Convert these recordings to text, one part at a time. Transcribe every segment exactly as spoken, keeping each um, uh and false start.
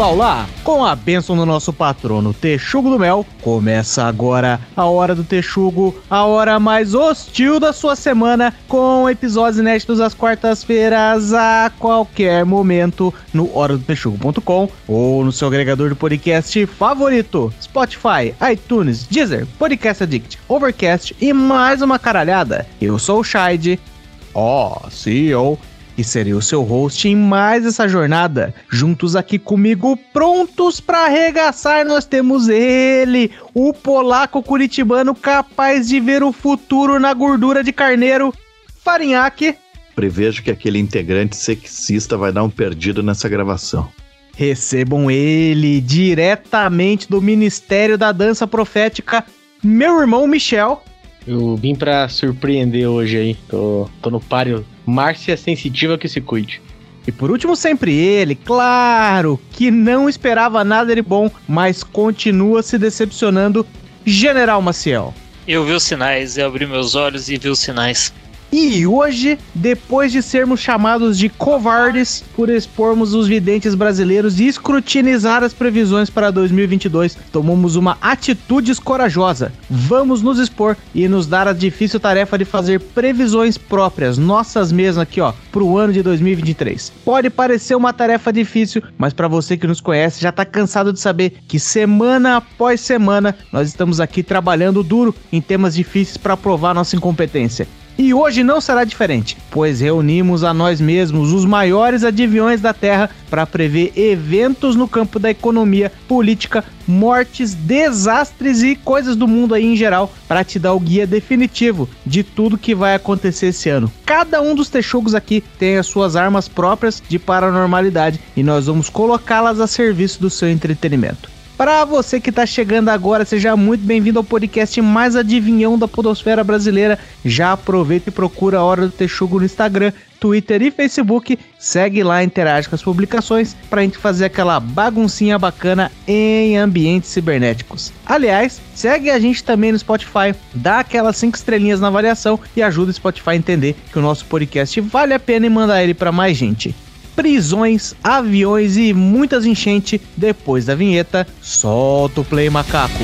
olá, olá! Com a bênção do nosso patrono Texugo do Mel, começa agora a Hora do Texugo, a hora mais hostil da sua semana, com episódios inéditos às quartas-feiras a qualquer momento no hora do texugo ponto com ou no seu agregador de podcast favorito, Spotify, iTunes, Deezer, Podcast Addict, Overcast e mais uma caralhada. Eu sou o Shide, ó, C E O, e serei o seu host em mais essa jornada. Juntos aqui comigo, prontos para arregaçar, nós temos ele, o polaco curitibano capaz de ver o futuro na gordura de carneiro, Farinhaque. Prevejo que aquele integrante sexista vai dar um perdido nessa gravação. Recebam ele, diretamente do Ministério da Dança Profética, meu irmão Michel. Eu vim pra surpreender hoje aí, tô, tô no páreo. Márcia Sensitiva que se cuide. E por último sempre ele, claro, que não esperava nada de bom, mas continua se decepcionando, General Maciel. Eu vi os sinais, eu abri meus olhos e vi os sinais. E hoje, depois de sermos chamados de covardes por expormos os videntes brasileiros e escrutinizar as previsões para dois mil e vinte e dois, tomamos uma atitude corajosa. Vamos nos expor e nos dar a difícil tarefa de fazer previsões próprias, nossas mesmas aqui, ó, para o ano de dois mil e vinte e três. Pode parecer uma tarefa difícil, mas para você que nos conhece, já está cansado de saber que semana após semana nós estamos aqui trabalhando duro em temas difíceis para provar nossa incompetência. E hoje não será diferente, pois reunimos a nós mesmos os maiores adivinhões da Terra para prever eventos no campo da economia, política, mortes, desastres e coisas do mundo aí em geral, para te dar o guia definitivo de tudo que vai acontecer esse ano. Cada um dos texugos aqui tem as suas armas próprias de paranormalidade e nós vamos colocá-las a serviço do seu entretenimento. Para você que está chegando agora, seja muito bem-vindo ao podcast mais adivinhão da podosfera brasileira. Já aproveita e procura a Hora do Texugo no Instagram, Twitter e Facebook. Segue lá e interage com as publicações para a gente fazer aquela baguncinha bacana em ambientes cibernéticos. Aliás, segue a gente também no Spotify, dá aquelas cinco estrelinhas na avaliação e ajuda o Spotify a entender que o nosso podcast vale a pena e mandar ele para mais gente. Prisões, aviões e muitas enchentes. Depois da vinheta, solta o play, macaco.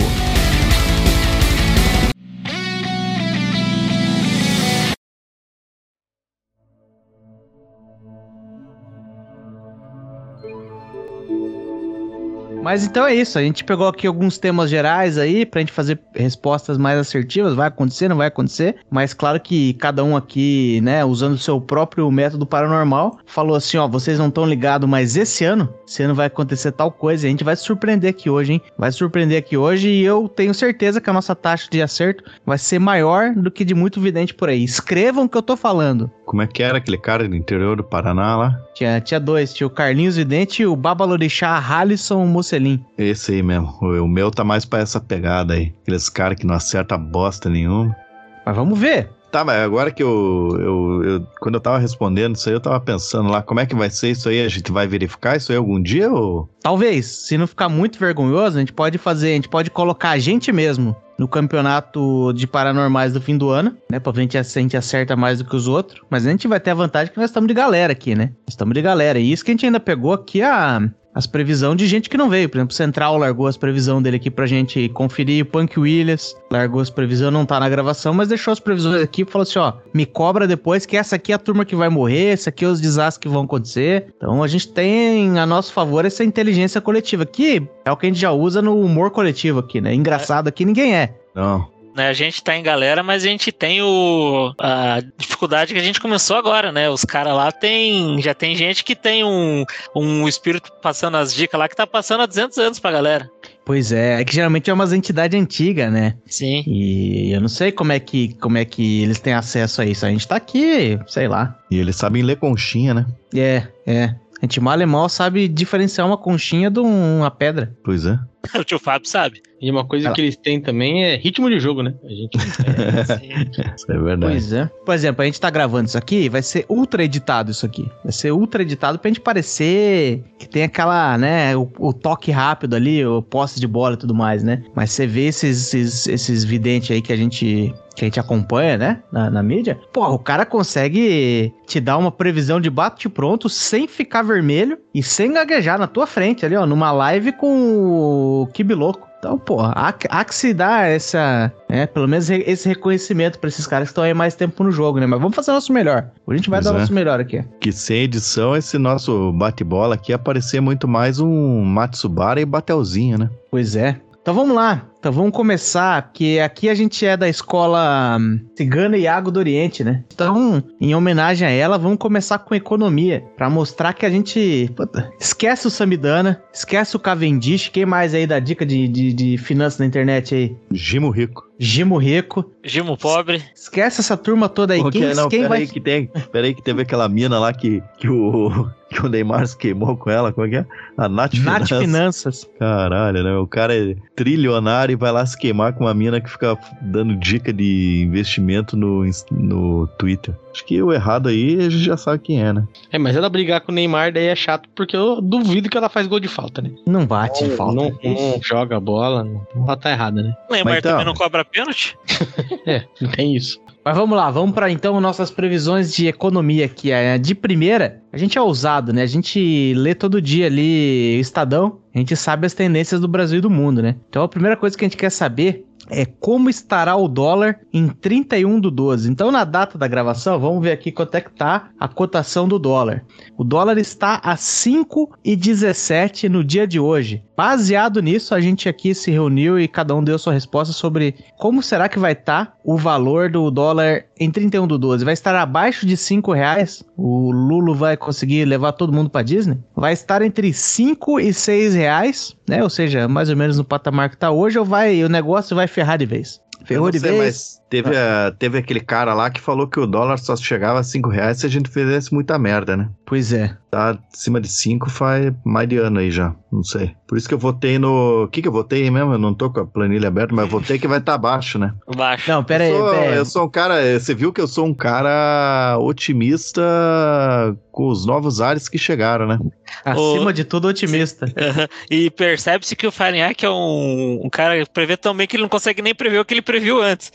Mas então é isso, a gente pegou aqui alguns temas gerais aí pra gente fazer respostas mais assertivas, vai acontecer, não vai acontecer, mas claro que cada um aqui, né, usando o seu próprio método paranormal, falou assim, ó, vocês não estão ligados, mas esse ano, esse ano vai acontecer tal coisa, e a gente vai se surpreender aqui hoje, hein, vai se surpreender aqui hoje e eu tenho certeza que a nossa taxa de acerto vai ser maior do que de muito vidente por aí. Escrevam o que eu tô falando. Como é que era aquele cara do interior do Paraná lá? Tinha, tinha dois, tinha o Carlinhos Vidente e o Babalorixá Halisson Mocelin. Esse aí mesmo, o, o meu tá mais pra essa pegada aí. Aqueles caras que não acertam bosta nenhuma. Mas vamos ver. Tá, mas agora que eu, eu, eu... Quando eu tava respondendo isso aí, eu tava pensando lá, como é que vai ser isso aí? A gente vai verificar isso aí algum dia ou... Talvez, se não ficar muito vergonhoso, a gente pode fazer, a gente pode colocar a gente mesmo no campeonato de paranormais do fim do ano, né? Pra ver se a gente acerta mais do que os outros. Mas a gente vai ter a vantagem que nós estamos de galera aqui, né? Nós estamos de galera. E isso que a gente ainda pegou aqui a... as previsões de gente que não veio. Por exemplo, o Central largou as previsões dele aqui pra gente conferir. O Punk Williams largou as previsões, não tá na gravação, mas deixou as previsões aqui e falou assim, ó, me cobra depois que essa aqui é a turma que vai morrer, essa aqui é os desastres que vão acontecer. Então a gente tem a nosso favor essa inteligência coletiva, que é o que a gente já usa no humor coletivo aqui, né? Engraçado aqui ninguém é. Não. A gente tá em galera, mas a gente tem o, a dificuldade que a gente começou agora, né? Os caras lá tem, já tem gente que tem um, um espírito passando as dicas lá que tá passando há duzentos anos pra galera. Pois é, é que geralmente é umas entidades antigas, né? Sim. E eu não sei como é, que, como é que eles têm acesso a isso. A gente tá aqui, sei lá. E eles sabem ler conchinha, né? É, é. A gente mal e mal sabe diferenciar uma conchinha de uma pedra. Pois é. O tio Fábio sabe. E uma coisa Ela... que eles têm também é ritmo de jogo, né? A gente... é, isso é verdade. Pois é. Por exemplo, a gente tá gravando isso aqui, vai ser ultra editado isso aqui. Vai ser ultra editado pra gente parecer que tem aquela, né, o, o toque rápido ali, o posse de bola e tudo mais, né? Mas você vê esses, esses, esses videntes aí que a gente... que a gente acompanha, né, na, na mídia, porra, o cara consegue te dar uma previsão de bate-pronto sem ficar vermelho e sem gaguejar na tua frente ali, ó, numa live com o Kibi Louco. Então, porra, há, há que se dar essa, né, pelo menos esse reconhecimento pra esses caras que estão aí mais tempo no jogo, né, mas vamos fazer o nosso melhor. A gente vai Pois dar o é. nosso melhor aqui. Que sem edição, esse nosso bate-bola aqui ia parecer muito mais um Matsubara e Batelzinho, né? Pois é. Então vamos lá, então vamos começar, porque aqui a gente é da escola Cigana Iago do Oriente, né? Então, em homenagem a ela, vamos começar com economia, pra mostrar que a gente, puta, esquece o Samidana, esquece o Cavendish, quem mais aí dá dica de, de, de finanças na internet aí? Gimo Rico. Gimo Rico. Gimo Pobre. Esquece essa turma toda aí, Porque, quem, não, quem vai... Peraí que, tem, peraí que teve aquela mina lá que, que, o, que o Neymar se queimou com ela, como é que é? A Nath Nath Finanças. Finanças. Caralho, né? O cara é trilionário e vai lá se queimar com uma mina que fica dando dica de investimento no, no Twitter. Acho que o errado aí a gente já sabe quem é, né? É, mas ela brigar com o Neymar daí é chato, porque eu duvido que ela faz gol de falta, né? Não bate em falta. Não, não joga a bola, não, ela tá errada, né? O Neymar então- também não cobra pênalti? É, não tem isso. Mas vamos lá, vamos para então nossas previsões de economia aqui. É, de primeira, a gente é ousado, né? A gente lê todo dia ali o Estadão, a gente sabe as tendências do Brasil e do mundo, né? Então a primeira coisa que a gente quer saber é como estará o dólar em trinta e um do doze. Então na data da gravação, vamos ver aqui quanto é que tá a cotação do dólar. O dólar está a cinco e dezessete no dia de hoje. Baseado nisso, a gente aqui se reuniu e cada um deu sua resposta sobre como será que vai estar o valor do dólar em trinta e um do doze. Vai estar abaixo de cinco reais? O Lulo vai conseguir levar todo mundo para Disney? Vai estar entre cinco e seis reais, né? Ou seja, mais ou menos no patamar que está hoje, ou vai, o negócio vai ferrar de vez? Ferrou Eu de não sei, vez? mas teve, a- teve aquele cara lá que falou que o dólar só chegava a cinco reais se a gente fizesse muita merda, né? Pois é. Tá acima de cinco faz mais de ano aí já, não sei. Por isso que eu votei no... O que que eu votei aí mesmo? Eu não tô com a planilha aberta, mas eu votei que vai estar abaixo, né? Baixo. Não, pera aí, eu, sou, pera aí. eu sou um cara... Você viu que eu sou um cara otimista com os novos ares que chegaram, né? Acima O- de tudo, otimista. E percebe-se que o Fahrenheit é um, um cara que prevê tão bem que ele não consegue nem prever o que ele previu antes.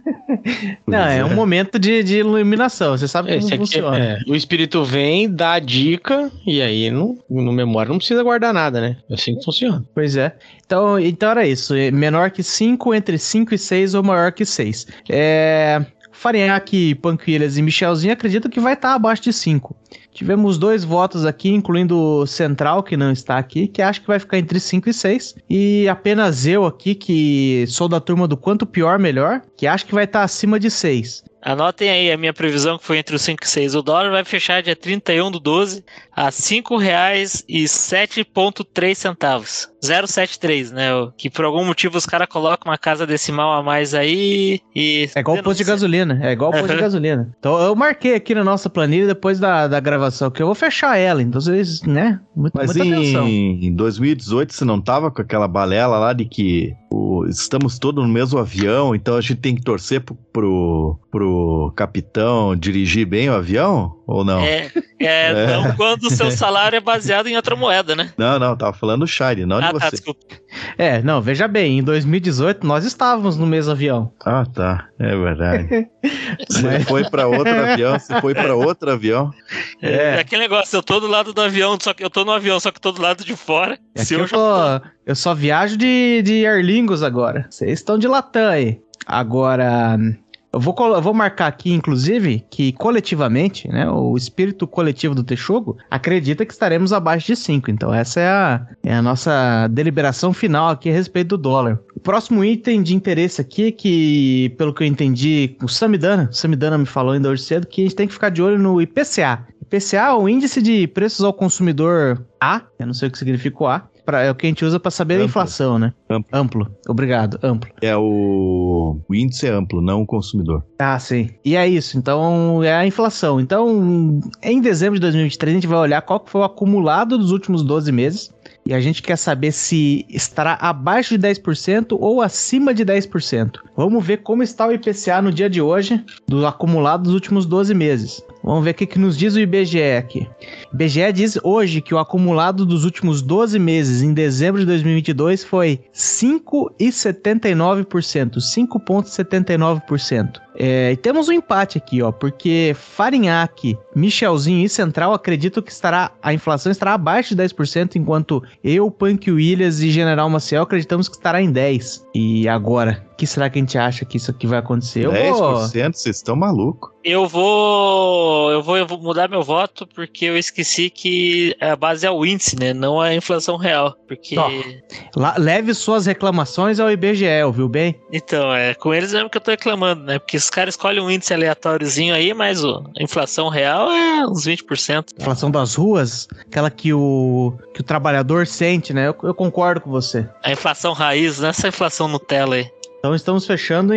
Não, é um momento de, de iluminação. Você sabe como Esse aqui, funciona. é, o espírito vem, dá a dica, e aí no, no memória não precisa guardar nada, né? É assim que funciona. Pois é. Então, então era isso. Menor que cinco, entre cinco e seis ou maior que seis. É... Farinhaque, Panquilhas e Michelzinho acredito que vai estar abaixo de cinco. Tivemos dois votos aqui, incluindo o Central, que não está aqui, que acho que vai ficar entre cinco e seis. E apenas eu aqui, que sou da turma do quanto pior, melhor, que acho que vai estar acima de seis. Anotem aí a minha previsão, que foi entre os cinco e seis. O dólar vai fechar dia trinta e um do doze a cinco reais e sete vírgula três centavos. zero vírgula setenta e três, né? O- Que por algum motivo os caras colocam uma casa decimal a mais aí e... É igual o posto de gasolina, é igual o posto de gasolina. Então eu marquei aqui na nossa planilha depois da, da gravação, que eu vou fechar ela, então vocês, né, muito, Mas muita atenção. em, em dois mil e dezoito você não tava com aquela balela lá de que o- estamos todos no mesmo avião, então a gente tem que torcer pro, pro, pro capitão dirigir bem o avião? Ou não? É, é, É. não quando o seu salário é baseado em outra moeda, né? Não, não, tava falando o Shire, não de Ah, tá, você. desculpa. É, não, veja bem, em dois mil e dezoito nós estávamos no mesmo avião. Ah, tá, é verdade. Você foi pra outro avião, você foi pra outro avião. É. É. aquele negócio, eu tô do lado do avião, só que eu tô no avião, só que tô do lado de fora. Aqui Se eu, eu já- tô, eu só viajo de, de Aer Lingus agora. Vocês estão de Latam aí. Agora, eu vou, colo- eu vou marcar aqui, inclusive, que coletivamente, né, o espírito coletivo do Texugo acredita que estaremos abaixo de cinco. Então essa é a, é a nossa deliberação final aqui a respeito do dólar. O próximo item de interesse aqui, que pelo que eu entendi, o Samidana, o Samidana me falou ainda hoje cedo, que a gente tem que ficar de olho no I P C A. I P C A é o Índice de Preços ao Consumidor A, eu não sei o que significa o A, pra, é o que a gente usa para saber Amplo. a inflação, né? Amplo. Amplo, obrigado, amplo. É o... o índice é amplo, não o consumidor. Ah, sim. E é isso, então é a inflação. Então, em dezembro de dois mil e vinte e três, a gente vai olhar qual que foi o acumulado dos últimos doze meses E a gente quer saber se estará abaixo de dez por cento ou acima de dez por cento. Vamos ver como está o I P C A no dia de hoje, do acumulado dos últimos doze meses. Vamos ver o que, que nos diz o I B G E aqui. O I B G E diz hoje que o acumulado dos últimos doze meses, em dezembro de dois mil e vinte e dois, foi cinco vírgula setenta e nove por cento. cinco vírgula setenta e nove por cento. É, e temos um empate aqui, ó, porque Farinhaque, Michelzinho e Central acreditam que estará, a inflação estará abaixo de dez por cento, enquanto eu, Punk Williams e General Maciel acreditamos que estará em dez por cento. E agora, o que será que a gente acha que isso aqui vai acontecer? dez por cento? Vocês estão malucos. Eu vou, eu vou eu vou mudar meu voto porque eu esqueci que a base é o índice, né? Não a inflação real. Porque... Ó, lá, leve suas reclamações ao I B G E, ouviu bem? Então, é com eles mesmo que eu tô reclamando, né? Porque os caras escolhem um índice aleatóriozinho aí, mas ó, a inflação real é uns vinte por cento. Inflação das ruas, aquela que o, que o trabalhador sente, né? Eu, eu concordo com você. A inflação raiz, não é essa inflação Nutella aí. Então estamos fechando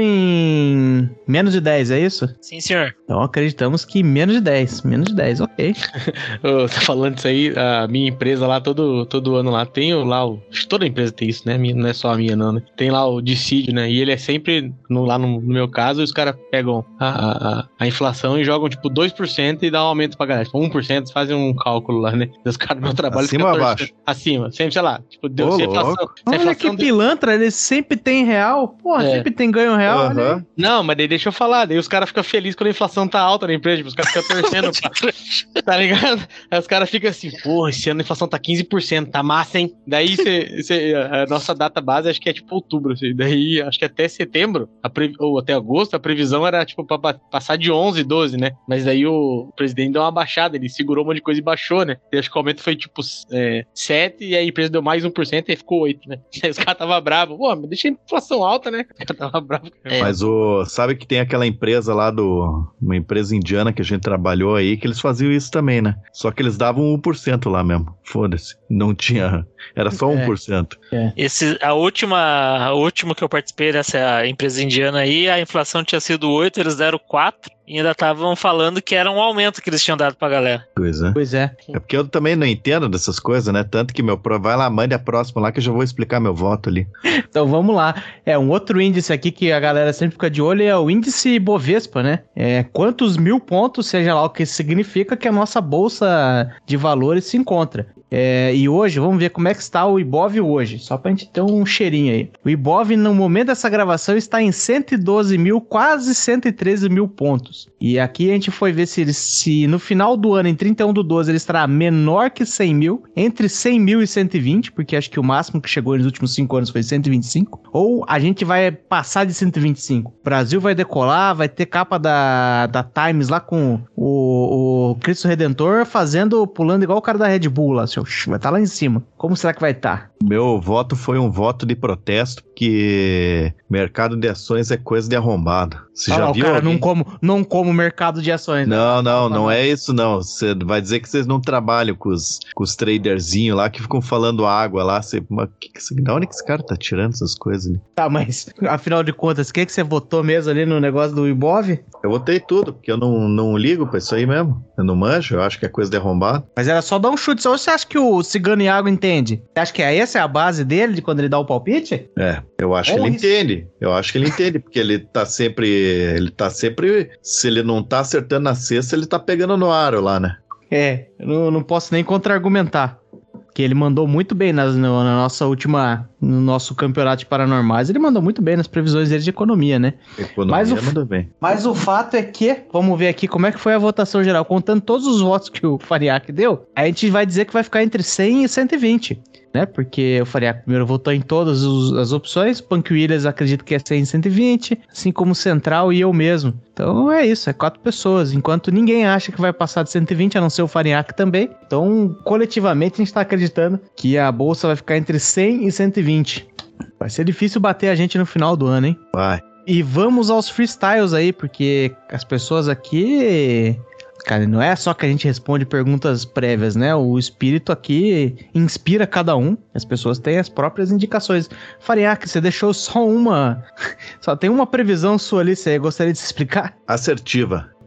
em menos de dez, é isso? Sim, senhor. Então acreditamos que menos de dez. Menos de dez, ok. Eu tô falando isso aí, a minha empresa lá, todo, todo ano lá, tem lá o... Acho que toda empresa tem isso, né? Não é só a minha não, né? Tem lá o dissídio, né? E ele é sempre, no, lá no, no meu caso, os caras pegam a, a, a inflação e jogam tipo dois por cento e dá um aumento pra galera. Tipo um por cento, fazem um cálculo lá, né? Os caras do meu trabalho... Acima ou abaixo? Acima. Sempre, sei lá. Tipo, deu, Ô, se a inflação... Se a Olha inflação que deu- pilantra, ele sempre tem real. Porra, É. sempre tem ganho real. Aham. Olha aí. Não, mas daí deixa eu falar, daí os caras ficam felizes quando a inflação tá alta na empresa, tipo, os caras ficam torcendo, pá, tá ligado? Aí os caras ficam assim, pô, esse ano a inflação tá quinze por cento, tá massa, hein? Daí cê, cê, a nossa data base acho que é tipo outubro, assim, daí acho que até setembro, a pre... ou até agosto, a previsão era tipo pra ba- passar de onze, doze, né? Mas daí o presidente deu uma baixada, ele segurou um monte de coisa e baixou, né? E acho que o aumento foi tipo é, sete, e aí a empresa deu mais um por cento e aí ficou oito, né? Aí os caras tava bravos, pô, mas deixa a inflação alta, né? Os caras tava bravos. É. Mas o, sabe que tem aquela empresa lá do... Uma empresa indiana que a gente trabalhou aí, que eles faziam isso também, né? Só que eles davam um por cento lá mesmo. Foda-se. Não tinha... Era só um por cento. Esse, a última, a última que eu participei dessa empresa indiana aí, a inflação tinha sido oito, eles deram quatro e ainda estavam falando que era um aumento que eles tinham dado pra galera. Coisa. Pois é. É porque eu também não entendo dessas coisas, né? Tanto que meu... pro- Vai lá, mande a próxima lá que eu já vou explicar meu voto ali. Então vamos lá. É, um outro índice aqui que a galera sempre fica de olho é o índice Bovespa, né? É, quantos mil pontos, seja lá o que isso significa, que a nossa bolsa de valores se encontra. É, e hoje, vamos ver como é que está o Ibov hoje, só pra gente ter um cheirinho aí. O Ibov, no momento dessa gravação, está em cento e doze mil, quase cento e treze mil pontos. E aqui a gente foi ver se, ele, se no final do ano, em trinta e um do doze, ele estará menor que cem mil, entre cem mil e cento e vinte, porque acho que o máximo que chegou nos últimos cinco anos foi cento e vinte e cinco, ou a gente vai passar de cento e vinte e cinco. O Brasil vai decolar, vai ter capa da, da Times lá com o, o Cristo Redentor fazendo, pulando igual o cara da Red Bull lá, assim, vai estar lá em cima. Como será que vai estar? Meu voto foi um voto de protesto, porque mercado de ações é coisa de arrombado. Você Ah, já lá, viu o cara alguém? não como, não como mercado de ações. né? Não, não, não é isso não. Você vai dizer que vocês não trabalham com os, com os traderzinhos lá que ficam falando água lá. Você, mas que que, esse- da onde que esse cara tá tirando essas coisas ali? Tá, mas afinal de contas, o que, que você votou mesmo ali no negócio do Ibov? Eu votei tudo, porque eu não, não ligo pra isso aí mesmo. Eu não manjo, eu acho que é coisa de arrombado. Mas era só dar um chute. Ou você acha que o Cigano Iago entende? Você acha que é essa é a base dele, de quando ele dá o palpite? É, eu acho que Bom ele isso. entende. Eu acho que ele entende, porque ele tá sempre. Ele tá sempre. Se ele não tá acertando na cesta, ele tá pegando no aro lá, né? É, eu não, não posso nem contra-argumentar. Que ele mandou muito bem nas, no, na nossa última... No nosso campeonato de paranormais. Ele mandou muito bem nas previsões dele de economia, né? Economia Mas o- mandou bem. Mas o fato é que... Vamos ver aqui como é que foi a votação geral. Contando todos os votos que o Fariac deu, a gente vai dizer que vai ficar entre cem e cento e vinte. Né? Porque o Fariac primeiro votou em todas os- as opções. Punk Williams acredito que é cem e cento e vinte. Assim como o Central e eu mesmo. Então é isso, é quatro pessoas. Enquanto ninguém acha que vai passar de cento e vinte, a não ser o Fariac também. Então, coletivamente, a gente tá acreditando que a bolsa vai ficar entre cem e cento e vinte. Vai ser difícil bater a gente no final do ano, hein? Vai. E vamos aos freestyles aí, porque as pessoas aqui... Cara, não é só que a gente responde perguntas prévias, né? O espírito aqui inspira cada um. As pessoas têm as próprias indicações. Fariac, você deixou só uma... Só tem uma previsão sua ali, você gostaria de se explicar? Assertiva.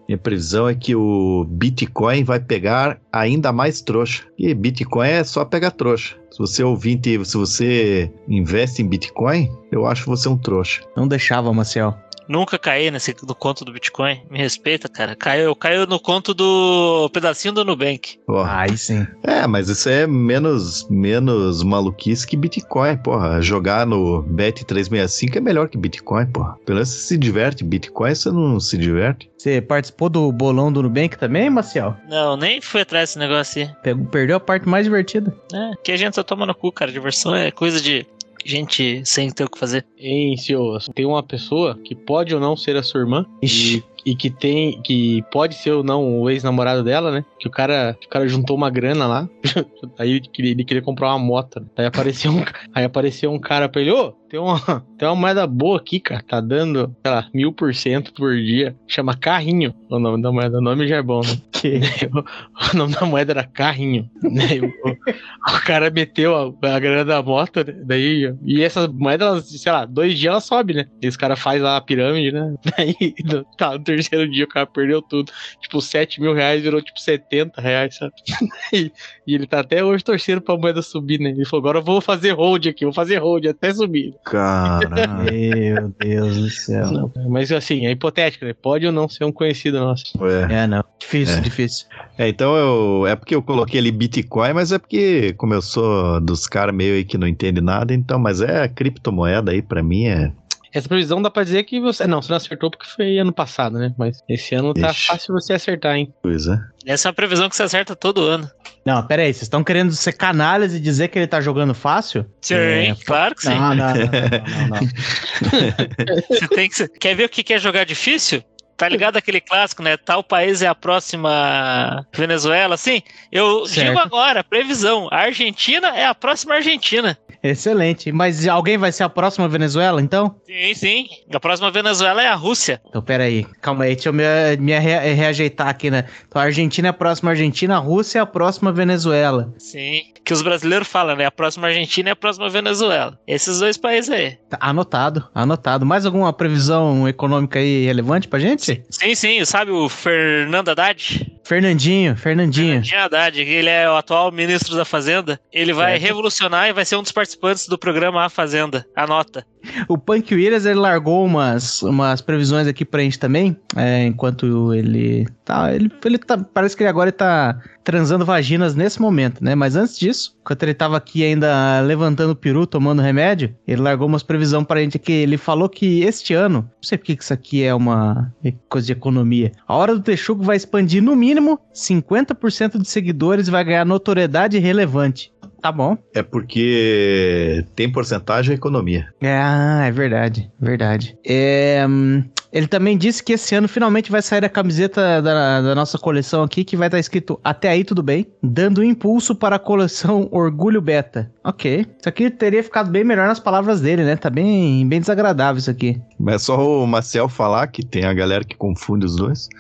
Minha previsão é que o Bitcoin vai pegar ainda mais trouxa. E Bitcoin é só pegar trouxa. Se você ouvinte, se você investe em Bitcoin, eu acho você um trouxa. Não deixava, Maciel. Nunca caí nesse do conto do Bitcoin. Me respeita, cara. Caiu, eu caio no conto do pedacinho do Nubank. Porra. Aí sim. É, mas isso é menos, menos maluquice que Bitcoin, porra. Jogar no Bet trezentos e sessenta e cinco é melhor que Bitcoin, porra. Pelo menos você se diverte. Bitcoin você não se diverte. Você participou do bolão do Nubank também, Maciel? Não, nem fui atrás desse negócio aí. Pegou, perdeu a parte mais divertida. É, que a gente só toma no cu, cara. Diversão é coisa de gente sem ter o que fazer. Hein, senhor, tem uma pessoa que pode ou não ser a sua irmã Ixi. e, e que tem, que pode ser ou não o ex-namorado dela, né? Que o cara, o cara juntou uma grana lá, aí ele queria, ele queria comprar uma moto. Né? Aí apareceu um, aí apareceu um cara pra ele, ô, tem uma, tem uma moeda boa aqui, cara, tá dando, sei lá, mil por cento por dia, chama Carrinho, o nome da moeda, o nome já é bom, né? Que o, o nome da moeda era Carrinho, né? O, o cara meteu a, a grana da moto, né? Daí, e essa moeda, ela, sei lá, dois dias ela sobe, né? E os caras fazem lá a pirâmide, né? Daí, no, tá, no terceiro dia o cara perdeu tudo, tipo, sete mil reais virou tipo setenta reais, sabe? E, e ele tá até hoje torcendo pra moeda subir, né? Ele falou, agora eu vou fazer hold aqui, vou fazer hold até subir. Caralho. Meu Deus do céu. Não, mas assim, é hipotético, né? Pode ou não ser um conhecido nosso. É. É, não. Difícil, É. difícil. É, então eu, é porque eu coloquei ali Bitcoin, mas é porque, como eu sou dos caras meio aí que não entende nada, então, mas é a criptomoeda aí, pra mim é. Essa previsão dá pra dizer que você... Não, você não acertou porque foi ano passado, né? Mas esse ano tá Ixi. fácil você acertar, hein? Coisa. Essa é uma previsão que você acerta todo ano. Não, pera aí, vocês estão querendo ser canalhas e dizer que ele tá jogando fácil? Sim, É, claro que sim. Não, não, não, não, não, não. Você tem que... Quer ver o que é jogar difícil? Tá ligado aquele clássico, né? Tal país é a próxima Venezuela, assim? Eu Certo. digo agora, previsão. A Argentina é a próxima Argentina. Excelente. Mas alguém vai ser a próxima Venezuela, então? Sim, sim. A próxima Venezuela é a Rússia. Então, pera aí. Calma aí, deixa eu me, me re- reajeitar aqui, né? Então, a Argentina é a próxima Argentina, a Rússia é a próxima Venezuela. Sim. Que os brasileiros falam, né? A próxima Argentina é a próxima Venezuela. Esses dois países aí. Tá anotado, anotado. Mais alguma previsão econômica aí relevante pra gente? Sim, sim. Sabe o Fernando Haddad? Fernandinho, Fernandinho. Fernandinho Haddad, que ele é o atual ministro da Fazenda. Ele vai Certo. revolucionar e vai ser um dos participantes do programa A Fazenda. Anota. O Punk Williams, ele largou umas, umas previsões aqui pra gente também, é, enquanto ele tá, ele, ele tá, parece que ele agora tá transando vaginas nesse momento, né, mas antes disso, enquanto ele tava aqui ainda levantando o peru, tomando remédio, ele largou umas previsões pra gente aqui, ele falou que este ano, não sei porque que isso aqui é uma coisa de economia, a Hora do Texugo vai expandir no mínimo cinquenta por cento de seguidores e vai ganhar notoriedade relevante. Tá bom. É porque tem porcentagem a economia. Ah, é verdade, verdade. É, hum, ele também disse que esse ano finalmente vai sair a camiseta da, da nossa coleção aqui, que vai estar escrito Até Aí Tudo Bem, dando impulso para a coleção Orgulho Beta. Ok. Isso aqui teria ficado bem melhor nas palavras dele, né? Tá bem, bem desagradável isso aqui. Mas é só o Maciel falar que tem a galera que confunde os dois.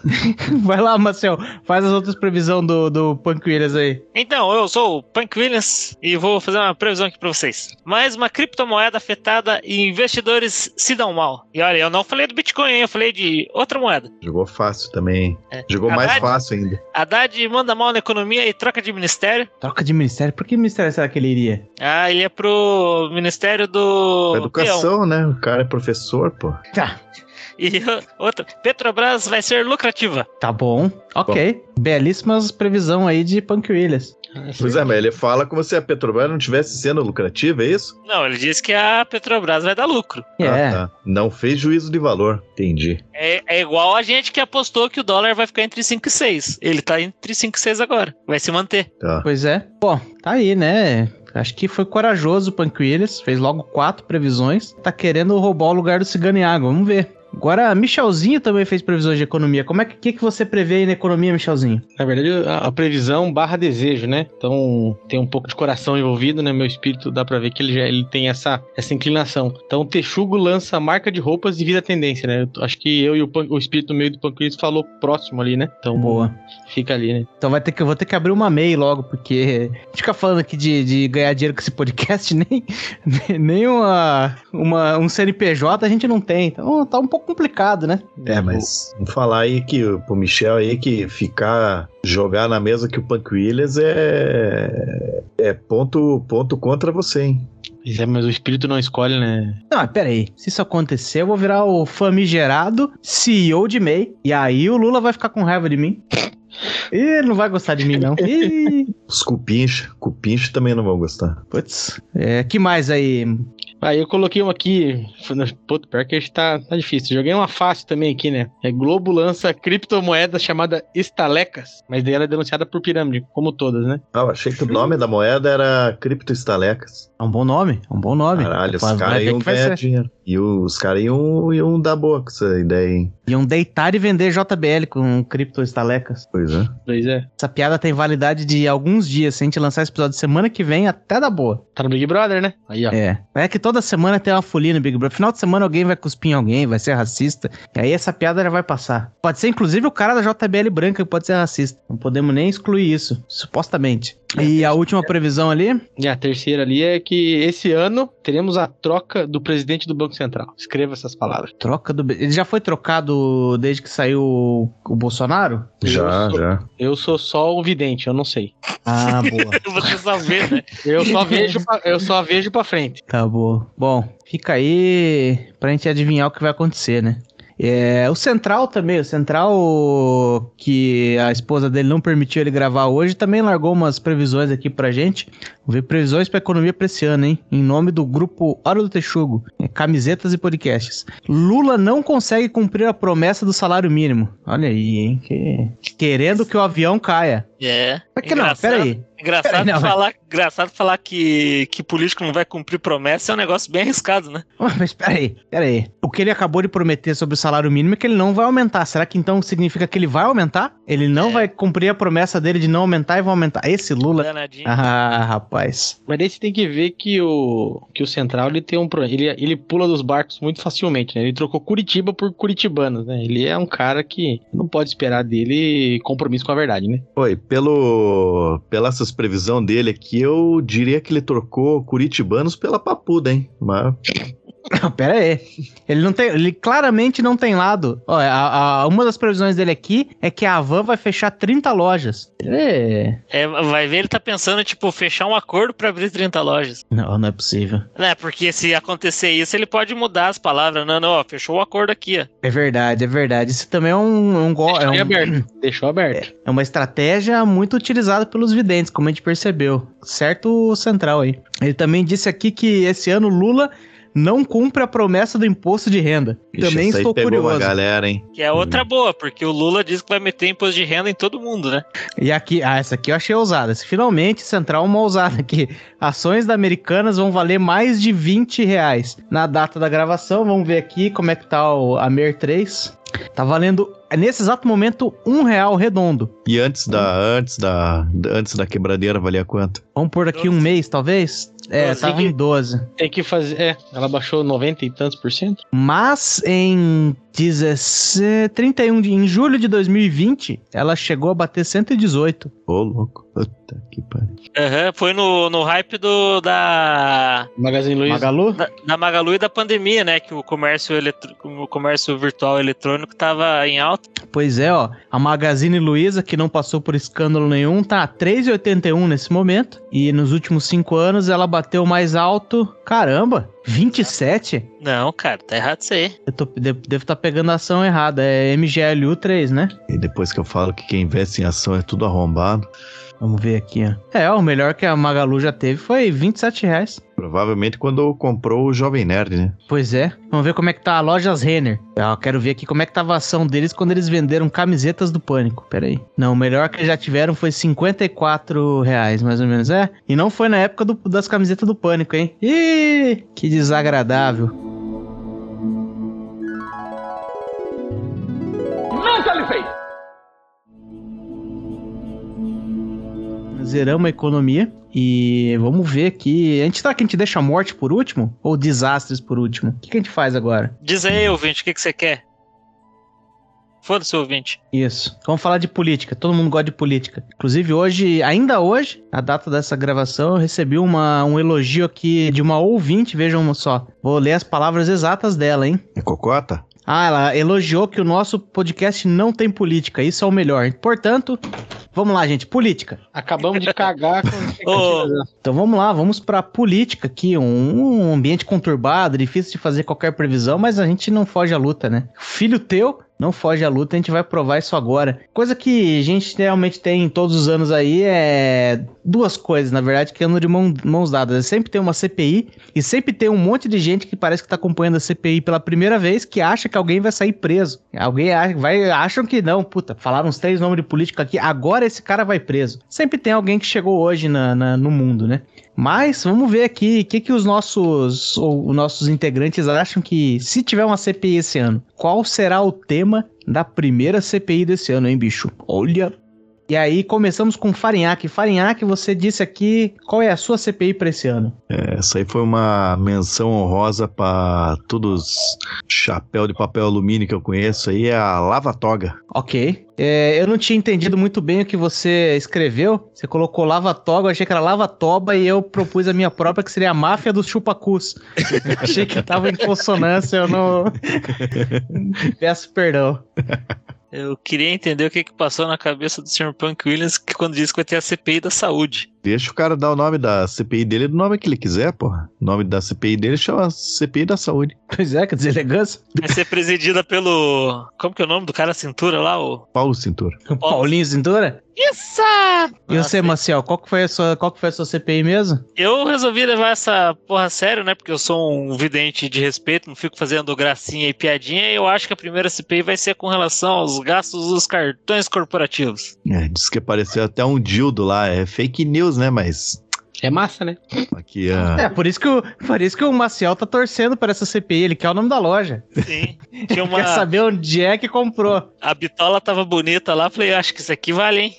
Vai lá, Marcel, faz as outras previsões do, do Punk Williams aí. Então, eu sou o Punk Williams e vou fazer uma previsão aqui pra vocês. Mais uma criptomoeda afetada e investidores se dão mal. E olha, eu não falei do Bitcoin, hein? Eu falei de outra moeda. Jogou fácil também. É. Jogou mais Haddad- fácil ainda. Haddad manda mal na economia e troca de ministério. Troca de ministério. Por que ministério será que ele iria? Ah, ele é pro ministério do... Educação, né? O cara é professor, pô. Tá, E outra, Petrobras vai ser lucrativa. tá bom. Ok. Belíssimas previsão aí de Punk Williams. Pois é, mas ele fala como se a Petrobras não estivesse sendo lucrativa, é isso? Não, ele disse que a Petrobras vai dar lucro. É. Ah, tá. Não fez juízo de valor. Entendi. É, é igual a gente que apostou que o dólar vai ficar entre cinco e seis. Ele tá entre cinco e seis agora. Vai se manter. Tá. Pois é. Bom, tá aí, né? Acho que foi corajoso o Punk Williams. Fez logo quatro previsões. Tá querendo roubar o lugar do Cigano Iago. Vamos ver. Agora, Michelzinho também fez previsões de economia. Como é que, que, que você prevê aí na economia, Michelzinho? Na verdade, a, a previsão barra desejo, né? Então, tem um pouco de coração envolvido, né? Meu espírito dá pra ver que ele já ele tem essa, essa inclinação. Então, o Texugo lança marca de roupas e vira tendência, né? Eu, acho que eu e o, Punk, o espírito meio do Punk Williams falou próximo ali, né? Então, Boa. Fica ali, né? Então vai ter que, eu vou ter que abrir uma M E I logo, porque a gente fica falando aqui de, de ganhar dinheiro com esse podcast, nem, nem uma, uma, um C N P J a gente não tem. Então tá um pouco pouco complicado, né? É, mas vamos falar aí que pro Michel aí que ficar, jogar na mesa que o Punk Williams é, é ponto, ponto contra você, hein? Pois é, mas o espírito não escolhe, né? Não, mas pera aí. Se isso acontecer, eu vou virar o famigerado C E O de M E I. E aí o Lula vai ficar com raiva de mim. Ih, ele não vai gostar de mim, não. Ih. Os cupincha, cupincha também não vão gostar. Putz. É, que mais aí? Aí eu coloquei uma aqui. Puta, pior que a gente tá, tá difícil. Joguei uma fácil também aqui, né? É Globo lança criptomoeda chamada Estalecas. Mas daí ela é denunciada por pirâmide, como todas, né? Ah, eu achei que o nome da moeda era Cripto Estalecas. É um bom nome, é um bom nome. Caralho, os Vai caras ver iam que vai ganhar ser. dinheiro. E os caras iam, iam dar boa com essa ideia, hein? Iam deitar e vender J B L com cripto estalecas. Pois é. Pois é. Essa piada tem validade de alguns dias. Se a gente lançar esse episódio semana que vem, até dá boa. Tá no Big Brother, né? Aí, ó. É. É que toda semana tem uma folia no Big Brother. Final de semana alguém vai cuspir em alguém, vai ser racista. E aí essa piada já vai passar. Pode ser inclusive o cara da J B L branca que pode ser racista. Não podemos nem excluir isso, supostamente. E a última previsão ali? E a terceira ali é que esse ano teremos a troca do presidente do Banco Central. Escreva essas palavras. Troca do... Ele já foi trocado desde que saiu o, o Bolsonaro? Já, Eu sou- já. Eu sou só o vidente, eu não sei. Ah, boa. Você só vê, né? Eu só vejo pra, eu só vejo pra frente. Tá bom. Bom, fica aí pra gente adivinhar o que vai acontecer, né? É, o Central também, o Central que a esposa dele não permitiu ele gravar hoje, também largou umas previsões aqui pra gente. Vamos ver previsões pra economia pra esse ano, hein? Em nome do grupo Hora do Texugo, é, camisetas e podcasts. Lula não consegue cumprir a promessa do salário mínimo. Olha aí, hein? Que... Querendo que o avião caia. É. Mas que não, peraí. Engraçado, Peraí, não, falar, engraçado falar que, que político não vai cumprir promessa é um negócio bem arriscado, né? Ué, mas peraí, peraí. O que ele acabou de prometer sobre o salário mínimo é que ele não vai aumentar. Será que então significa que ele vai aumentar? Ele não É. vai cumprir a promessa dele de não aumentar e vai aumentar. Esse Lula... Danadinho. Ah, rapaz. Mas daí você tem que ver que o, que o Central ele tem um pro- ele, ele pula dos barcos muito facilmente, né? Ele trocou Curitiba por curitibanos, né? Ele é um cara que não pode esperar dele compromisso com a verdade, né? Oi, pelo, pela essas previsão dele aqui, eu diria que ele trocou curitibanos pela papuda, hein? Mas Não, pera aí. Ele não tem, ele claramente não tem lado. Ó, a, a- uma das previsões dele aqui é que a Havan vai fechar trinta lojas. É... É, vai ver, ele tá pensando, tipo, fechar um acordo pra abrir trinta lojas. Não, não é possível. Né, porque se acontecer isso, ele pode mudar as palavras. Não, não, ó, fechou o acordo aqui, ó. É verdade, é verdade. Isso também é um... um, go- é Deixou um- aberto. Deixou aberto. É uma estratégia muito utilizada pelos videntes, como a gente percebeu. Certo, o Central aí. Ele também disse aqui que esse ano Lula não cumpre a promessa do imposto de renda. ixi, também essa aí estou pegou curioso. uma galera, hein? Que é outra boa, porque o Lula diz que vai meter imposto de renda em todo mundo, né? E aqui, ah, essa aqui eu achei ousada. Esse, finalmente, Central uma ousada aqui. Ações da Americanas vão valer mais de vinte reais. Na data da gravação, vamos ver aqui como é que tá o Amer três. Tá valendo, nesse exato momento, um real redondo. E antes da, antes da, antes da quebradeira valia quanto? Vamos por aqui um mês, talvez? É, doze. tava em doze. Tem que fazer. É, ela baixou noventa e tantos por cento. Mas em dezessete, trinta e um de, em julho de dois mil e vinte, ela chegou a bater cento e dezoito. Ô, louco. Puta que pariu. Aham, foi no, no hype do, da, Magazine Luiza. Magalu? da, da Magalu e da pandemia, né? Que o comércio, eletro, o comércio virtual eletrônico tava em alta. Pois é, ó. A Magazine Luiza, que não passou por escândalo nenhum, tá a três reais e oitenta e um nesse momento. E nos últimos cinco anos ela bateu mais alto. Caramba! vinte e sete? Não, cara, tá errado isso aí. Eu tô, de- devo estar pegando a ação errada. É M G L U três, né? E depois que eu falo que quem investe em ação é tudo arrombado, Vamos ver aqui, ó. É, ó, o melhor que a Magalu já teve foi vinte e sete reais. provavelmente quando comprou o Jovem Nerd, né? Pois é. Vamos ver como é que tá a Lojas Renner. Ah, eu quero ver aqui como é que tava a ação deles quando eles venderam camisetas do Pânico. Pera aí. Não, o melhor que eles já tiveram foi cinquenta e quatro reais, mais ou menos, é? E não foi na época do- das camisetas do Pânico, hein? Ih, que desagradável. Zeramos a economia e vamos ver aqui. A gente tá que a gente deixa a morte por último ou desastres por último? O que, que a gente faz agora? Diz aí, ouvinte, o que, que você quer? Foda-se, ouvinte. Isso. Vamos falar de política. Todo mundo gosta de política. Inclusive hoje, ainda hoje, na data dessa gravação, eu recebi uma, um elogio aqui de uma ouvinte. Vejam só. Vou ler as palavras exatas dela, hein? É cocota? Ah, ela elogiou que o nosso podcast não tem política. Isso é o melhor. Portanto, vamos lá, gente. Política. Acabamos de cagar com as Ô, Então vamos lá, vamos pra política aqui. Um, um ambiente conturbado, difícil de fazer qualquer previsão, mas a gente não foge à luta, né? Filho teu não foge à luta, a gente vai provar isso agora. Coisa que a gente realmente tem todos os anos aí é duas coisas, na verdade, que andam de mão, mãos dadas. Sempre tem uma C P I e sempre tem um monte de gente que parece que tá acompanhando a C P I pela primeira vez que acha que alguém vai sair preso. Alguém acha, vai, acham que não, puta, falaram uns três nomes de político aqui, agora esse cara vai preso. Sempre tem alguém que chegou hoje na, na, no mundo, né? Mas vamos ver aqui o que, que os nossos, ou, os nossos integrantes acham que, se tiver uma C P I esse ano, qual será o tema da primeira C P I desse ano, hein, bicho? Olha. E aí, começamos com Farinhaque. Farinhaque, você disse aqui qual é a sua C P I para esse ano. É, essa aí foi uma menção honrosa para todos os chapéu de papel alumínio que eu conheço aí, é a Lava Toga. Ok. É, eu não tinha entendido muito bem o que você escreveu. Você colocou Lava Toga, eu achei que era Lava Toba e eu propus a minha própria, que seria a máfia dos chupacus. Achei que tava em consonância, eu não... Peço perdão. Eu queria entender o que, que passou na cabeça do senhor Punk Williams que quando disse que vai ter a C P I da saúde. Deixa o cara dar o nome da C P I dele do nome que ele quiser, porra. O nome da C P I dele chama C P I da saúde. Pois é, que deselegância. Vai ser presidida pelo... Como que é o nome do cara cintura lá? O Paulo Cintura. O Paulinho Cintura? Isso! E você, Maciel, qual que foi a sua, qual que foi a sua C P I mesmo? Eu resolvi levar essa porra a sério, né? Porque eu sou um vidente de respeito, não fico fazendo gracinha e piadinha. E eu acho que a primeira C P I vai ser com relação aos gastos dos cartões corporativos. É, diz que apareceu até um dildo lá. É fake news, né? Mas... É massa, né? Aqui, uh... É, por isso, que o, por isso que o Maciel tá torcendo por essa C P I, ele quer o nome da loja. Sim. Tinha uma... Quer saber onde é que comprou. A bitola tava bonita lá, falei, acho que isso aqui vale, hein?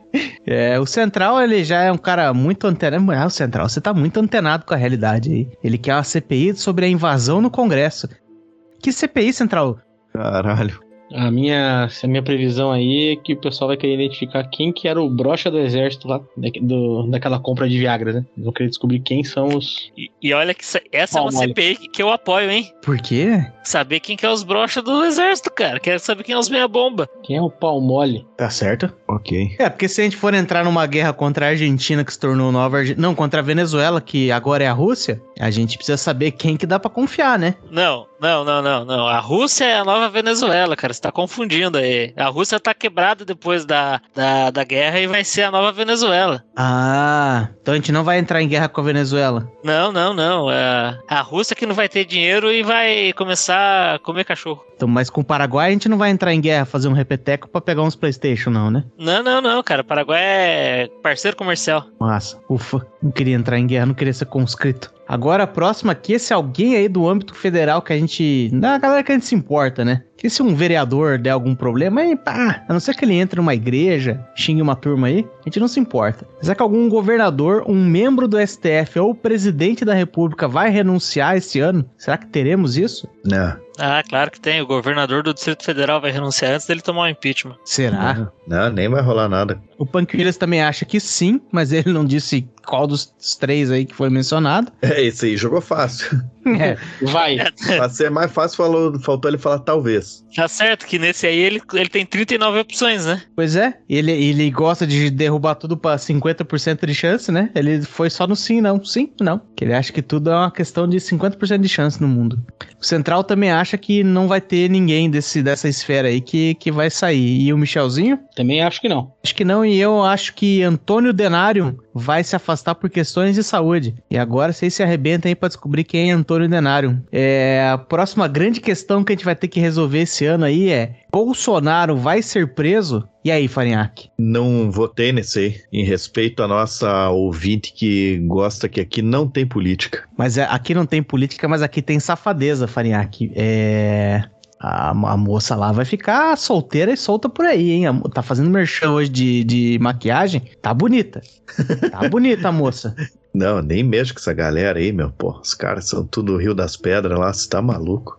É, o Central, ele já é um cara muito antenado. Ah, o Central, você tá muito antenado com a realidade aí. Ele quer uma C P I sobre a invasão no Congresso. Que C P I, Central? Caralho. A minha, a minha previsão aí é que o pessoal vai querer identificar quem que era o brocha do exército lá, da, do, daquela compra de Viagra, né? Eles vão querer descobrir quem são os... E, e olha que essa Palma é uma C P I que, que eu apoio, hein? Por quê? Saber quem que é os brochas do exército, cara. Quero saber quem é os meia-bomba. Quem é o pau mole? Tá certo. Ok. É, porque se a gente for entrar numa guerra contra a Argentina, que se tornou nova... Arge... Não, contra a Venezuela, que agora é a Rússia, a gente precisa saber quem que dá pra confiar, né? Não, não, não, não, não. A Rússia é a nova Venezuela, cara. Você tá confundindo aí. A Rússia tá quebrada depois da, da, da guerra e vai ser a nova Venezuela. Ah, então a gente não vai entrar em guerra com a Venezuela. Não, não, não. É a Rússia que não vai ter dinheiro e vai começar a comer cachorro. Então, mas com o Paraguai a gente não vai entrar em guerra, fazer um repeteco pra pegar uns PlayStation, não, né? Não, não, não, cara. O Paraguai é parceiro comercial. Massa, ufa. Não queria entrar em guerra, não queria ser conscrito. Agora a próxima aqui, esse alguém aí do âmbito federal que a gente... Da galera que a gente se importa, né? Que se um vereador der algum problema, aí pá, a não ser que ele entre numa igreja, xingue uma turma aí, a gente não se importa. Será que algum governador, um membro do S T F ou o presidente da república vai renunciar esse ano? Será que teremos isso? Não. Ah, claro que tem. O governador do Distrito Federal vai renunciar antes dele tomar o impeachment. Será? Não, nem vai rolar nada. O Punk Williams também acha que sim, mas ele não disse qual dos três aí que foi mencionado. É, esse aí jogou fácil. É. Vai. Pra ser mais fácil, falou, faltou ele falar talvez. Tá certo que nesse aí ele, ele tem trinta e nove opções, né? Pois é, ele, ele gosta de derrubar tudo pra cinquenta por cento de chance, né? Ele foi só no sim, não. Sim, não. Que ele acha que tudo é uma questão de cinquenta por cento de chance no mundo. O Central também acha que não vai ter ninguém desse, dessa esfera aí que, que vai sair. E o Michelzinho? Também acho que não. Acho que não, e eu acho que Antônio Denário vai se afastar por questões de saúde. E agora vocês se arrebentam aí pra descobrir quem é Antônio Denário. É, a próxima grande questão que a gente vai ter que resolver esse ano aí é: Bolsonaro vai ser preso? E aí, Farinhaque? Não votei nesse aí, em respeito à nossa ouvinte que gosta que aqui não tem política. Mas é, aqui não tem política, mas aqui tem safadeza, Farinhaque. É... A, a moça lá vai ficar solteira e solta por aí, hein? A, tá fazendo merchan hoje de, de maquiagem. Tá bonita. Tá bonita a moça. Não, nem mexo com essa galera aí, meu. Pô, os caras são tudo Rio das Pedras lá, você tá maluco.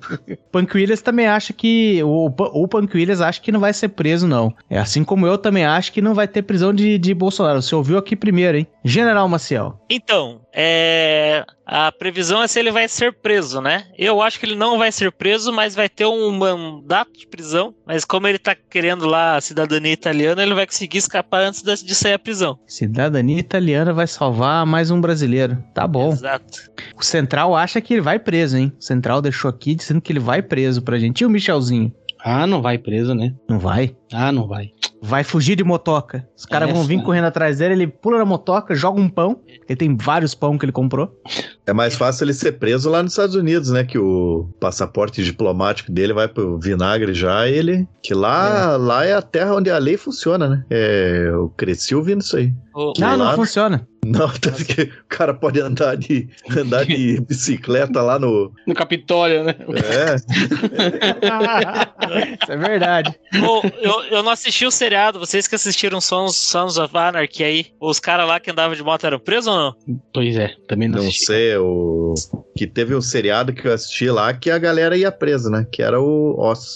Punk Williams também acha que... O, o Punk Williams acha que não vai ser preso, não. É assim como eu também acho que não vai ter prisão de, de Bolsonaro. Você ouviu aqui primeiro, hein? General Maciel. Então, é... a previsão é se ele vai ser preso, né? Eu acho que ele não vai ser preso, mas vai ter um mandato de prisão. Mas como ele tá querendo lá a cidadania italiana, ele vai conseguir escapar antes de sair a prisão. Cidadania italiana vai salvar mais um brasileiro. Tá bom. Exato. O Central acha que ele vai preso, hein? O Central deixou aqui dizendo que ele vai preso pra gente. E o Michelzinho? Ah, não vai preso, né? Não vai? Ah, não vai. Vai fugir de motoca. Os caras Essa. vão vir correndo atrás dele, ele pula na motoca, joga um pão. Ele tem vários pão que ele comprou. É mais fácil ele ser preso lá nos Estados Unidos, né? Que o passaporte diplomático dele vai pro vinagre já, e ele... Que lá é. lá é a terra onde a lei funciona, né? É, eu cresci ouvindo isso aí. O, Não, não lá, funciona. Não, tanto que o cara pode andar de, andar de bicicleta lá no... No Capitólio, né? É. Isso é verdade. o, eu, eu não assisti o seriado, vocês que assistiram Sons, Sons of Anarchy aí, os caras lá que andavam de moto eram presos ou não? Pois é, também não, Não assisti. sei, o... que teve um seriado que eu assisti lá que a galera ia presa, né? Que era o Oz.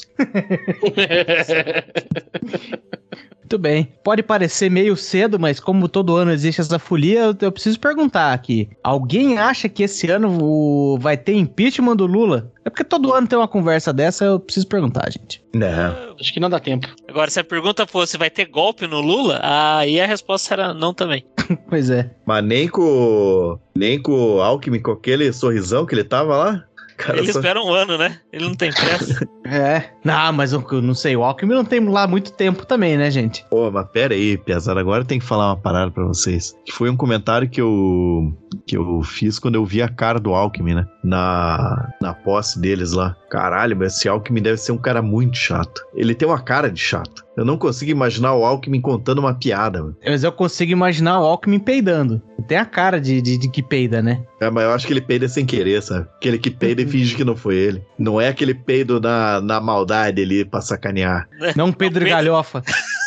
Muito bem. Pode parecer meio cedo, mas como todo ano existe essa folia, eu, eu preciso perguntar aqui. Alguém acha que esse ano o, vai ter impeachment do Lula? É porque todo ano tem uma conversa dessa, eu preciso perguntar, gente. Não. Acho que não dá tempo. Agora, se a pergunta fosse, vai ter golpe no Lula? Aí a resposta era não também. Pois é. Mas nem com, nem com o Alckmin, com aquele sorrisão que ele tava lá? Cara, Ele só... espera um ano, né? Ele não tem pressa. É. Não, mas eu, eu não sei, o Alckmin não tem lá muito tempo também, né, gente? Pô, mas pera aí, Piazada, agora tem que falar uma parada pra vocês. Que foi um comentário que eu, que eu fiz quando eu vi a cara do Alckmin, né? Na, na posse deles lá. Caralho, mas esse Alckmin deve ser um cara muito chato. Ele tem uma cara de chato. Eu não consigo imaginar o Alckmin contando uma piada, mano. Mas eu consigo imaginar o Alckmin peidando. Tem a cara de, de, de que peida, né? É, mas eu acho que ele peida sem querer, sabe? Aquele que peida e finge que não foi ele. Não é aquele peido na, na maldade ali pra sacanear. Não Pedro Pedro- Galhofa.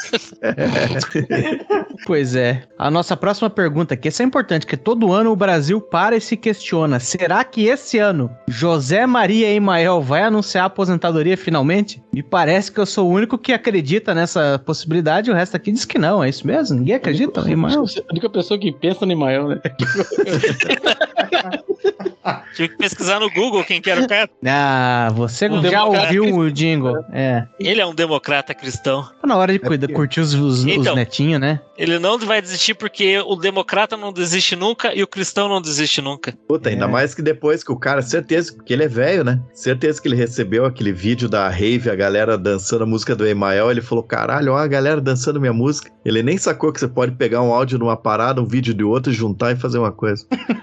Pois é. A nossa próxima pergunta aqui, essa é importante, que todo ano o Brasil para e se questiona. Será que esse ano José Maria Emael vai anunciar a aposentadoria finalmente? Me parece que eu sou o único que acredita nessa possibilidade, o resto aqui diz que não. É isso mesmo? Ninguém acredita no Emael? A única pessoa que pensa no Imael, né? Tive que pesquisar no Google quem que era o cara. Ah, você Um já democrata ouviu cristão. o jingle. É. Ele é um democrata cristão. Tá na hora de cuidar, curtir os, os, Então. os netinhos, né? Ele não vai desistir porque o democrata não desiste nunca e o cristão não desiste nunca. Puta, ainda É. mais que depois que o cara, certeza, porque ele é velho, né? Certeza que ele recebeu aquele vídeo da rave, a galera dançando a música do Emael, ele falou, caralho, ó, a galera dançando minha música. Ele nem sacou que você pode pegar um áudio numa parada, um vídeo de outro, juntar e fazer uma coisa.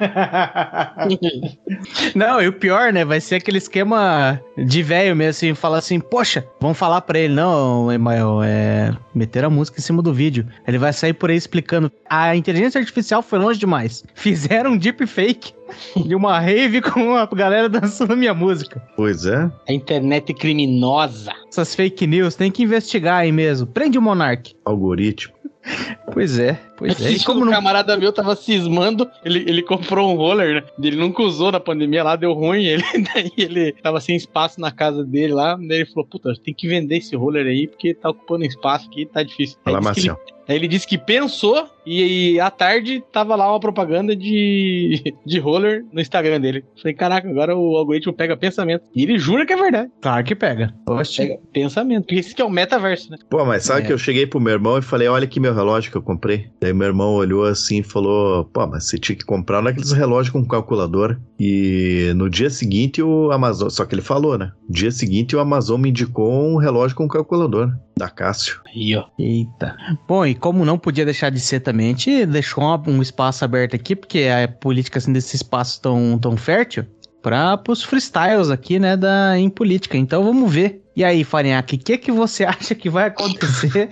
Não, e o pior, né? Vai ser aquele esquema de velho mesmo, assim, falar assim, poxa, vamos falar pra ele, não, Emael, é... meter a música em cima do vídeo. Ele vai sair por aí explicando, a inteligência artificial foi longe demais. Fizeram um deepfake de uma rave com a galera dançando minha música. Pois é. A internet criminosa. Essas fake news, tem que investigar aí mesmo. Prende o Monark. Algoritmo. Pois é, pois é. E Como como um não... camarada meu tava cismando, ele, ele comprou um roller, né? Ele nunca usou na pandemia lá, deu ruim. Ele, daí ele tava sem espaço na casa dele lá. Daí ele falou: puta, tem que vender esse roller aí, porque tá ocupando espaço aqui, tá difícil. Aí, Fala, disse que ele, Marcial. aí ele disse que pensou e, e à tarde tava lá uma propaganda de, de roller no Instagram dele. Falei: caraca, agora o algoritmo pega pensamento. E ele jura que é verdade. Claro que pega. Oxe. Pega pensamento. Porque esse que é o metaverso, né? Pô, mas sabe É. que eu cheguei pro meu irmão e falei, olha aqui meu relógio que eu comprei. Daí meu irmão olhou assim e falou, pô, mas você tinha que comprar naqueles relógios com calculadora. E no dia seguinte o Amazon, só que ele falou, né? No dia seguinte o Amazon me indicou um relógio com calculadora, da Cássio. Aí, ó. Eita. Bom, e como não podia deixar de ser também, a gente deixou um, um espaço aberto aqui, porque a política assim, desse espaço tão, tão fértil, para os freestyles aqui, né, da, em política. Então vamos ver. E aí, Farinhaque, o que, que você acha que vai acontecer?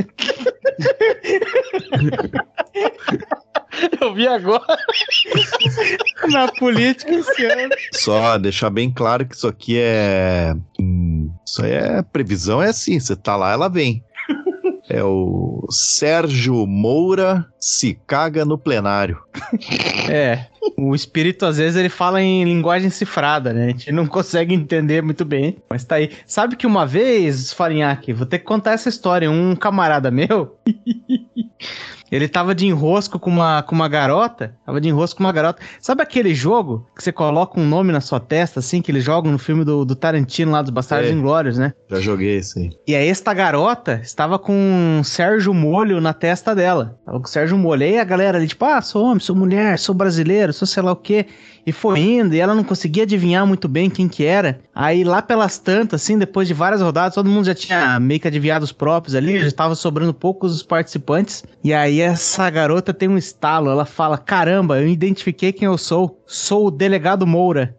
Eu vi agora. Na política esse ano? Só deixar bem claro que isso aqui é... hum, isso aí é... previsão é assim, você tá lá, ela vem. É o Sérgio Moura se caga no plenário. É, o espírito às vezes ele fala em linguagem cifrada, né? A gente não consegue entender muito bem, mas tá aí. Sabe que uma vez, Farinhaque, vou ter que contar essa história. Um camarada meu, Ele tava de enrosco com uma, com uma garota. Tava de enrosco com uma garota. Sabe aquele jogo que você coloca um nome na sua testa, assim, que eles jogam no filme do, do Tarantino lá, dos Bastardos É. Inglórios, né? Já joguei isso aí. E aí esta garota estava com um Sérgio Molho na testa dela. Tava com o Sérgio Molho. Aí a galera ali, tipo, ah, sou homem, sou mulher, sou brasileiro, sou sei lá o quê. E foi indo, e ela não conseguia adivinhar muito bem quem que era. Aí lá pelas tantas, assim, depois de várias rodadas, todo mundo já tinha meio que adivinhado os próprios ali, já estava sobrando poucos os participantes. E aí essa garota tem um estalo, ela fala, caramba, eu identifiquei quem eu sou. Sou o delegado Moura.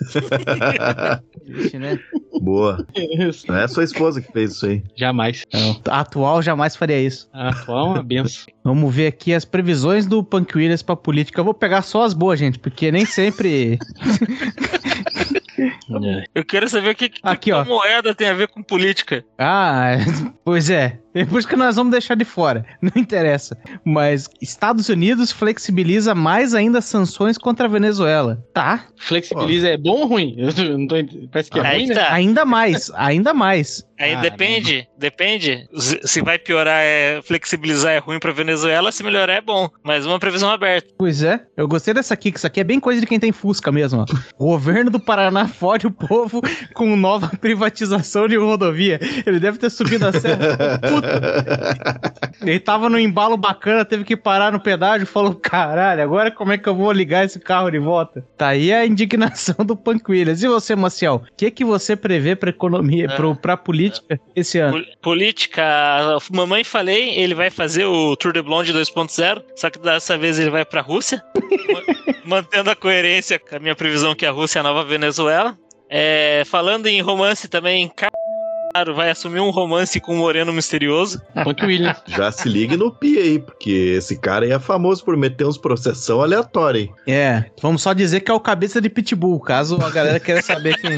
Ixi, né? Boa. Isso. Não é sua esposa que fez isso aí. Jamais. A atual jamais faria isso. A atual é uma benção. Vamos ver aqui as previsões do Punk Williams pra política. Eu vou pegar só as boas, gente, porque nem sempre... Eu quero saber o que, que Aqui, ó. moeda tem a ver com política. Ah, pois é. É por isso que nós vamos deixar de fora. Não interessa. Mas Estados Unidos flexibiliza mais ainda sanções contra a Venezuela. Tá. Flexibiliza é bom ou ruim? Eu não tô ent- Parece que é Aí ruim, que né? tá. Ainda mais, ainda mais. Aí Ah, depende, depende. Se se vai piorar, é flexibilizar é ruim pra Venezuela, se melhorar é bom. Mas uma previsão aberta. Pois é. Eu gostei dessa aqui, que isso aqui é bem coisa de quem tem Fusca mesmo, ó. O governo do Paraná fode o povo com nova privatização de rodovia. Ele deve ter subido a serra. Puta. Ele tava no embalo bacana, teve que parar no pedágio, falou, caralho, agora como é que eu vou ligar esse carro de volta? Tá aí a indignação do Punk Williams. E você, Maciel, o que que você prevê pra economia, É. pro, pra política esse ano? Pol- Política, a mamãe falei, ele vai fazer o Tour de Blonde dois ponto zero, só que dessa vez ele vai pra Rússia, ma- mantendo a coerência com a minha previsão que a Rússia é a nova Venezuela. É, falando em romance também, Claro, vai assumir um romance com um moreno misterioso. Punk Williams. Já se ligue no Pi aí, porque esse cara aí é famoso por meter uns processão aleatório, hein? É, vamos só dizer que é o cabeça de pitbull, caso a galera queira saber quem...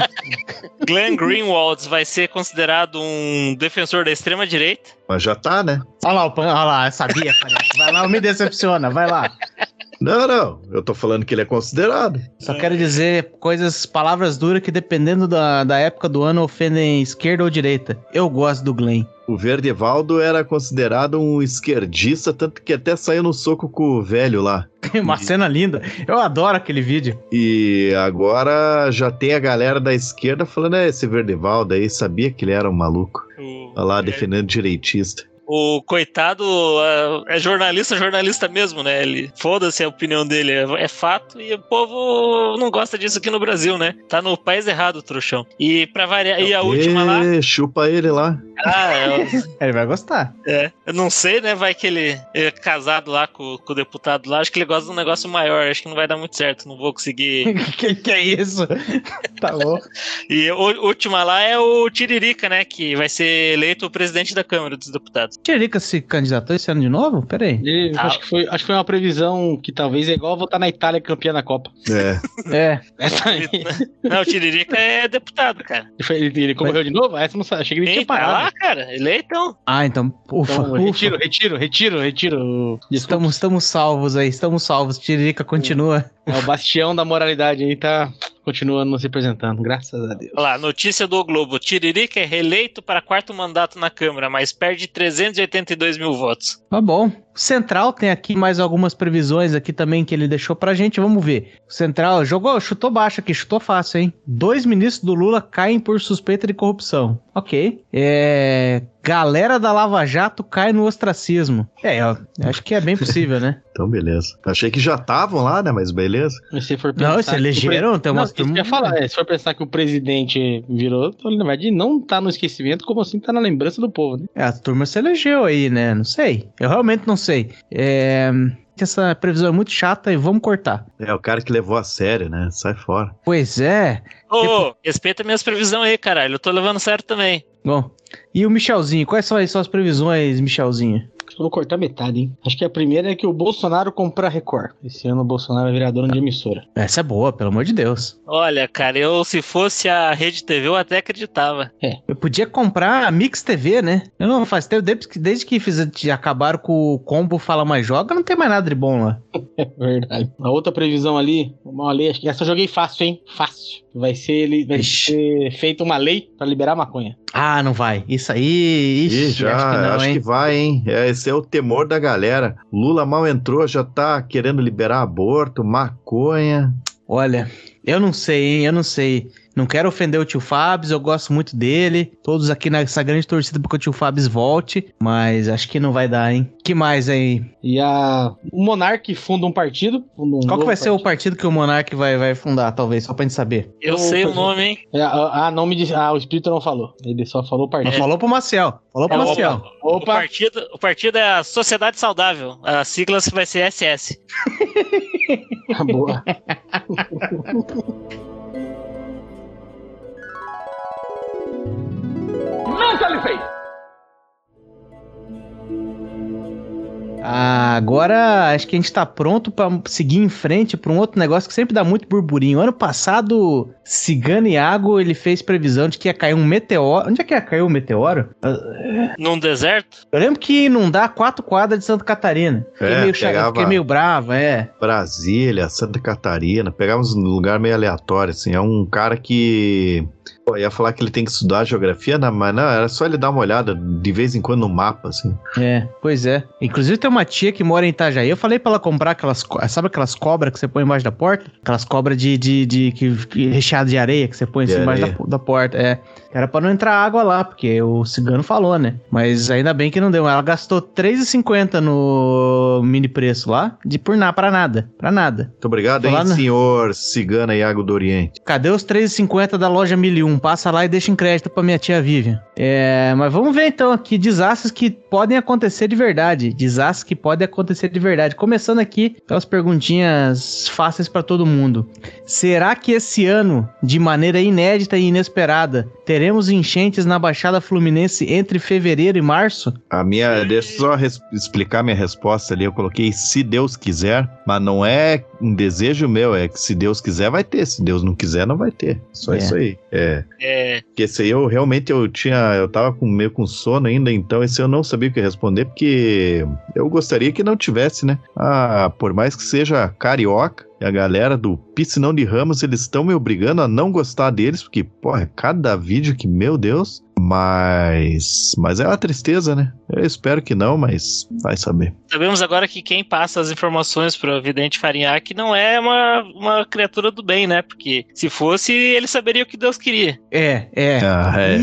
Glenn Greenwald vai ser considerado um defensor da extrema-direita. Mas já tá, né? Olha lá, o Pan- olha lá, eu sabia, parece. Vai lá, não me decepciona, vai lá. Não, não. Eu tô falando que ele é considerado. Só quero dizer coisas, palavras duras que dependendo da, da época do ano ofendem esquerda ou direita. Eu gosto do Glenn. O Verdevaldo era considerado um esquerdista, tanto que até saiu no soco com o velho lá. Uma cena linda. Eu adoro aquele vídeo. E agora já tem a galera da esquerda falando, é, esse Verdevaldo aí, sabia que ele era um maluco. O, Olha lá, defendendo direitista. o coitado uh, é jornalista, jornalista mesmo, né? Ele foda-se a opinião dele, é, é fato, e o povo não gosta disso aqui no Brasil, né? Tá no país errado, trouxão. E pra variar, e a última lá. Ê, chupa ele lá. Ah, é, Ele vai gostar. é, eu não sei, né? Vai que ele é casado lá com, com o deputado lá. Acho que ele gosta de um negócio maior. Acho que não vai dar muito certo. Não vou conseguir. que que é isso? Tá louco. E a última lá é o Tiririca, né? Que vai ser eleito o presidente da Câmara dos Deputados. Tiririca se candidatou esse ano de novo? Pera aí. Ele- Ah. acho, que foi, acho que foi uma previsão que talvez é igual votar na Itália campeã da Copa. É. É. Essa aí. Não, o Tiririca é deputado, cara. Ele, foi- ele- ele concorreu de novo? Essa eu não sabia. Achei que ele tinha Tem, tá parado. lá, cara. Eleitão. Ah, então, ufa, Então, ufa. retiro, retiro, retiro, retiro. Desculpa. Estamos, estamos salvos aí, estamos salvos. Tiririca continua. É, o bastião da moralidade aí tá continuando nos representando, graças a Deus. Olha lá, notícia do O Globo. Tiririca é reeleito para quarto mandato na Câmara, mas perde trezentos e oitenta e dois mil votos. Tá bom. O Central tem aqui mais algumas previsões aqui também que ele deixou pra gente. Vamos ver. O Central jogou, chutou baixo aqui, chutou fácil, hein? Dois ministros do Lula caem por suspeita de corrupção. Ok. É... Galera da Lava Jato cai no ostracismo. É, eu acho que é bem possível, né? Então, beleza. Achei que já estavam lá, né? Mas beleza. Mas se for Não, pensar se que o elegeram, pre- tem não, umas isso que eu ia falar, é, se for pensar que o presidente virou, então, na verdade, não tá no esquecimento, como assim tá na lembrança do povo, né? É, a turma se elegeu aí, né? Não sei. Eu realmente não sei. É... Essa previsão é muito chata e vamos cortar. É o cara que levou a sério, né? Sai fora. Pois é. Ô, ô, respeita minhas previsões aí, caralho. Eu tô levando certo também. Bom, e o Michelzinho? Quais são as suas previsões, Michelzinho? Eu vou cortar metade, hein? Acho que a primeira é que o Bolsonaro comprar a Record. Esse ano o Bolsonaro vai virar dono de emissora. Essa é boa, pelo amor de Deus. Olha, cara, eu se fosse a Rede T V, eu até acreditava. Eu podia comprar a Mix T V, né? Eu não faz tempo, desde que, desde que fiz, acabaram com o combo Fala Mais Joga, não tem mais nada de bom lá. É verdade. A outra previsão ali, uma lei, acho que essa eu joguei fácil, hein? Fácil. Vai ser, ele, vai Ixi. ser feita uma lei pra liberar maconha. Ah, não vai. Isso aí, ixi, Ih, já, acho que não, acho hein? que vai, hein? É, esse esse é o temor da galera. Lula mal entrou, já tá querendo liberar aborto, maconha. Olha, eu não sei, hein? Eu não sei. Não quero ofender o tio Fábio, eu gosto muito dele. Todos aqui nessa grande torcida porque o tio Fábio volte. Mas acho que não vai dar, hein? Que mais aí? E a... o Monark funda um partido. Funda um Qual que vai partido. ser o partido que o Monark vai, vai fundar, talvez? Só pra gente saber. Eu O sei o partido. nome, hein? É, ah, nome de... ah, o Espírito não falou. Ele só falou partido. Mas falou pro Maciel. Falou pro É, Maciel. O Opa! partido, o partido é a Sociedade Saudável. A sigla vai ser S S. Boa. Ah, agora acho que a gente tá pronto pra seguir em frente pra um outro negócio que sempre dá muito burburinho. Ano passado, Cigano Iago, ele fez previsão de que ia cair um meteoro. Onde é que ia cair um meteoro? Num deserto? Eu lembro que ia inundar quatro quadras de Santa Catarina. Fiquei, É, meio, cha- pegava- fiquei meio bravo, é. Brasília, Santa Catarina, pegamos um lugar meio aleatório, assim. É um cara que... Pô, ia falar que ele tem que estudar geografia, né? Mas não, era só ele dar uma olhada de vez em quando no mapa, assim. É, pois é. Inclusive tem uma tia que mora em Itajaí. Eu falei pra ela comprar aquelas... co- Sabe aquelas cobras que você põe embaixo da porta? Aquelas cobras de... de, de que, que, recheado de areia que você põe De assim embaixo areia. da, da porta. É. Era pra não entrar água lá, porque o cigano falou, né? Mas ainda bem que não deu. Ela gastou três reais e cinquenta no mini preço lá. De por nada, pra nada. Pra nada. Muito obrigado, Tô hein, lá no- senhor Cigana Iago do Oriente. Cadê os três reais e cinquenta da loja mil e um? Passa lá e deixa em crédito pra minha tia Vivian. É, mas vamos ver então aqui desastres que podem acontecer de verdade. Desastres que podem acontecer de verdade. Começando aqui pelas perguntinhas fáceis pra todo mundo. Será que esse ano, de maneira inédita e inesperada, teremos enchentes na Baixada Fluminense entre fevereiro e março? A minha, deixa eu só res- explicar minha resposta ali. Eu coloquei se Deus quiser, mas não é um desejo meu, é que se Deus quiser vai ter, se Deus não quiser não vai ter. Só É. isso aí. É. É, Porque esse aí eu realmente eu tinha, eu tava com, meio com sono ainda, então esse eu não sabia o que responder, porque eu gostaria que não tivesse, né? Ah, por mais que seja carioca, e a galera do Piscinão de Ramos, eles estão me obrigando a não gostar deles, porque, porra, cada vídeo que, meu Deus, mas, mas é uma tristeza, né? Eu espero que não, mas vai saber. sabemos agora que quem passa as informações pro Vidente Farinhaque não é uma, uma criatura do bem, né? Porque se fosse, ele saberia o que Deus queria. É, é. Ah, é.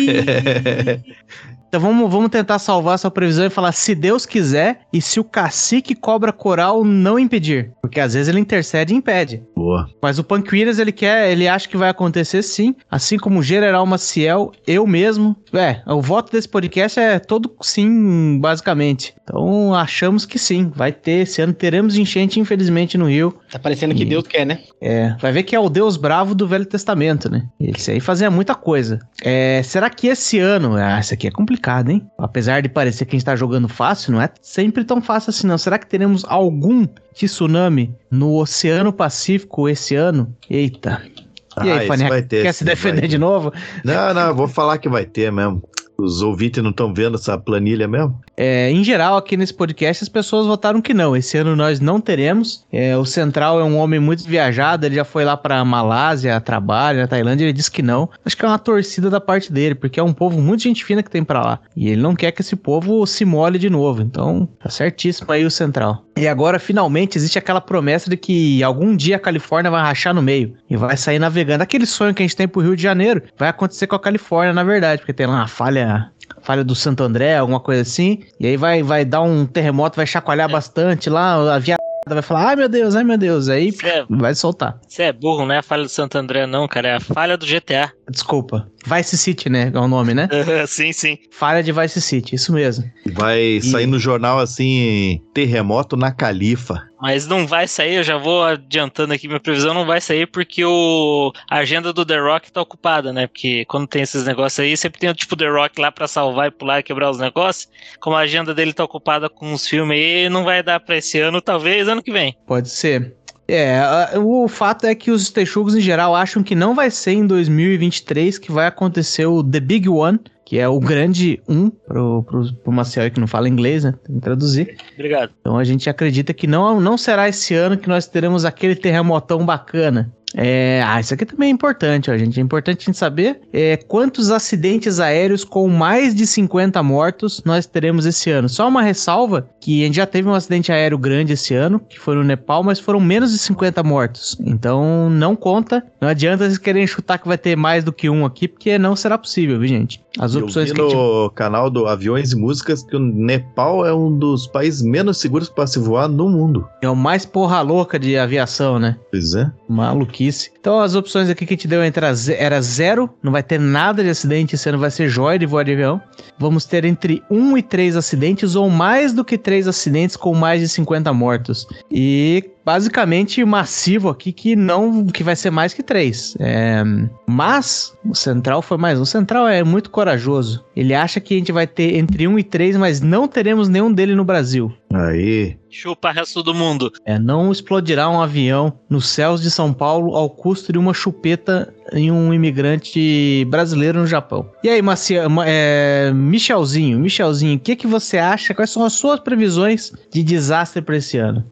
Ih. Então vamos, vamos tentar salvar essa previsão e falar se Deus quiser e se o cacique cobra coral não impedir. Porque às vezes ele intercede e impede. Boa. Mas o Panquiras, ele quer, ele acha que vai acontecer sim, assim como o General Maciel, eu mesmo. É, o voto desse podcast é todo sim, basicamente. Então achamos que sim, vai ter, esse ano teremos enchente, infelizmente, no Rio. Tá parecendo que E- Deus quer, né? É, vai ver que é o Deus bravo do Velho Testamento, né? Esse aí fazia muita coisa. É, será que esse ano... Ah, isso aqui é complicado, hein? Apesar de parecer que a gente tá jogando fácil, não é sempre tão fácil assim, não. Será que teremos algum tsunami no Oceano Pacífico esse ano? Eita. E Ah, aí, esse Fanny, vai ter, quer esse se defender vai de ter. novo? Não, não, eu vou falar que vai ter mesmo. Os ouvintes não estão vendo essa planilha mesmo? É, em geral, aqui nesse podcast, as pessoas votaram que não. Esse ano nós não teremos. É, o Central é um homem muito viajado, ele já foi lá pra Malásia, a trabalho, na Tailândia, ele disse que não. Acho que é uma torcida da parte dele, porque é um povo muito gente fina que tem pra lá. E ele não quer que esse povo se molhe de novo. Então, tá certíssimo aí o Central. E agora, finalmente, existe aquela promessa de que algum dia a Califórnia vai rachar no meio e vai sair navegando. Aquele sonho que a gente tem pro Rio de Janeiro vai acontecer com a Califórnia, na verdade, porque tem lá uma falha... falha do Santo André, alguma coisa assim, e aí vai, vai dar um terremoto, vai chacoalhar bastante lá, a viada vai falar, ai meu Deus, ai meu Deus, aí Você é, vai soltar. você é burro, não é a falha do Santo André, não, cara. É a falha do G T A. Desculpa, Vice City, né, é o nome, né? sim, sim. Falha de Vice City, isso mesmo. Vai sair no jornal assim, terremoto na Califa. Mas não vai sair, eu já vou adiantando aqui, minha previsão não vai sair porque o, a agenda do The Rock tá ocupada, né? Porque quando tem esses negócios aí, sempre tem o tipo The Rock lá pra salvar e pular e quebrar os negócios. Como a agenda dele tá ocupada com uns filmes aí, não vai dar pra esse ano, talvez ano que vem. Pode ser. É, a- o fato é que os texugos em geral acham que não vai ser em dois mil e vinte e três que vai acontecer o The Big One, que é o grande um, pro, pro, pro Maciel aí que não fala inglês, né? Tem que traduzir. Obrigado. Então a gente acredita que não, não será esse ano que nós teremos aquele terremotão bacana. É, ah, isso aqui também é importante, ó, gente. É importante a gente saber é, quantos acidentes aéreos com mais de cinquenta mortos nós teremos esse ano. Só uma ressalva, que a gente já teve um acidente aéreo grande esse ano, que foi no Nepal, mas foram menos de cinquenta mortos. Então, não conta. Não adianta vocês querem chutar que vai ter mais do que um aqui, porque não será possível, viu, gente? As opções eu vi que no te... canal do Aviões e Músicas que o Nepal é um dos países menos seguros para se voar no mundo. É o mais porra louca de aviação, né? Pois é. Maluquice. Então as opções aqui que a gente deu era zero, não vai ter nada de acidente, esse ano vai ser jóia de voar de avião. Vamos ter entre um e três acidentes ou mais do que três acidentes com mais de cinquenta mortos. E basicamente massivo aqui que não, que vai ser mais que três. É, mas o Central foi mais. O Central é muito corajoso. Ele acha que a gente vai ter entre um e três, mas não teremos nenhum dele no Brasil. Aí. Chupa o resto do mundo. É, não explodirá um avião nos céus de São Paulo ao custo de uma chupeta em um imigrante brasileiro no Japão. E aí, Macia, é, Michelzinho, Michelzinho, o que, que você acha? Quais são as suas previsões de desastre para esse ano?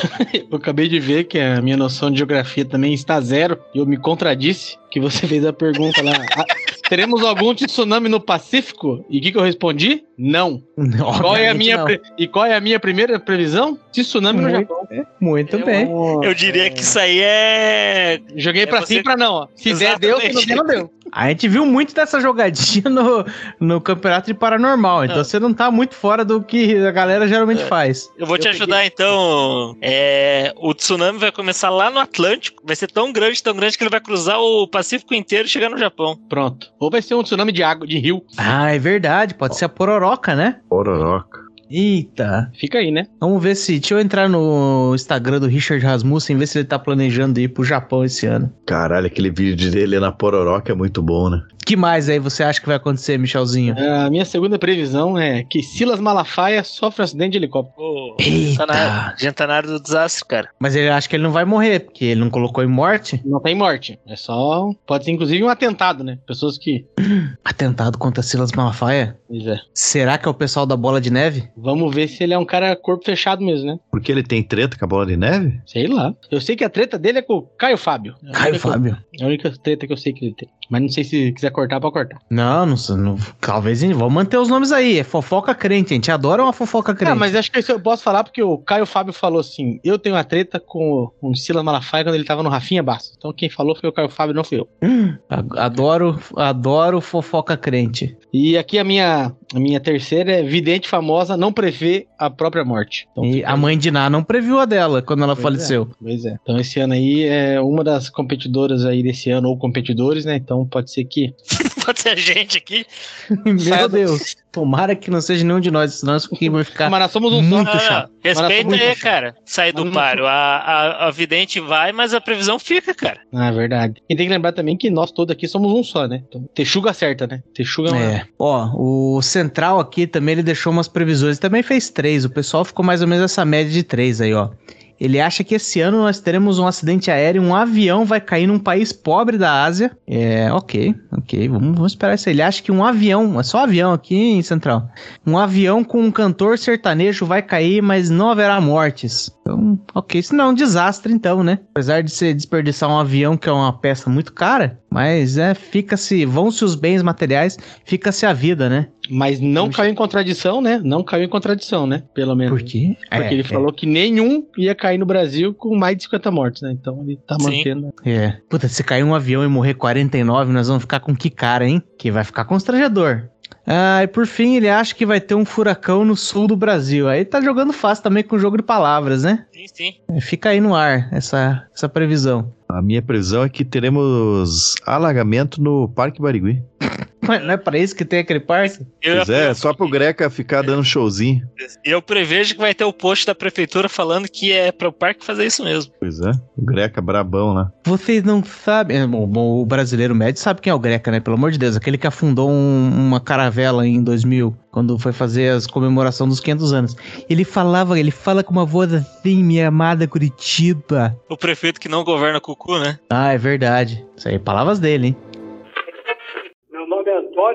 Eu acabei de ver que a minha noção de geografia também está zero e eu me contradisse que você fez a pergunta lá. Ah, teremos algum tsunami no Pacífico? E o que, que eu respondi? Não. Qual é a minha pre... E qual é a minha primeira previsão? Tsunami muito, no Japão. Muito eu, bem. Eu diria é... que isso aí é... Joguei é pra você... sim e pra não. Ó. Se Exatamente. der, deu. Se não der, não deu. A gente viu muito dessa jogadinha no, no Campeonato de Paranormal, então não. Você não tá muito fora do que a galera geralmente é. faz. Eu vou te eu ajudar, peguei... então. É, o tsunami vai começar lá no Atlântico, vai ser tão grande, tão grande que ele vai cruzar o Pacífico inteiro e chegar no Japão. Pronto. Ou vai ser um tsunami de água, de rio. Ah, é verdade, pode ser a Pororoca, né? Pororoca. Eita. Fica aí, né? Vamos ver se... Deixa eu entrar no Instagram do Richard Rasmussen, ver se ele tá planejando ir pro Japão esse ano. Caralho, aquele vídeo dele na Pororoca é muito bom, né? O que mais aí você acha que vai acontecer, Michelzinho? A minha segunda previsão é que Silas Malafaia sofre um acidente de helicóptero. Oh, Eita. A gente tá na área do desastre, cara. Mas ele acha que ele não vai morrer, porque ele não colocou em morte? Não tem morte. É só... Pode ser, inclusive, um atentado, né? Pessoas que... Atentado contra Silas Malafaia? Pois é. Será que é o pessoal da Bola de Neve? Vamos ver se ele é um cara corpo fechado mesmo, né? Porque ele tem treta com a Bola de Neve? Sei lá. Eu sei que a treta dele é com o Caio Fábio. Caio Fábio? É a única treta que eu sei que ele tem. Mas não sei se quiser cortar, pode cortar. Não, não, não talvez vamos manter os nomes aí. É fofoca crente, a gente adora uma fofoca crente. Ah, mas acho que isso eu posso falar porque o Caio Fábio falou assim: eu tenho uma treta com o Silas Malafaia quando ele tava no Rafinha Bastos. Então quem falou foi o Caio Fábio, não fui eu. Hum, adoro, adoro fofoca crente. E aqui a minha, a minha terceira é vidente famosa não prevê a própria morte. Então, e a mãe de Ná não previu a dela quando ela pois faleceu. É, pois é. Então esse ano aí é uma das competidoras aí desse ano, ou competidores, né? Então pode ser que... pode ser a gente aqui. Meu Deus. Tomara que não seja nenhum de nós, senão isso aqui vai ficar mas nós somos um muito só. chato. Respeita aí, cara. Sair do páreo. A, a, a vidente vai, mas a previsão fica, cara. Ah, é verdade. E tem que lembrar também que nós todos aqui somos um só, né? Então, Texuga acerta, né? Texuga é. é. Ó, o Central aqui também, ele deixou umas previsões. Ele também fez três. O pessoal ficou mais ou menos essa média de três aí, ó. Ele acha que esse ano nós teremos um acidente aéreo, um avião vai cair num país pobre da Ásia. É, ok, ok, vamos, vamos esperar isso aí. Ele acha que um avião, é só avião aqui em Central, um avião com um cantor sertanejo vai cair, mas não haverá mortes. Então, ok, isso não é um desastre então, né? Apesar de se desperdiçar um avião, que é uma peça muito cara, mas é, fica-se, vão-se os bens materiais, fica-se a vida, né? Mas não Vamos... caiu em contradição, né? Não caiu em contradição, né? Pelo menos. Por quê? Porque é, ele é. falou que nenhum ia cair no Brasil com mais de cinquenta mortes, né? Então ele tá Sim. mantendo. É. Puta, se cair um avião e morrer quarenta e nove, nós vamos ficar com que cara, hein? Que vai ficar constrangedor. Ah, e por fim, ele acha que vai ter um furacão no sul do Brasil. Aí tá jogando fácil também com o jogo de palavras, né? Sim, sim. Fica aí no ar essa, essa previsão. A minha previsão é que teremos alagamento no Parque Barigui. Mas não é pra isso que tem aquele parque? Pois é, só pro Greca ficar dando showzinho. E eu prevejo que vai ter o post da prefeitura falando que é pro parque fazer isso mesmo. Pois é, o Greca brabão, né? Vocês não sabem... Bom, o brasileiro médio sabe quem é o Greca, né? Pelo amor de Deus, aquele que afundou um, uma caravela em dois mil, quando foi fazer as comemoração dos quinhentos anos. Ele falava, ele fala com uma voz assim, minha amada Curitiba. O prefeito que não governa Cucu, né? Ah, é verdade. Isso aí, palavras dele, hein? Meu nome é Antônio,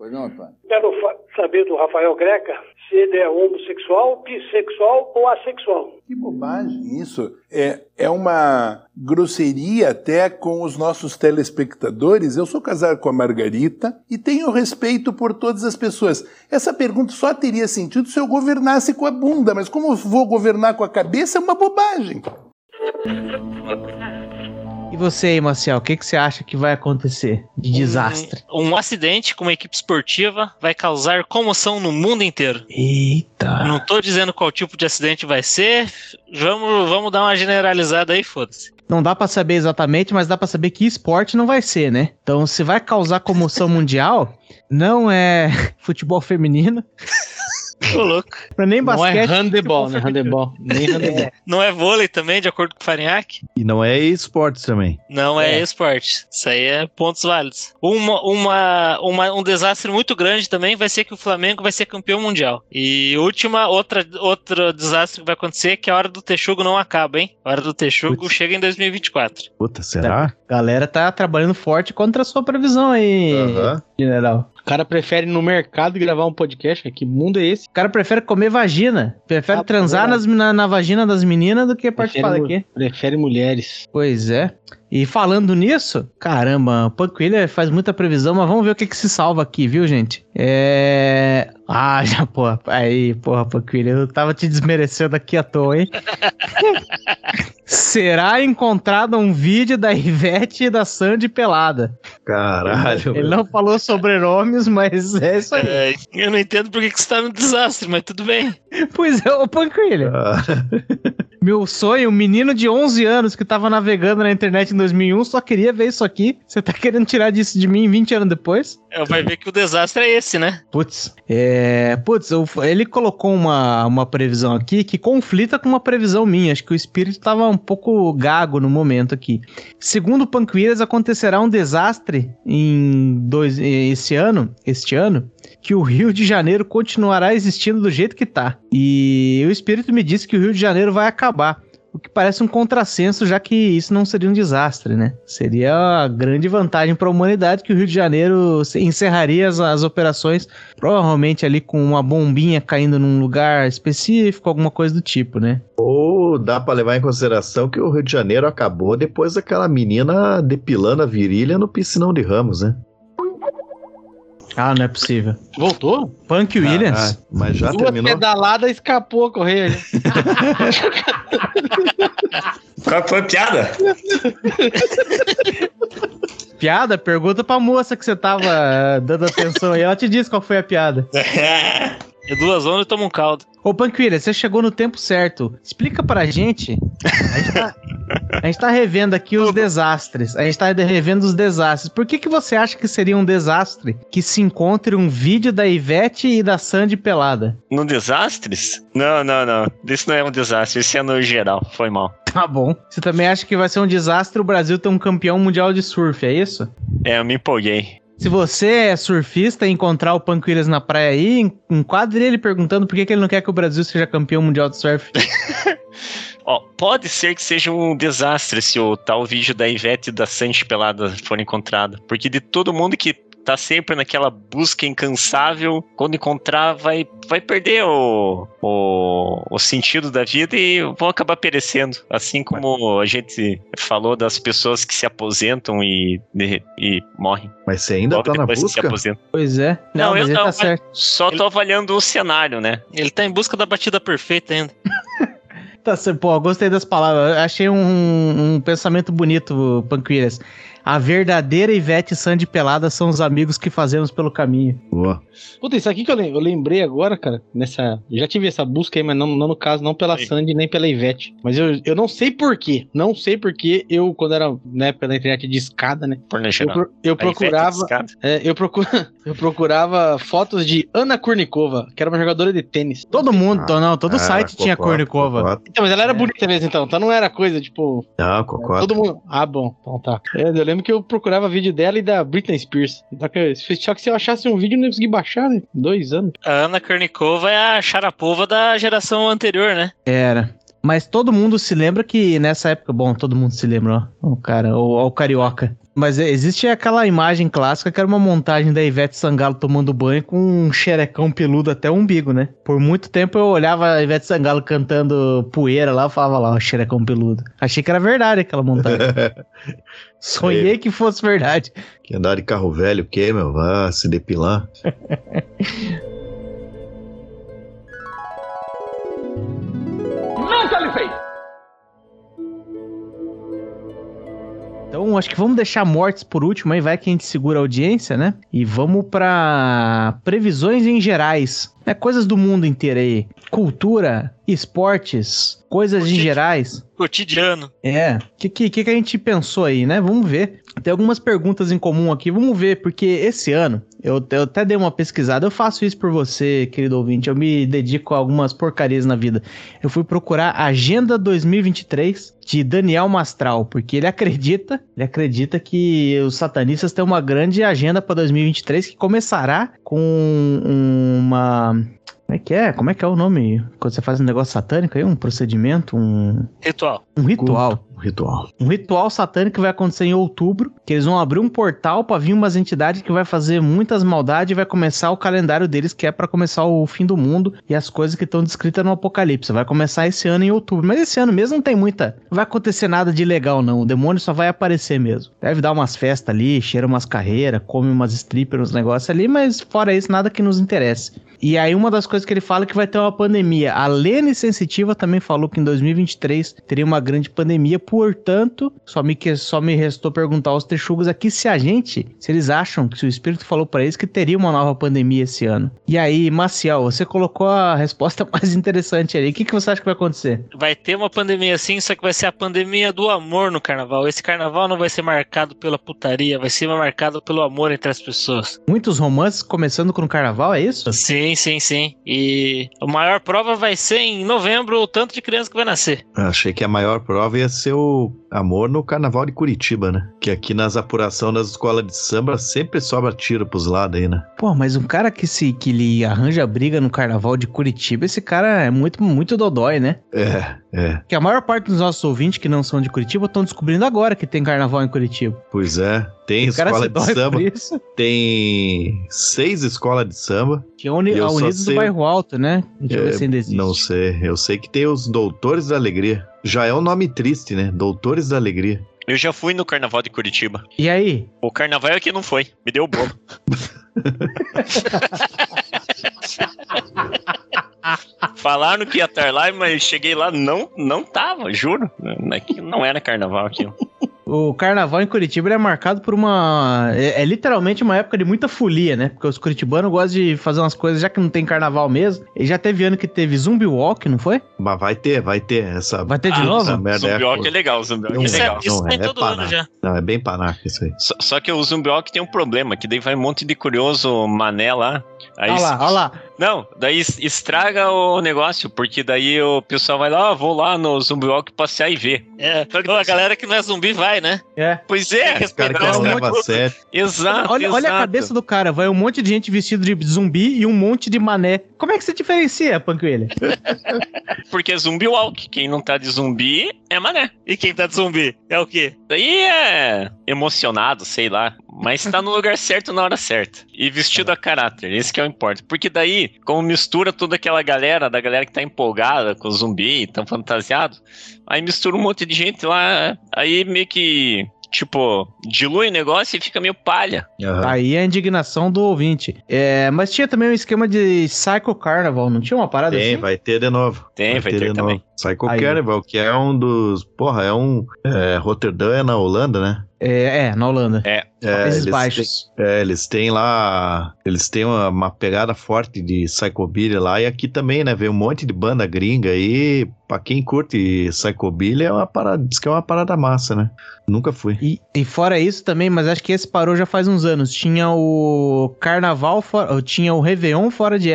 Pois não, Antônio? Quero saber do Rafael Greca se ele é homossexual, bissexual ou assexual. Que bobagem isso. É, é uma grosseria até com os nossos telespectadores. Eu sou casado com a Margarita e tenho respeito por todas as pessoas. Essa pergunta só teria sentido se eu governasse com a bunda, mas como eu vou governar com a cabeça é uma bobagem. E você aí, Marcial, o que, que você acha que vai acontecer de desastre? Um, um acidente com uma equipe esportiva vai causar comoção no mundo inteiro. Eita. Não tô dizendo qual tipo de acidente vai ser. Vamos, vamos dar uma generalizada aí, foda-se. Não dá pra saber exatamente, mas dá pra saber que esporte não vai ser, né? Então, se vai causar comoção mundial, não é futebol feminino. Tô louco. Pra nem Não basquete. é handebol, né? Handebol. Nem handebol. Não é vôlei também, de acordo com o Farinhaque? E não é esportes também. Não é, É. esporte. Isso aí é pontos válidos. Uma, uma, uma, um desastre muito grande também vai ser que o Flamengo vai ser campeão mundial. E última, outra, outro desastre que vai acontecer é que a hora do Texugo não acaba, hein? A hora do Texugo Putz. chega em dois mil e vinte e quatro. Puta, será? Galera tá trabalhando forte contra a sua previsão aí, Aham. general. O cara prefere ir no mercado e gravar um podcast. Que mundo é esse? O cara prefere comer vagina. Prefere Ah, transar verdade. nas, na, na vagina das meninas do que participar Prefere, daqui. mu- prefere mulheres. Pois é. E falando nisso, caramba, o Panquilha faz muita previsão, mas vamos ver o que que se salva aqui, viu, gente? É... Ah, já, porra. Aí, porra, Panquilha, eu tava te desmerecendo aqui à toa, hein? Será encontrado um vídeo da Ivete e da Sandy pelada. Caralho. Ele não falou sobrenomes, mas é isso aí. É, eu não entendo por que que você tá no desastre, mas tudo bem. Pois é, ô Panquilha. Ah, Meu sonho, um menino de onze anos que tava navegando na internet em dois mil e um, só queria ver isso aqui. Você tá querendo tirar disso de mim vinte anos depois? É, vai ver que o desastre é esse, né? Putz, é... Putz, eu- ele colocou uma, uma previsão aqui que conflita com uma previsão minha. Acho que o espírito tava um pouco gago no momento aqui. Segundo o Panqueiras, acontecerá um desastre em dois, esse ano, este ano, que o Rio de Janeiro continuará existindo do jeito que tá. E o espírito me disse que o Rio de Janeiro vai acabar. O que parece um contrassenso, já que isso não seria um desastre, né? Seria a grande vantagem para a humanidade que o Rio de Janeiro se- encerraria as, as operações, provavelmente ali com uma bombinha caindo num lugar específico, alguma coisa do tipo, né? ou dá pra levar em consideração que o Rio de Janeiro acabou depois daquela menina depilando a virilha no piscinão de Ramos, né? Ah, não é possível. Voltou? Punk Williams? Ah, mas já Duas terminou? pedaladas escapou a correr. né? Qual foi a piada? Piada? Pergunta pra moça que você tava eh, dando atenção aí. Ela te disse qual foi a piada. É duas ondas e toma um caldo. Ô, Panquilha, você chegou no tempo certo. Explica pra gente. A gente tá, a gente tá revendo aqui os desastres. A gente tá revendo os desastres. Por que que você acha que seria um desastre que se encontre um vídeo da Ivete e da Sandy pelada? No desastres? Não, não, não. Isso não é um desastre, isso é no geral. Foi mal. Tá bom. Você também acha que vai ser um desastre o Brasil ter um campeão mundial de surf, é isso? É, eu me empolguei. Se você é surfista e encontrar o Panqueiras na praia aí, enquadre ele perguntando por que, que ele não quer que o Brasil seja campeão mundial de surf. Ó, pode ser que seja um desastre se o tal vídeo da Ivete e da Sandy pelada for encontrado. Porque de todo mundo que tá sempre naquela busca incansável, quando encontrar vai, vai perder o, o, o sentido da vida e vão acabar perecendo. Assim como a gente falou das pessoas que se aposentam e, e morrem. Mas você ainda Logo tá na depois que se busca? aposentam. Pois é. Não, Não, mas eu ele não, tá mas- certo. Só tô avaliando o cenário, né? Ele tá em busca da batida perfeita ainda. Tá certo. Pô, gostei das palavras. Achei um, um pensamento bonito, Panqueiras. A verdadeira Ivete e Sandy pelada são os amigos que fazemos pelo caminho. Boa. Puta, isso aqui que eu, lem- eu lembrei agora, cara, nessa... Eu já tive essa busca aí, mas não, não no caso, não pela Sim. Sandy, nem pela Ivete. Mas eu, eu não sei porquê, não sei porquê, eu, quando era, né, pela internet de escada, né, Por na eu, geral. pro- eu A Ivete procurava... discada. é, eu, procu- eu procurava fotos de Ana Kurnikova, que era uma jogadora de tênis. Todo mundo, Ah, não, todo Ah, site tinha cocota, Kornikova. cocota. Então, mas ela era É. bonita mesmo, então. Então não era coisa, tipo... Não, cocota. Todo mundo... Ah, bom. Então tá. É, eu lembro que eu procurava vídeo dela e da Britney Spears. Só que, só que se eu achasse um vídeo, eu não ia conseguir baixar, né? Dois anos. A Ana Kurnikova é a Sharapova da geração anterior, né? Era. Mas todo mundo se lembra que nessa época... Bom, todo mundo se lembra, ó. O cara, o, o carioca. Mas existe aquela imagem clássica que era uma montagem da Ivete Sangalo tomando banho com um xerecão peludo até o umbigo, né? Por muito tempo eu olhava a Ivete Sangalo cantando poeira lá, eu falava lá, ó, xerecão peludo. Achei que era verdade aquela montagem. Sonhei Aí, que fosse verdade. Que andar de carro velho, o quê, meu? Vá se depilar. Então, acho que vamos deixar mortes por último, aí vai que a gente segura a audiência, né? E vamos para previsões em gerais, né? Coisas do mundo inteiro aí. Cultura, esportes, coisas em gerais. Cotidiano. É. O que, que, que a gente pensou aí, né? Vamos ver. Tem algumas perguntas em comum aqui, vamos ver, porque esse ano, eu, eu até dei uma pesquisada, eu faço isso por você, querido ouvinte, eu me dedico a algumas porcarias na vida. Eu fui procurar Agenda dois mil e vinte e três de Daniel Mastral, porque ele acredita, ele acredita que os satanistas têm uma grande agenda para dois mil e vinte e três que começará com uma... Como é que é? Como é que é o nome? Quando você faz um negócio satânico aí, um procedimento, um... Ritual. Um ritual. Um ritual. Um ritual satânico que vai acontecer em outubro, que eles vão abrir um portal pra vir umas entidades que vai fazer muitas maldades e vai começar o calendário deles, que é pra começar o fim do mundo e as coisas que estão descritas no Apocalipse. Vai começar esse ano em outubro, mas esse ano mesmo não tem muita... Não vai acontecer nada de legal, não. O demônio só vai aparecer mesmo. Deve dar umas festas ali, cheira umas carreiras, come umas strippers, uns negócios ali, mas fora isso, nada que nos interesse. E aí uma das coisas que ele fala é que vai ter uma pandemia. A Lene Sensitiva também falou que em dois mil e vinte e três teria uma grande pandemia, portanto, só me, que, só me restou perguntar aos texugos aqui se a gente, se eles acham que se o Espírito falou pra eles que teria uma nova pandemia esse ano. E aí, Maciel, você colocou a resposta mais interessante ali. O que, que você acha que vai acontecer? Vai ter uma pandemia sim, só que vai ser a pandemia do amor no carnaval. Esse carnaval não vai ser marcado pela putaria, vai ser marcado pelo amor entre as pessoas. Muitos romances começando com o carnaval, é isso? Sim, sim, sim. E a maior prova vai ser em novembro, o tanto de criança que vai nascer. Eu achei que a maior prova ia ser o amor no carnaval de Curitiba, né? Que aqui nas apurações das escolas de samba sempre sobra tiro pros lados aí, né? Pô, mas um cara que se que ele arranja briga no carnaval de Curitiba, esse cara é muito, muito dodói, né? É, é. Que a maior parte dos nossos ouvintes que não são de Curitiba estão descobrindo agora que tem carnaval em Curitiba. Pois é. Tem escola de samba, tem seis escolas de samba. Tinha uni- a Unidos sei... do Bairro Alto, né? Deixa eu ver se ainda existe. Não sei, eu sei que tem os Doutores da Alegria. Já é um nome triste, né? Doutores da Alegria. Eu já fui no carnaval de Curitiba. E aí? O carnaval é que não foi, me deu o bolo. Falaram que ia estar lá, mas cheguei lá, não, não tava, juro. Não era carnaval aquilo. O carnaval em Curitiba ele é marcado por uma... É, é literalmente uma época de muita folia, né? Porque os curitibanos gostam de fazer umas coisas, já que não tem carnaval mesmo. E já teve ano que teve Zumbi Walk, não foi? Mas vai ter, vai ter. Essa... Vai ter de ah, novo? Zumbi Walk é legal, Zumbi Walk é legal. Isso não, tem é todo panaca. ano já. Não, é bem panaca isso aí. Só, só que o Zumbi Walk tem um problema, que daí vai um monte de curioso mané lá. Aí olha lá, olha lá. Não, daí estraga o negócio, porque daí o pessoal vai lá, ah, vou lá no Zumbi Walk passear e ver. É, então a galera que não é zumbi vai, né? É. Pois é. Os caras que não levam a sério. Exato, olha, exato. Olha a cabeça do cara, vai um monte de gente vestido de zumbi e um monte de mané. Como é que você diferencia, Panquilha? Porque é Zumbi Walk, quem não tá de zumbi é mané. E quem tá de zumbi é o quê? Daí é emocionado, sei lá, mas tá no lugar certo na hora certa. E vestido a caráter, esse que é o importa. Porque daí, como mistura toda aquela galera, da galera que tá empolgada com o zumbi, tão fantasiado, aí mistura um monte de gente lá, aí meio que... Tipo, dilui o negócio e fica meio palha. Uhum. Aí é a indignação do ouvinte. É, mas tinha também um esquema de Psycho Carnival, não tinha uma parada Tem, assim? vai ter de novo. Tem, vai, vai ter, ter também. Novo. Psycho Aí. Carnival, que é um dos... Porra, é um... É, Rotterdam é na Holanda, né? É, é, na Holanda. É. É, Países eles Baixos. Têm, é, eles têm lá... Eles têm uma, uma pegada forte de psychobilly lá, e aqui também, né? Vem um monte de banda gringa aí. Pra quem curte psychobilly, é uma parada... Diz que é uma parada massa, né? Nunca fui. E, e fora isso também, mas acho que esse parou já faz uns anos. Tinha o Carnaval, for, tinha o Réveillon fora de época.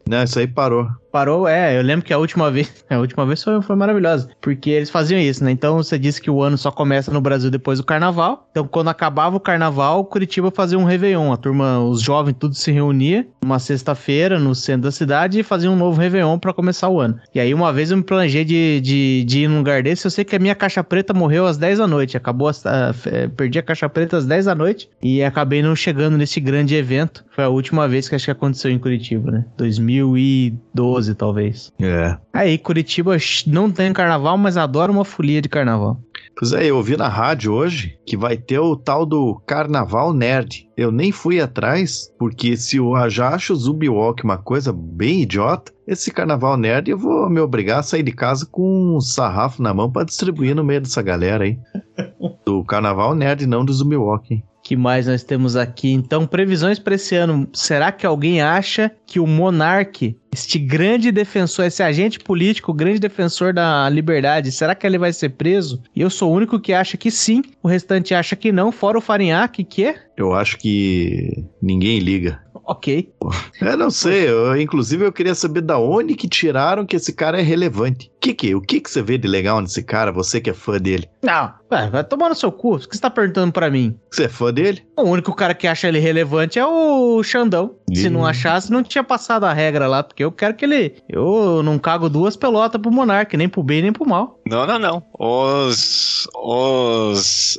Não, isso aí parou. Parou, é, eu lembro que a última vez, a última vez foi, foi maravilhosa, porque eles faziam isso, né? Então você disse que o ano só começa no Brasil depois do Carnaval. Então quando acabava o Carnaval, Curitiba fazia um Réveillon. A turma, os jovens, tudo se reunia numa sexta-feira no centro da cidade e fazia um novo Réveillon pra começar o ano. E aí uma vez eu me planejei de, de, de ir num lugar desse, eu sei que a minha caixa preta morreu às dez da noite, acabou, a, a, perdi a caixa preta às dez da noite e acabei não chegando nesse grande evento. Foi a última vez que acho que aconteceu em Curitiba, né? dois mil e doze, talvez. É. Aí, Curitiba não tem carnaval, mas adora uma folia de carnaval. Pois é, eu ouvi na rádio hoje que vai ter o tal do Carnaval Nerd. Eu nem fui atrás, porque se eu já acho o Zubiwalk uma coisa bem idiota, esse Carnaval Nerd eu vou me obrigar a sair de casa com um sarrafo na mão pra distribuir no meio dessa galera aí. Do Carnaval Nerd, não do Zubiwalk, hein? Que mais nós temos aqui? Então, previsões para esse ano. Será que alguém acha que o Monark, este grande defensor, esse agente político, grande defensor da liberdade, será que ele vai ser preso? E eu sou o único que acha que sim, o restante acha que não, fora o Farinhaque, que é? Eu acho que ninguém liga. Ok. Eu não sei, eu, inclusive eu queria saber da onde que tiraram que esse cara é relevante. Que que, o que que você vê de legal nesse cara, você que é fã dele? Não, vai, vai tomar no seu cu, o que você tá perguntando pra mim? Você é fã dele? O único cara que acha ele relevante é o Xandão. E... Se não achasse, não tinha passado a regra lá, porque eu quero que ele... Eu não cago duas pelotas pro Monark, nem pro bem nem pro mal. Não, não, não. Os, os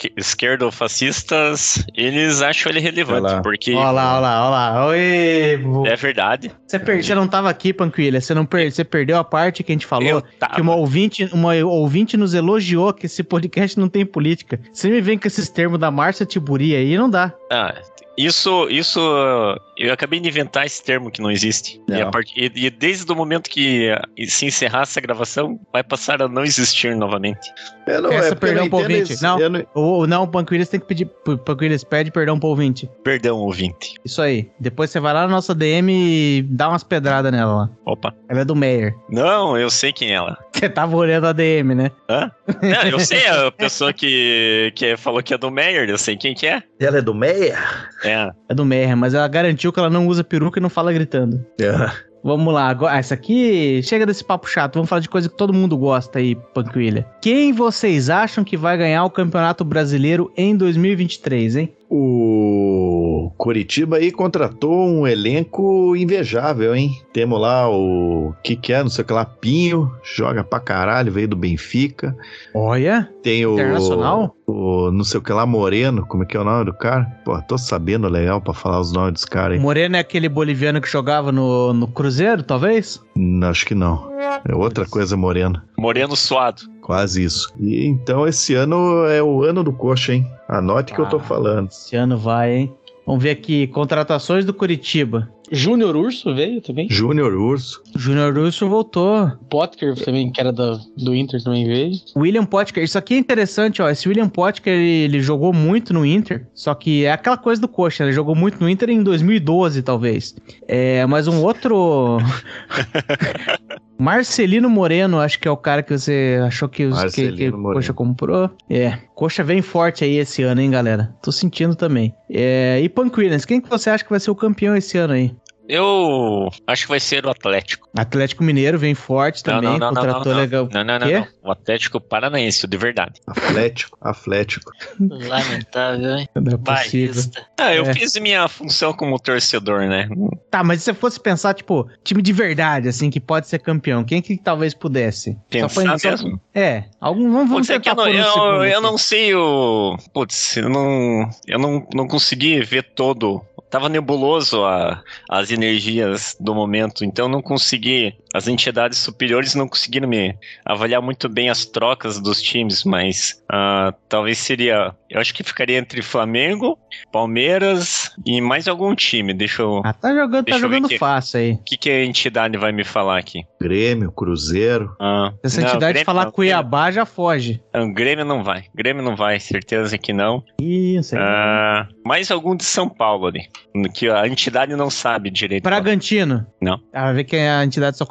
esquerdofascistas, eles acham ele relevante, porque... Olha lá, olha lá, olha lá. Oi, vô. É verdade. Você, per... você não tava aqui, Panquilha, você, não per... você perdeu a parte que a gente falou, Eu tava. que uma ouvinte, uma ouvinte nos elogiou que esse podcast não tem política. Você me vem com esses termos da Márcia Tiburi aí, não dá. Ah, isso, isso, eu acabei de inventar esse termo que não existe. Não. E, a part... e, e desde o momento que se encerrar essa gravação, vai passar a não existir novamente. Eu não, Peça é porque perdão eu pro não entendo ouvinte. esse- Não, eu não- ou não, o Panquilhas tem que pedir. O Panquilhas pede perdão pro ouvinte. Perdão, ouvinte. Isso aí. Depois você vai lá na nossa D M e dá umas pedradas nela lá. Opa. Ela é do Meyer. Não, eu sei quem é ela. Você tava olhando a D M, né? Hã? Não, eu sei a pessoa que, que falou que é do Meyer, eu sei quem que é. Ela é do Meia? É. É do Meyer, mas ela garantiu que ela não usa peruca e não fala gritando. É. Vamos lá, agora, essa aqui chega desse papo chato, vamos falar de coisa que todo mundo gosta aí, Panquilha. Quem vocês acham que vai ganhar o Campeonato Brasileiro em dois mil e vinte e três, hein? O Coritiba aí contratou um elenco invejável, hein? Temos lá o... que que é? Não sei o que lá, Pinho, joga pra caralho, veio do Benfica. Olha, Tem o... Internacional? O não sei o que lá, Moreno, como é que é o nome do cara? Pô, tô sabendo legal pra falar os nomes dos caras aí. Moreno é aquele boliviano que jogava no, no Cruzeiro, talvez? Não, acho que não. É outra coisa, Moreno. Moreno suado. Quase isso. E então esse ano é o ano do coxa, hein? Anote que eu tô Ah. falando. Esse ano vai, hein? Vamos ver aqui, contratações do Curitiba. Júnior Urso veio também. Júnior Urso. Júnior Urso voltou. Potker também, que era do, do Inter, também veio. William Potker, isso aqui é interessante, ó. Esse William Potker, ele, ele jogou muito no Inter, só que é aquela coisa do coxa, ele jogou muito no Inter em dois mil e doze, talvez. É, mas um outro... Marcelino Moreno, acho que é o cara que você achou que, os, que, Marcelino que o Moreno. Coxa comprou. É, Coxa vem forte aí esse ano, hein, galera? Tô sentindo também. É, e Panquilhas, quem que você acha que vai ser o campeão esse ano aí? Eu acho que vai ser o Atlético. Atlético Mineiro vem forte Não, também, não, não, não, contratou não, legal. Não, não, não, Quê? não. O Atlético Paranaense, o de verdade. Atlético. Atlético. Lamentável, hein? Não é possível. Bairrista. Ah, eu É. fiz minha função como torcedor, né? Tá, mas se você fosse pensar, tipo, time de verdade, assim, que pode ser campeão, quem que talvez pudesse? Pensar pra- só- mesmo? É, algum, vamos, vamos Putz, é que tentar eu, não, pôr no eu, segundo eu aqui. não sei o. Putz, eu não. Eu não, não consegui ver todo. Tava nebuloso a, as energias do momento, então eu não consegui. As entidades superiores não conseguiram me avaliar muito bem as trocas dos times, mas ah, talvez seria. Eu acho que ficaria entre Flamengo, Palmeiras e mais algum time. Deixa eu. Ah, tá jogando, tá Deixa eu ver jogando aqui. fácil aí. O que, que a entidade vai me falar aqui? Grêmio, Cruzeiro. Ah, Se essa não, entidade Grêmio falar não, Cuiabá, já foge. Grêmio, Grêmio não vai. Grêmio não vai, certeza que não. Ih, não sei. Ah, mais algum de São Paulo ali. Que a entidade não sabe direito. Bragantino. Não. Ah, vai ver que a entidade só conhece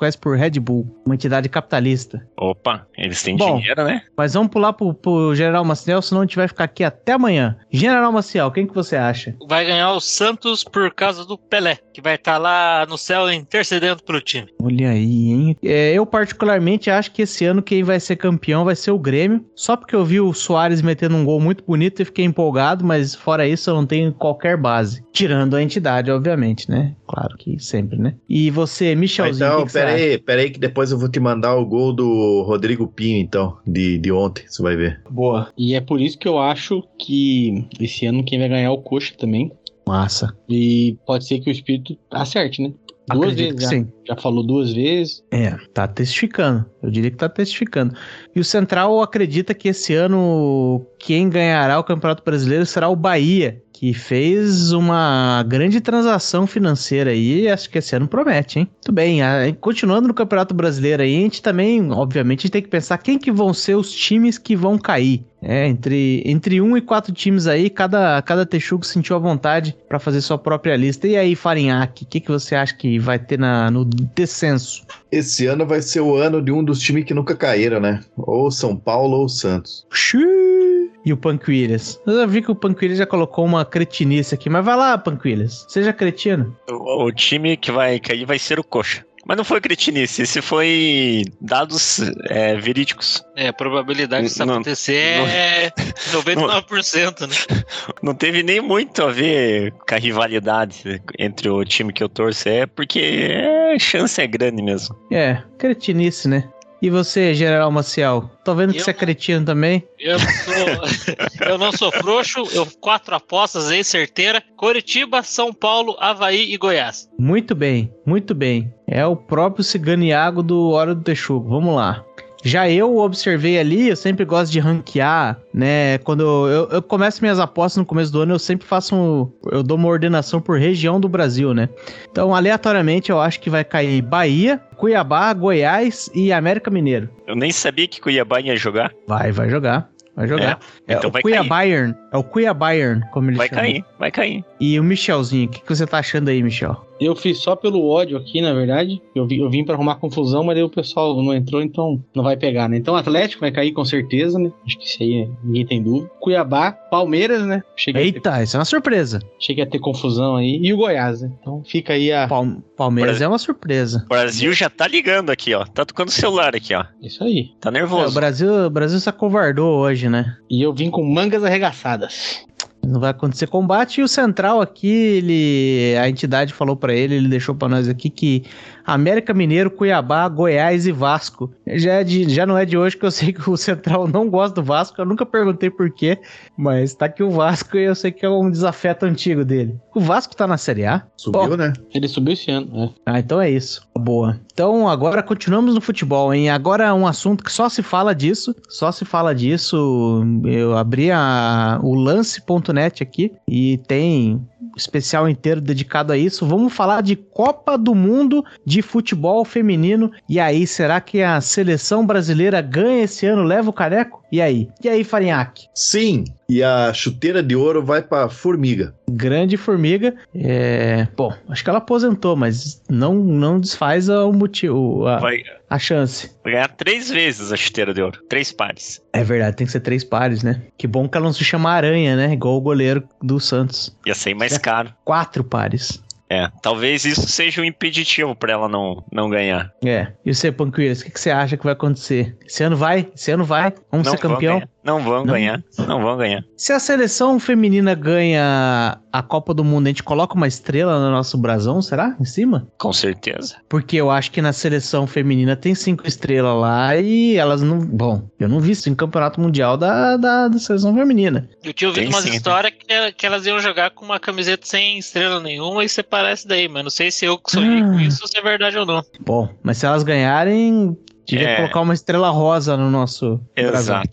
conhece por Red Bull, uma entidade capitalista. Opa, eles têm Bom, dinheiro, né? Mas vamos pular pro, pro General Maciel, senão a gente vai ficar aqui até amanhã. General Maciel, quem que você acha? Vai ganhar o Santos por causa do Pelé, que vai estar lá no céu intercedendo pro time. Olha aí, hein? É, eu particularmente acho que esse ano quem vai ser campeão vai ser o Grêmio, só porque eu vi o Soares metendo um gol muito bonito e fiquei empolgado, mas fora isso eu não tenho qualquer base. Tirando a entidade, obviamente, né? Claro que sempre, né? E você, Michelzinho, Então, que que você pera acha? aí, pera aí que depois eu vou te mandar o gol do Rodrigo Pinho, então, de, de ontem, você vai ver. Boa. E é por isso que eu acho que esse ano quem vai ganhar é o Coxa também. Massa. E pode ser que o Espírito acerte, né? Duas Acredito vezes que já. sim. Já falou duas vezes. É, tá testificando. Eu diria que tá testificando. E o Central acredita que esse ano quem ganhará o Campeonato Brasileiro será o Bahia, que fez uma grande transação financeira aí, e acho que esse ano promete, hein? Muito bem, a, continuando no Campeonato Brasileiro aí, a gente também, obviamente, a gente tem que pensar quem que vão ser os times que vão cair. É, entre, entre um e quatro times aí, cada, cada texugo sentiu a vontade pra fazer sua própria lista. E aí, Farinhaque, o que, que você acha que vai ter na, no descenso? Esse ano vai ser o ano de um dos times que nunca caíram, né? Ou São Paulo ou Santos. Xiii. E o Panquilhas? Eu já vi que o Panquilhas já colocou uma cretinice aqui, mas vai lá, Panquilhas. Seja cretino. O, o time que vai cair vai ser o Coxa. Mas não foi cretinice, esse foi dados é, verídicos. É, a probabilidade disso Não- acontecer não- é noventa e nove por cento, né? Não teve nem muito a ver com a rivalidade entre o time que eu torço, é porque é, a chance é grande mesmo. É, cretinice, né? E você, General Maciel? Tô vendo que Eu você é não- cretino também. Eu não sou, eu não sou frouxo, eu quatro apostas aí, certeira. Coritiba, São Paulo, Avaí e Goiás. Muito bem, muito bem. É o próprio Ciganiago do Hora do Texugo. Vamos lá. Já eu observei ali, eu sempre gosto de ranquear, né? Quando eu, eu começo minhas apostas no começo do ano, eu sempre faço um, eu dou uma ordenação por região do Brasil, né? Então, aleatoriamente, eu acho que vai cair Bahia, Cuiabá, Goiás e América Mineiro. Eu nem sabia que Cuiabá ia jogar. Vai, vai jogar. Vai jogar. É, então o vai Cuiabá-Bayern. É o Cuiabá-Bayern, como ele Vai chama. cair, vai cair. E o Michelzinho, o que, que você tá achando aí, Michel? Eu fiz só pelo ódio aqui, na verdade. Eu, vi, eu vim pra arrumar confusão, mas aí o pessoal não entrou, então não vai pegar, né? Então o Atlético vai cair com certeza, né? Acho que isso aí ninguém tem dúvida. Cuiabá, Palmeiras, né? Cheguei, a ter, Eita, isso é uma surpresa. cheguei a ter confusão aí. E o Goiás, né? Então fica aí a... Palme- Palmeiras Brasil. é uma surpresa. O Brasil já tá ligando aqui, ó. Tá tocando o celular aqui, ó. Isso aí. Tá É, o nervoso. Brasil, o Brasil se acovardou hoje, né? E eu vim com mangas arregaçadas. Não vai acontecer combate. E o Central aqui, ele, a entidade falou pra ele, ele deixou pra nós aqui que América Mineiro, Cuiabá, Goiás e Vasco. Já, é de, já não é de hoje que eu sei que o Central não gosta do Vasco. Eu nunca perguntei por quê, mas tá aqui o Vasco e eu sei que é um desafeto antigo dele. O Vasco tá na Série A? Subiu, Ó, né? Ele subiu esse ano, né? Ah, então é isso. Boa. Então agora continuamos no futebol, hein? Agora é um assunto que só se fala disso. Só se fala disso. Eu abri a, o lance ponto net aqui e tem especial inteiro dedicado a isso. Vamos falar de Copa do Mundo de futebol feminino. E aí, será que a seleção brasileira ganha esse ano, leva o caneco? E aí? E aí, Farinhaque? Sim, e a chuteira de ouro vai pra Formiga. Grande Formiga. É... Bom, acho que ela aposentou, mas não, não desfaz o motivo, a, Vai, a chance. vai ganhar três vezes a chuteira de ouro. Três pares. É verdade, tem que ser três pares, né? Que bom que ela não se chama Aranha, né? Igual o goleiro do Santos. Ia sair mais É. caro. Quatro pares. É, talvez isso seja um impeditivo pra ela não, não ganhar. É. E você, Panqueiras, o que, que você acha que vai acontecer? Esse ano vai? Esse ano vai? Vamos Não ser vão campeão? ganhar. Não vão Não? ganhar. Não vão ganhar. Se a seleção feminina ganha a Copa do Mundo, a gente coloca uma estrela no nosso brasão, será? Em cima? Com certeza. Porque eu acho que na seleção feminina tem cinco estrelas lá e elas não... Bom, eu não vi isso em campeonato mundial da, da, da seleção feminina. Eu tinha ouvido Tem umas sim, histórias que, que elas iam jogar com uma camiseta sem estrela nenhuma e você parece daí, mas não sei se eu que sonhei com Ah. isso ou se é verdade ou não. Bom, mas se elas ganharem, devia É. colocar uma estrela rosa no nosso brasão. Exato.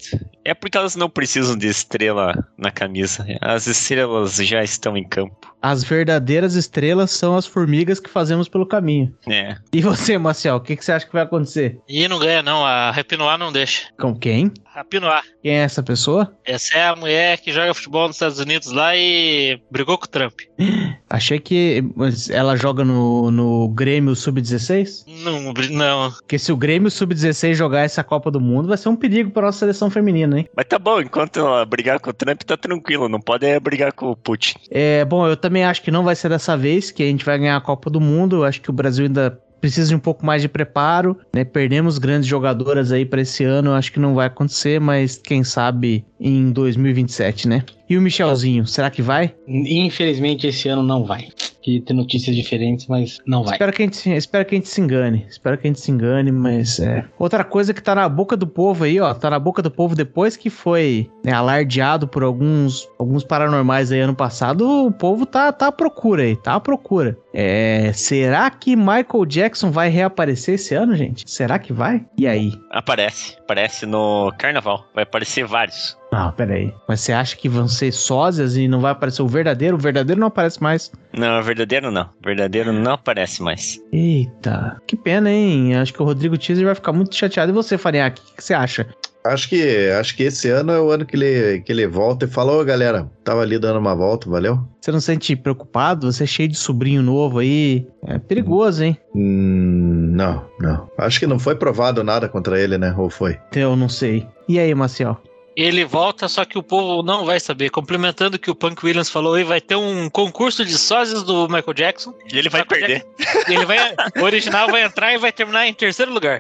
É porque elas não precisam de estrela na camisa. As estrelas já estão em campo. As verdadeiras estrelas são as formigas que fazemos pelo caminho. É. E você, Marcel, o que, que você acha que vai acontecer? E não ganha, não. A Rapinoe não deixa. Com quem? Rapinoe. Quem é essa pessoa? Essa é a mulher que joga futebol nos Estados Unidos lá e brigou com o Trump. Achei que mas ela joga no, no Grêmio sub dezesseis? Não, não. Porque se o Grêmio sub dezesseis jogar essa Copa do Mundo, vai ser um perigo para nossa seleção feminina, hein? Mas tá bom, enquanto ela brigar com o Trump, tá tranquilo. Não pode é brigar com o Putin. É, bom, eu também acho que não vai ser dessa vez que a gente vai ganhar a Copa do Mundo. Eu acho que o Brasil ainda precisa de um pouco mais de preparo, né? Perdemos grandes jogadoras aí para esse ano, eu acho que não vai acontecer, mas quem sabe em dois mil e vinte e sete, né? E o Michelzinho, será que vai? Infelizmente esse ano não vai. Que tem notícias diferentes, mas não vai. Espero que a gente, espero que a gente se engane. Espero que a gente se engane, mas é. Outra coisa que tá na boca do povo aí, ó. Tá na boca do povo depois que foi, né, alardeado por alguns, alguns paranormais aí ano passado. O povo tá, tá à procura aí. Tá à procura. É. Será que Michael Jackson vai reaparecer esse ano, gente? Será que vai? E aí? Aparece. Aparece no carnaval. Vai aparecer vários. Não, peraí. Mas você acha que vão ser sósias e não vai aparecer o verdadeiro? O verdadeiro não aparece mais. Não, o verdadeiro não. O verdadeiro não aparece mais. Eita, que pena, hein? Acho que o Rodrigo Teaser vai ficar muito chateado. E você, Farinha, o que, que você acha? Acho que, acho que esse ano é o ano que ele, que ele volta e fala, ô galera, tava ali dando uma volta, valeu? Você não se sente preocupado? Você é cheio de sobrinho novo aí. É perigoso, hein? Hum, não, não. Acho que não foi provado nada contra ele, né? Ou foi? Eu não sei. E aí, Maciel? Ele volta, só que o povo não vai saber. Complementando o que o Punk Williams falou aí, vai ter um concurso de sósias do Michael Jackson. E ele vai Michael perder. Jackson, ele vai, o original vai entrar e vai terminar em terceiro lugar.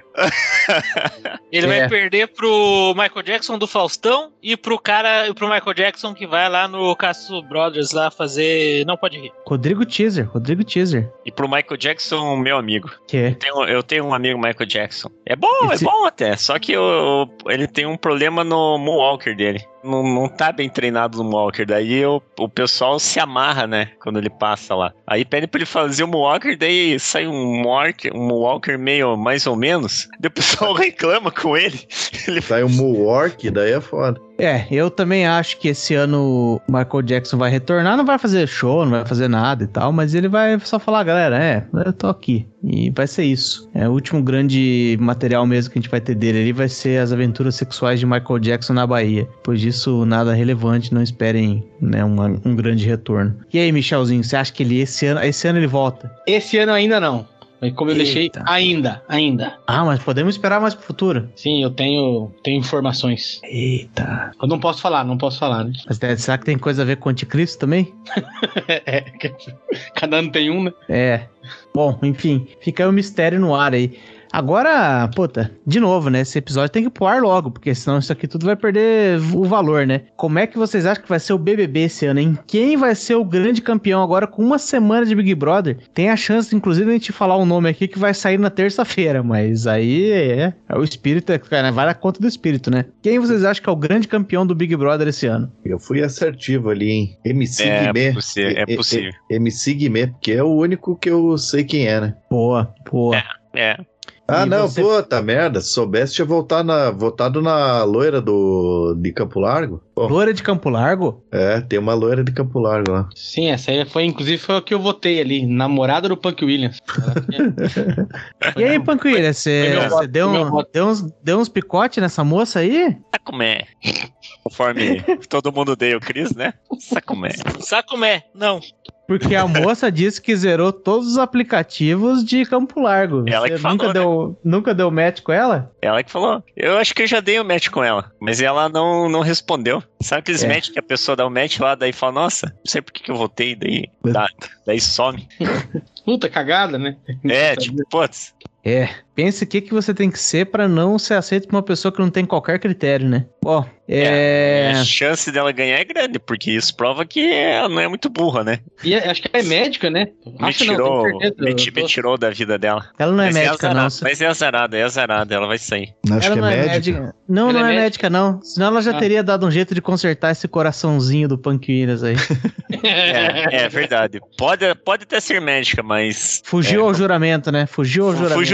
Ele É. vai perder pro Michael Jackson do Faustão e pro cara, pro Michael Jackson que vai lá no Casso Brothers lá fazer Não Pode Rir. Rodrigo Teaser, Rodrigo Teaser. E pro Michael Jackson, meu amigo. Que é? Eu tenho, eu tenho um amigo Michael Jackson. É bom, Esse- é bom até. Só que eu- ele tem um problema no Moonwalker dele. Não, não tá bem treinado no Moonwalker. Daí o, o pessoal se amarra, né? Quando ele passa lá. Aí pede pra ele fazer o Moonwalker, daí sai um Moonwalker, um Moonwalker meio mais ou menos. Daí o pessoal reclama com ele. Ele Sai um Moonwalk, daí é foda. É, eu também acho que esse ano o Michael Jackson vai retornar, não vai fazer show, não vai fazer nada e tal, mas ele vai só falar, galera, é, eu tô aqui. E vai ser isso. É, o último grande material mesmo que a gente vai ter dele ali vai ser as aventuras sexuais de Michael Jackson na Bahia. Pois disso, nada relevante, não esperem, né, uma- um grande retorno. E aí, Michelzinho, você acha que ele esse ano, esse ano ele volta? Esse ano ainda não. Mas como eu deixei, Eita. ainda, ainda. Ah, mas podemos esperar mais pro futuro. Sim, eu tenho, tenho informações. Eita. Eu não posso falar, não posso falar, né? Mas é, será que tem coisa a ver com o anticristo também? É, cada ano tem um, né? É. Bom, enfim, fica aí o mistério no ar aí. Agora, puta, de novo, né? Esse episódio tem que ir pro ar logo, porque senão isso aqui tudo vai perder o valor, né? Como é que vocês acham que vai ser o B B B esse ano, hein? Quem vai ser o grande campeão agora com uma semana de Big Brother? Tem a chance, inclusive, de a gente falar um nome aqui que vai sair na terça-feira, mas aí é, é o espírito, é, vai na conta do espírito, né? Quem vocês acham que é o grande campeão do Big Brother esse ano? Eu fui assertivo ali, hein? M C É Guimê. possível, é E- e- possível. M C Guimê, porque é o único que eu sei quem é, né? Boa, boa. É. Ah, E não, você- puta merda. Se soubesse, tinha voltar na, votado na loira do, de Campo Largo. Pô, Loura de Campo Largo? é, tem uma loira de Campo Largo lá. Sim, essa aí foi, inclusive, foi a que eu votei ali, namorada do Punk Williams. E aí, Panquilha, você Foi meu voto, você deu, foi meu um, voto. deu, uns, deu uns picotes nessa moça aí? Sacomé. Conforme todo mundo odeia o Chris, né? Sacomé. Sacomé, não. Porque a moça disse que zerou todos os aplicativos de Campo Largo. Ela Você que falou, nunca, né? deu, nunca deu match com ela? Ela que falou. Eu acho que eu já dei o um match com ela, mas ela não, não respondeu. Sabe aqueles É. match que a pessoa dá o um match lá, daí fala, nossa, não sei por que, que eu votei, daí, dá, daí some. Puta cagada, né? É, tipo, putz. É, pense o que, que você tem que ser pra não ser aceito por uma pessoa que não tem qualquer critério, né? Ó, é... A chance dela ganhar é grande, porque isso prova que ela não é muito burra, né? E é- acho que ela é médica, né? Me Acho não, tirou, tenho certeza. me, Eu ti- tô- me tirou da vida dela. Ela não é Mas médica, azarada, não. Se- Mas é azarada, é azarada, ela vai sair. Acho Ela que é não é médica. médica. Não, Ela não é é médica? médica, não. Senão ela já Ah. teria dado um jeito de consertar esse coraçãozinho do Punk Williams aí. É, é verdade. Pode, pode até ser médica, mas. Fugiu é, ao juramento, né? Fugiu ao fu- juramento. Fugiu o juramento.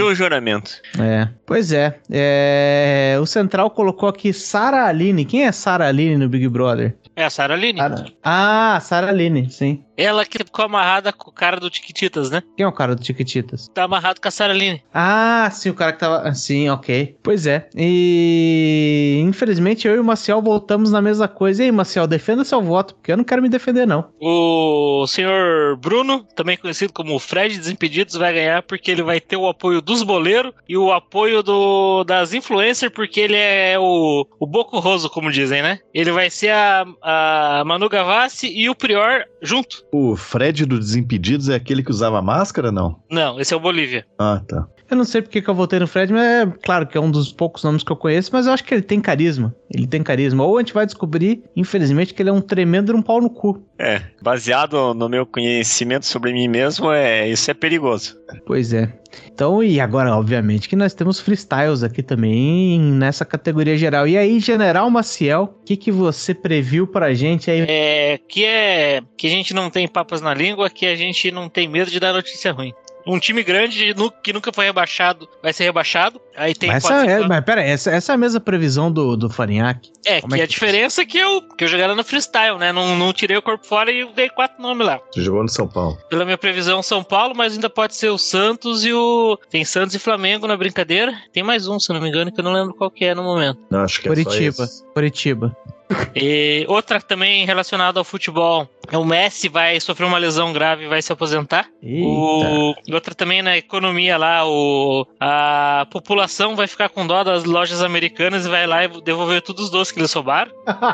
momento. É, pois é. é. O Central colocou aqui Sara Aline. Quem é Sara Aline no Big Brother? É a Sara Aline. Sara... Ah, Sara Aline, sim. Ela que ficou amarrada com o cara do Tiquititas, né? Quem é o cara do Tiquititas? Tá amarrado com a Sara Aline. Ah, sim, o cara que tava... Sim, ok. Pois é. E... Infelizmente, eu e o Maciel voltamos na mesma coisa. E aí, Maciel, defenda seu voto, porque eu não quero me defender, não. O senhor Bruno, também conhecido como Fred Desimpedidos, vai ganhar porque ele vai ter o apoio dos boleiros e o apoio do, das influencers, porque ele é o, o Boco Roso, como dizem, né? Ele vai ser a, a Manu Gavassi e o Prior junto. O Fred do Desimpedidos é aquele que usava máscara, não? Não, esse é o Bolívia. Ah, tá. Eu não sei porque que eu votei no Fred, mas é claro que é um dos poucos nomes que eu conheço, mas eu acho que ele tem carisma. Ele tem carisma. Ou a gente vai descobrir, infelizmente, que ele é um tremendo um pau no cu. É, baseado no meu conhecimento sobre mim mesmo, é, isso é perigoso. Pois é. Então, e agora, obviamente, que nós temos freestyles aqui também nessa categoria geral. E aí, General Maciel, o que, que você previu pra gente aí? É, que é que a gente não tem papas na língua, que a gente não tem medo de dar notícia ruim. Um time grande que nunca foi rebaixado vai ser rebaixado. Aí tem mas, essa é, mas pera aí, essa, essa é a mesma previsão do, do Farinhaque? É, Como que é a que... diferença é que eu, que eu jogaria no freestyle, né? Não, não tirei o corpo fora e dei quatro nomes lá. Você jogou no São Paulo. Pela minha previsão, São Paulo, mas ainda pode ser o Santos e o... Tem Santos e Flamengo na brincadeira. Tem mais um, se não me engano, que eu não lembro qual que é no momento. Não, acho que é Curitiba. só esse. Curitiba. E outra também relacionada ao futebol, o Messi vai sofrer uma lesão grave e vai se aposentar. O... Outra também na economia lá, o... a população vai ficar com dó das lojas americanas e vai lá e devolver todos os doces que eles roubaram.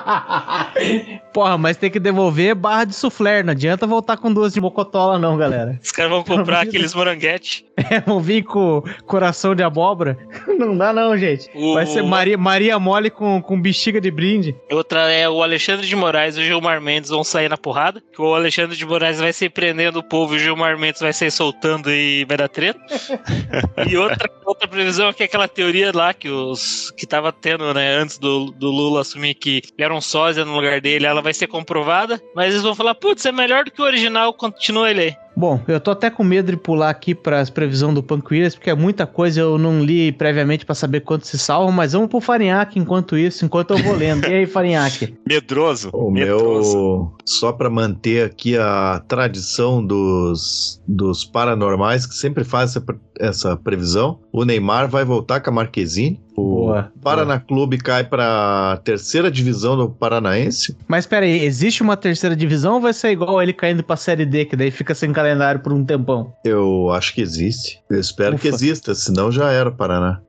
Porra, mas tem que devolver barra de soufflé, não adianta voltar com duas de mocotola não, galera. Os caras vão comprar aqueles moranguete. É, vão vir com coração de abóbora. Não dá não, gente. O... Vai ser Maria, Maria Mole com, com bexiga de brinde. Outra é o Alexandre de Moraes e o Gilmar Mendes vão sair na porrada. Que o Alexandre de Moraes vai sair prendendo o povo e o Gilmar Mendes vai sair soltando e vai dar treta. E outra, outra previsão é que aquela teoria lá que os que tava tendo, né, antes do, do Lula assumir que era um sósia no lugar dele, ela vai ser comprovada. Mas eles vão falar, putz, é melhor do que o original, continua ele aí. Bom, eu tô até com medo de pular aqui para as previsões do Panquilhas, porque é muita coisa, eu não li previamente para saber quanto se salvam, mas vamos pro Farinhaque enquanto isso, enquanto eu vou lendo. E aí, Farinhaque? Medroso. O medroso. meu, só para manter aqui a tradição dos, dos paranormais, que sempre faz essa, essa previsão, o Neymar vai voltar com a Marquezine. O Boa, Paraná boa. Clube cai para terceira divisão do Paranaense. Mas pera aí, existe uma terceira divisão ou vai ser igual ele caindo pra Série D, que daí fica sem calendário por um tempão? Eu acho que existe. Eu espero Ufa. que exista, senão já era o Paraná.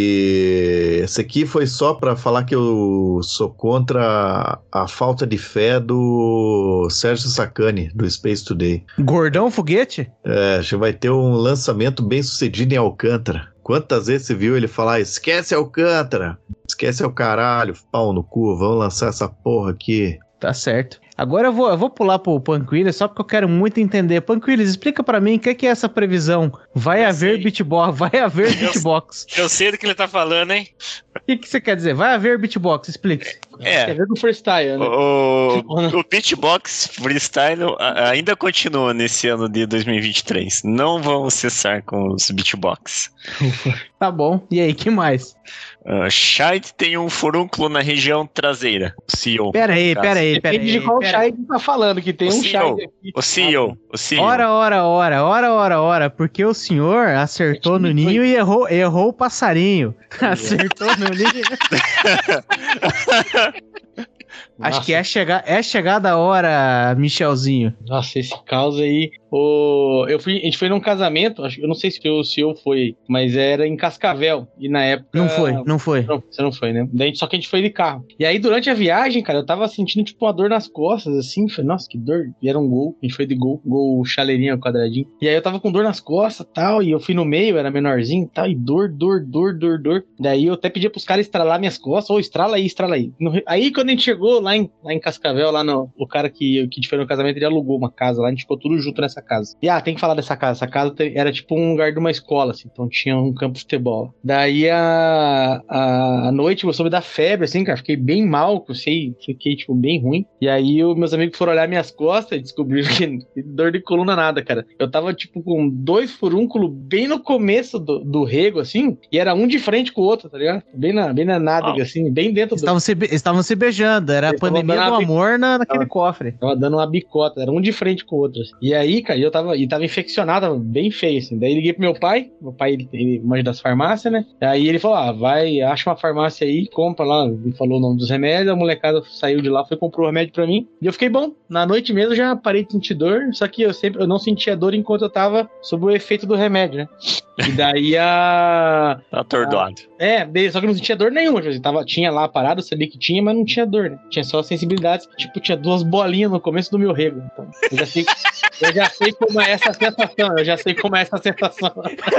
E esse aqui foi só para falar que eu sou contra a falta de fé do Sérgio Sacani, do Space Today. Gordão Foguete? É, já vai ter um lançamento bem sucedido em Alcântara. Quantas vezes você viu ele falar, esquece Alcântara, esquece o caralho, pau no cu, vamos lançar essa porra aqui. Tá certo. Agora eu vou, eu vou pular pro Panquilhas só porque eu quero muito entender. Panquilhas, explica pra mim o que, que é essa previsão. Vai Eu haver sei. beatbox, vai haver Eu- beatbox. Eu sei do que ele tá falando, hein? O que, que você quer dizer? Vai haver beatbox, explique. É, Quer ver do freestyle, né? o, o beatbox freestyle a- ainda continua nesse ano de dois mil e vinte e três. Não vamos cessar com os beatbox. Tá bom. E aí, que mais? Uh, Shide tem um furúnculo na região traseira. O C E O. Pera aí, pera aí, pera Depende aí. de qual pera aí. Shide tá falando, que tem O um C E O. Shide aqui. O C E O. O C E O. Ora, ora, ora, ora, ora, ora, porque o senhor acertou no ninho e errou, errou o passarinho. Acertou no ninho. Acho Nossa. que é chegar, é chegada a hora, Michelzinho. Nossa, esse caos aí. O... Eu fui, a gente foi num casamento, acho, eu não sei se o senhor foi, mas era em Cascavel. E na época. Não foi, não foi. Não, você não foi, né? Daí, só que a gente foi de carro. E aí, durante a viagem, cara, eu tava sentindo, tipo, uma dor nas costas, assim. Falei, nossa, que dor. E era um gol. A gente foi de gol, gol chaleirinha, quadradinho. E aí eu tava com dor nas costas e tal. E eu fui no meio, era menorzinho e tal. E dor, dor, dor, dor, dor. Daí eu até pedia pros caras estralar minhas costas. Ou estrala aí, estrala aí. No- aí, quando a gente chegou lá em, lá em Cascavel, lá no. O cara que, que a gente foi no casamento, ele alugou uma casa lá. A gente ficou tudo junto nessa dessa casa. E ah, tem que falar dessa casa. Essa casa era tipo um lugar de uma escola, assim, então tinha um campo de futebol. Daí a, a, a noite eu soube da febre, assim, cara, fiquei bem mal, sei, fiquei, tipo, bem ruim. E aí os meus amigos foram olhar minhas costas e descobriram que dor de coluna nada, cara. Eu tava, tipo, com dois furúnculos bem no começo do, do rego, assim, e era um de frente com o outro, tá ligado? Bem na, bem na nádega, oh. assim, bem dentro do... Eles estavam se beijando, era eles a pandemia do amor na, naquele tava, cofre. Tava dando uma bicota, era um de frente com o outro. Assim. E aí, cara, eu tava, e tava infeccionado, tava bem feio, assim. Daí liguei pro meu pai, meu pai, ele, ele manja das farmácias, né? Aí ele falou, ah, vai, acha uma farmácia aí, compra lá, ele falou o nome dos remédios, a molecada saiu de lá, foi comprou o remédio pra mim, e eu fiquei bom. Na noite mesmo eu já parei de sentir dor, só que eu sempre, eu não sentia dor enquanto eu tava sob o efeito do remédio, né? E daí a... Atordoado. A, é, só que eu não sentia dor nenhuma, tipo, tava, tinha lá a parada, eu sabia que tinha, mas não tinha dor, né? Tinha só sensibilidade, tipo, tinha duas bolinhas no começo do meu rego, então, eu já sei, eu já sei como é essa sensação, eu já sei como é essa sensação.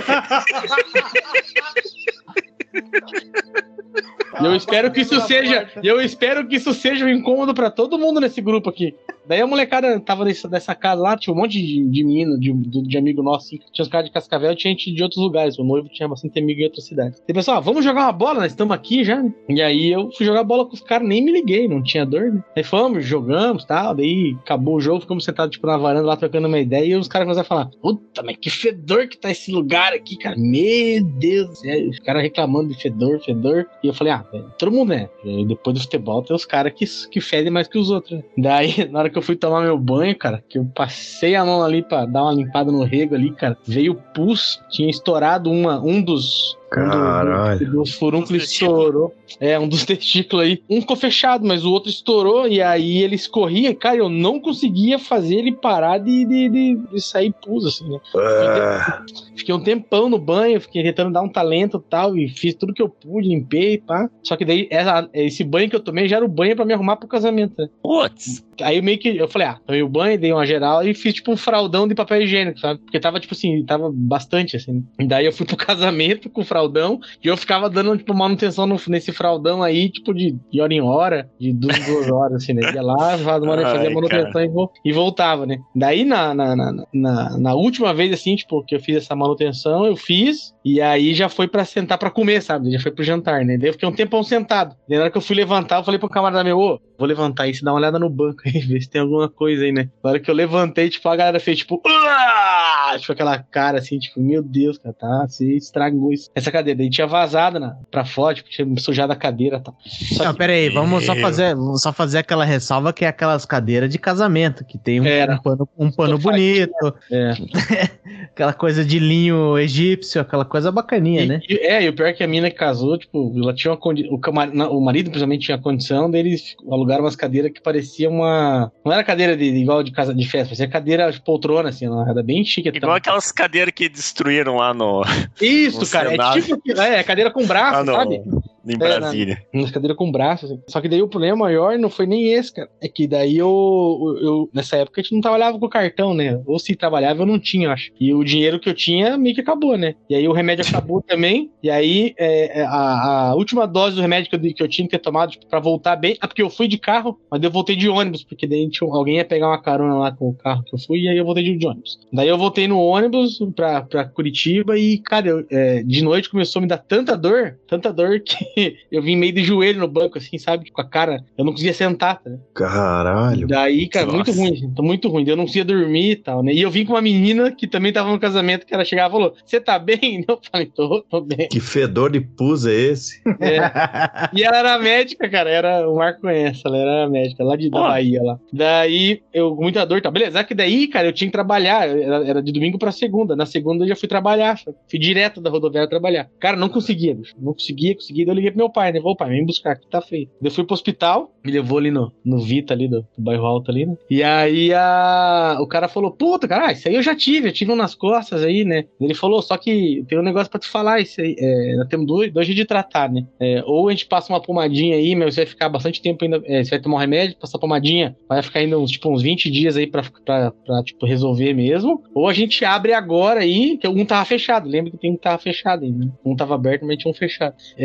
E eu espero que isso seja, eu espero que isso seja um incômodo pra todo mundo nesse grupo aqui. Daí a molecada tava nessa, nessa casa lá, tinha um monte de, de menino, de, de amigo nosso, assim, tinha os caras de Cascavel e tinha gente de outros lugares. O noivo tinha bastante amigo em outras cidades. E pessoal, ah, vamos jogar uma bola, nós estamos aqui já, né? E aí eu fui jogar bola com os caras, nem me liguei, não tinha dor, né? Aí fomos, jogamos e tal, daí acabou o jogo, ficamos sentados tipo na varanda lá trocando uma ideia e os caras começaram a falar: puta, mas que fedor que tá esse lugar aqui, cara. Meu Deus do céu. Os caras reclamando de fedor, fedor. E eu falei, ah, todo mundo, né? Depois do futebol tem os caras que, que fedem mais que os outros, né? Daí, na hora que eu fui tomar meu banho, cara, que eu passei a mão ali pra dar uma limpada no rego ali, cara, veio pus, tinha estourado uma, um dos... Caralho. Um dos furúnculos estourou. É, um dos testículos aí. Um ficou fechado, mas o outro estourou. E aí ele escorria. E, cara, eu não conseguia fazer ele parar de, de, de, de sair pus, assim, né? Uh. Fiquei um tempão no banho. Fiquei tentando dar um talento e tal. E fiz tudo que eu pude, limpei, pá. Só que daí, essa, esse banho que eu tomei já era o banho pra me arrumar pro casamento, né? Putz. Aí eu meio que, eu falei, ah, tomei o banho, dei uma geral e fiz tipo um fraldão de papel higiênico, sabe? Porque tava, tipo assim, tava bastante, assim. E daí eu fui pro casamento com o fraldão e eu ficava dando, tipo, manutenção no, nesse fraldão aí, tipo, de, de hora em hora, de duas, duas horas, assim, né? Ia lá, fazia a manutenção e, vo, e voltava, né? Daí, na, na, na, na, na última vez, assim, tipo, que eu fiz essa manutenção, eu fiz e aí já foi pra sentar pra comer, sabe? Já foi pro jantar, né? Daí eu fiquei um tempão sentado. Daí na hora que eu fui levantar, eu falei pro camarada meu, ô, vou levantar aí, se dá uma olhada no banco aí, ver se tem alguma coisa aí, né? Na hora que eu levantei, tipo, a galera fez, tipo, Uah! Tipo, aquela cara assim, tipo, meu Deus, cara, tá, você estragou isso. Essa cadeira, daí tinha vazado na, pra fora, tipo, tinha sujado a cadeira e tal. Só Não, que... pera aí, vamos só fazer, vamos só fazer aquela ressalva que é aquelas cadeiras de casamento, que tem um, um pano, um pano bonito, é. Aquela coisa de linho egípcio, aquela coisa bacaninha, e, né? E, é, e o pior é que a mina que casou, tipo, ela tinha uma condi... o, camar... o marido, principalmente, tinha condição deles alugaram umas cadeiras que parecia uma... Não era cadeira de, igual de casa de festa, parecia cadeira de poltrona, assim, ela era bem chique. Igual então. Aquelas cadeiras que destruíram lá no... Isso, no cara, Senado. é tipo... É, é cadeira com braço, ah, sabe? Em Brasília. É, na, nas cadeiras com braço, assim. Só que daí o problema maior não foi nem esse, cara. É que daí eu, eu... Nessa época a gente não trabalhava com cartão, né? Ou se trabalhava eu não tinha, eu acho. E o dinheiro que eu tinha meio que acabou, né? E aí o remédio acabou também. E aí é, a, a última dose do remédio que eu, que eu tinha que ter tomado, tipo, pra voltar bem... Ah, porque eu fui de carro, mas eu voltei de ônibus, porque daí tinha, alguém ia pegar uma carona lá com o carro que eu fui, e aí eu voltei de, de ônibus. Daí eu voltei no ônibus pra, pra Curitiba e, cara, eu, é, de noite começou a me dar tanta dor, tanta dor que eu vim meio de joelho no banco, assim, sabe? Com a cara, eu não conseguia sentar, tá? Caralho. Daí, cara, Nossa. muito ruim, muito ruim. Eu não conseguia dormir e tal, né? E eu vim com uma menina que também tava no casamento, que ela chegava e falou, você tá bem? Eu falei, tô, tô bem. Que fedor de pus é esse? É. E ela era médica, cara, era, o Marco conhece, ela era médica, lá de, da Bahia, lá. Daí, eu com muita dor, tá? Beleza, só que daí, cara, eu tinha que trabalhar, era, era de domingo pra segunda. Na segunda eu já fui trabalhar, sabe? Fui direto da rodoviária trabalhar. Cara, não conseguia, bicho. Não conseguia, conseguia. Daí eu liguei pro meu pai, né? Vou, pai, vem buscar, aqui tá feio. Daí eu fui pro hospital, me levou ali no, no Vita, ali do, do bairro Alto ali, né? E aí a, o cara falou, puta, cara, ah, isso aí eu já tive, eu tive um nas costas aí, né? Ele falou, só que tem um negócio pra te falar, isso aí, é, nós temos dois, dois jeitos de tratar, né? É, ou a gente passa uma pomadinha aí, mas você vai ficar bastante tempo ainda, é, você vai tomar um remédio, passar pomadinha, vai ficar ainda uns, tipo, uns vinte dias aí pra, pra, pra, tipo, resolver mesmo, ou a gente abre agora aí, que um tava fechado, lembra que tem um que tava fechado ainda, né? Um tava aberto, mas tinha um fechado. É, ou a gente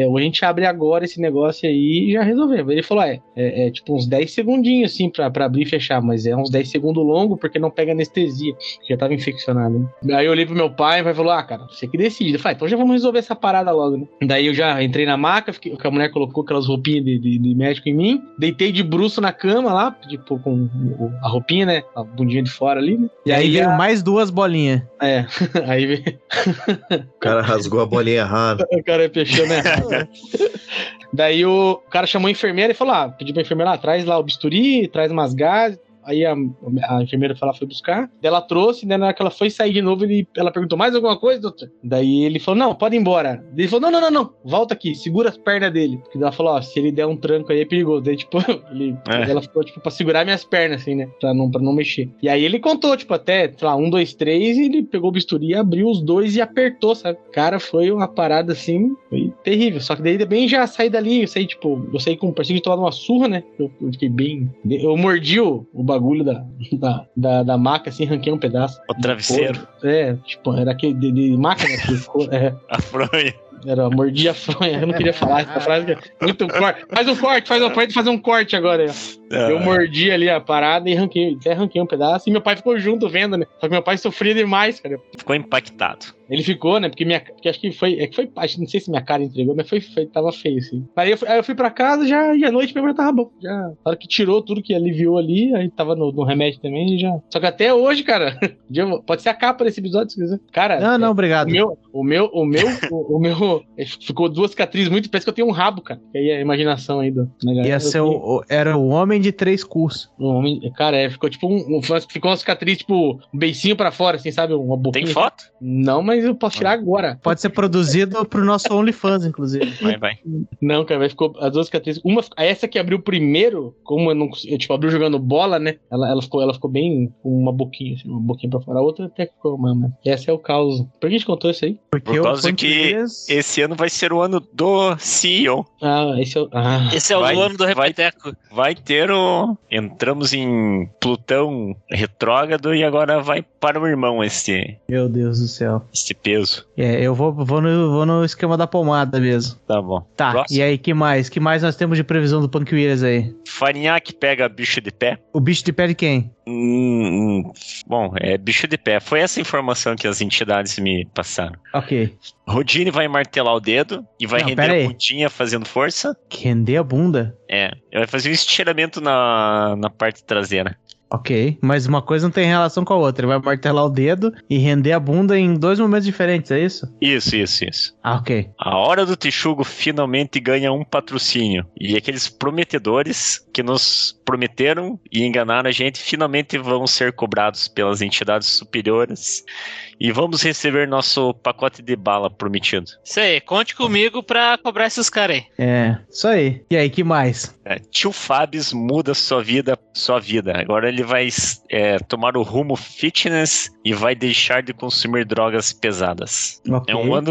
abre agora esse negócio aí e já resolvemos. Ele falou, é, é, é tipo uns dez segundinhos, assim, pra, pra abrir e fechar, mas é uns dez segundos longo porque não pega anestesia, já tava infeccionado, né? Aí eu olhei pro meu pai, e meu pai falou, ah, cara, você que decide. Eu falei, então já vamos resolver essa parada logo, né? Daí eu já entrei na maca, fiquei, a mulher colocou aquelas roupinhas de, de, de médico em mim, deitei de bruço na cama lá, tipo, com a roupinha, né? A bundinha de fora ali, né? E, e aí, aí veio a... mais duas bolinhas. É, aí veio... O cara rasgou a bolinha errada. O cara fechou, né? Daí o cara chamou a enfermeira e falou, ah, pediu pra enfermeira, ah, traz lá o bisturi, traz umas gases. Aí a, a enfermeira foi lá, foi buscar. Daí ela trouxe, daí na hora que ela foi sair de novo, ele, ela perguntou, mais alguma coisa, doutor? Daí ele falou, não, pode ir embora. Daí ele falou, não, não, não, não, volta aqui, segura as pernas dele. Porque ela falou, ó, se ele der um tranco aí é perigoso. Daí, tipo, ele, é. ela ficou, tipo, pra segurar minhas pernas, assim, né? Pra não, pra não mexer. E aí ele contou, tipo, até, sei lá, um, dois, três, e ele pegou o bisturi, abriu os dois e apertou, sabe? Cara, foi uma parada, assim, foi terrível. Só que daí bem já saí dali, eu saí, tipo, eu saí com, parecia que tomar uma surra, né? Eu, eu fiquei bem... Eu mordi o, o bagulho da... Da, da, da maca, assim, arranquei um pedaço. O travesseiro. É, tipo, era aquele de, de maca, né? É. A fronha. Era, mordi a fronha, eu não queria falar essa frase. Que é muito corte. Faz um corte, faz um corte, fazer um corte agora aí, ó. Eu mordi ali a parada e arranquei, até arranquei um pedaço. E meu pai ficou junto vendo, né? Só que meu pai sofria demais, cara. Ficou impactado. Ele ficou, né? Porque minha. Porque acho que foi. É que foi. Acho, não sei se minha cara entregou, mas foi, foi tava feio, assim. Aí eu, fui, aí eu fui pra casa já, e à noite meu já tava bom. Já. Na hora que tirou tudo que aliviou ali, aí tava no, no remédio também e já. Só que até hoje, cara. Pode ser a capa desse episódio, se quiser. Cara. Não, não, obrigado. O meu. O meu. O meu. o, o meu. Ficou duas cicatrizes muito. Parece que eu tenho um rabo, cara. Que aí é a imaginação aí do. Né, Ia ser o, era o homem de três cursos. Um homem. Cara, é, ficou tipo um. Ficou uma cicatriz, tipo, um beicinho pra fora, assim, sabe? Uma boquinha. Tem foto? Não, mas eu posso tirar agora. Pode ser produzido pro nosso OnlyFans, inclusive. Vai, vai. Não, cara, mas ficou as duas cicatrizes. Uma, essa que abriu primeiro, como eu não eu, tipo, abriu jogando bola, né? Ela, ela, ficou, ela ficou bem com uma boquinha, assim, uma boquinha pra fora. A outra até ficou, mano. Esse é o caos. Por que a gente contou isso aí? Porque Por causa que dias... esse ano vai ser o ano do C E O. Ah, esse é o. Ah. Esse é o vai, ano do Repeteco. Vai, vai ter o. Entramos em Plutão retrógrado e agora vai para o irmão esse. Meu Deus do céu. Esse peso. É, eu vou, vou, no, vou no esquema da pomada mesmo. Tá bom. Tá, próximo. E aí, que mais? Que mais nós temos de previsão do Punk Williams aí? Farinhaque pega bicho de pé. O bicho de pé de quem? Hum, hum, bom, é bicho de pé. Foi essa informação que as entidades me passaram. Ok. Rodine vai martelar o dedo e vai Não, render a bundinha fazendo força. Render a bunda? É, vai fazer um estiramento na, na parte traseira. Ok, mas uma coisa não tem relação com a outra. Ele vai martelar o dedo e render a bunda em dois momentos diferentes, é isso? Isso, isso, isso. Ah, ok. A Hora do Texugo finalmente ganha um patrocínio. E aqueles prometedores que nos prometeram e enganaram a gente finalmente vão ser cobrados pelas entidades superiores. E vamos receber nosso pacote de bala prometido. Isso aí, conte comigo pra cobrar esses caras aí. É, isso aí. E aí, que mais? É, tio Fabs muda sua vida, sua vida. Agora ele vai é, tomar o rumo fitness e vai deixar de consumir drogas pesadas. Okay. É um ano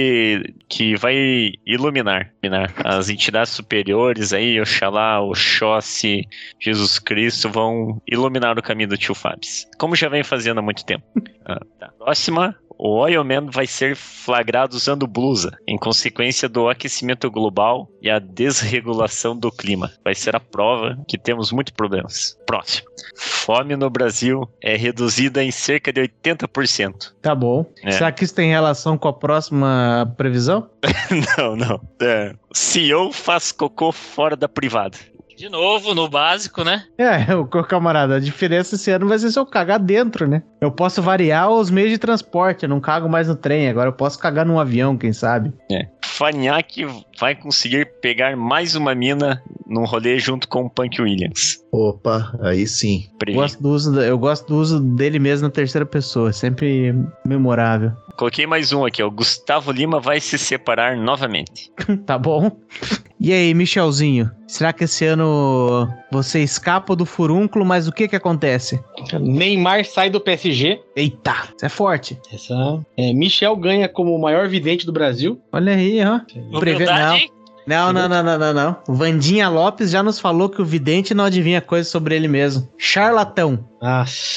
de que vai iluminar, iluminar. As entidades superiores aí, Oxalá, Oxóssi, Jesus Cristo vão iluminar o caminho do tio Fabs. Como já vem fazendo há muito tempo. Ah, tá. Próxima, o Oil Man vai ser flagrado usando blusa, em consequência do aquecimento global e a desregulação do clima. Vai ser a prova que temos muitos problemas. Próximo. Fome no Brasil é reduzida em cerca de oitenta por cento. Tá bom. É. Será que isso tem relação com a próxima previsão? não, não. É. C E O faz cocô fora da privada. De novo, no básico, né? É, o camarada, a diferença esse ano vai ser se eu cagar dentro, né? Eu posso variar os meios de transporte, eu não cago mais no trem, agora eu posso cagar num avião, quem sabe? É. Farinhaque vai conseguir pegar mais uma mina num rolê junto com o Punk Williams. Opa, aí sim. Gosto do uso, eu gosto do uso dele mesmo na terceira pessoa, sempre memorável. Coloquei mais um aqui, ó. Gustavo Lima vai se separar novamente. Tá bom. E aí, Michelzinho? Será que esse ano você escapa do furúnculo, mas o que que acontece? Neymar sai do P S G. Eita, isso é forte. Essa, é, Michel ganha como o maior vidente do Brasil. Olha aí, ó. Preve... Não, não, não, não, não, não. Vandinha Lopes já nos falou que o vidente não adivinha coisa sobre ele mesmo. Charlatão. Nossa.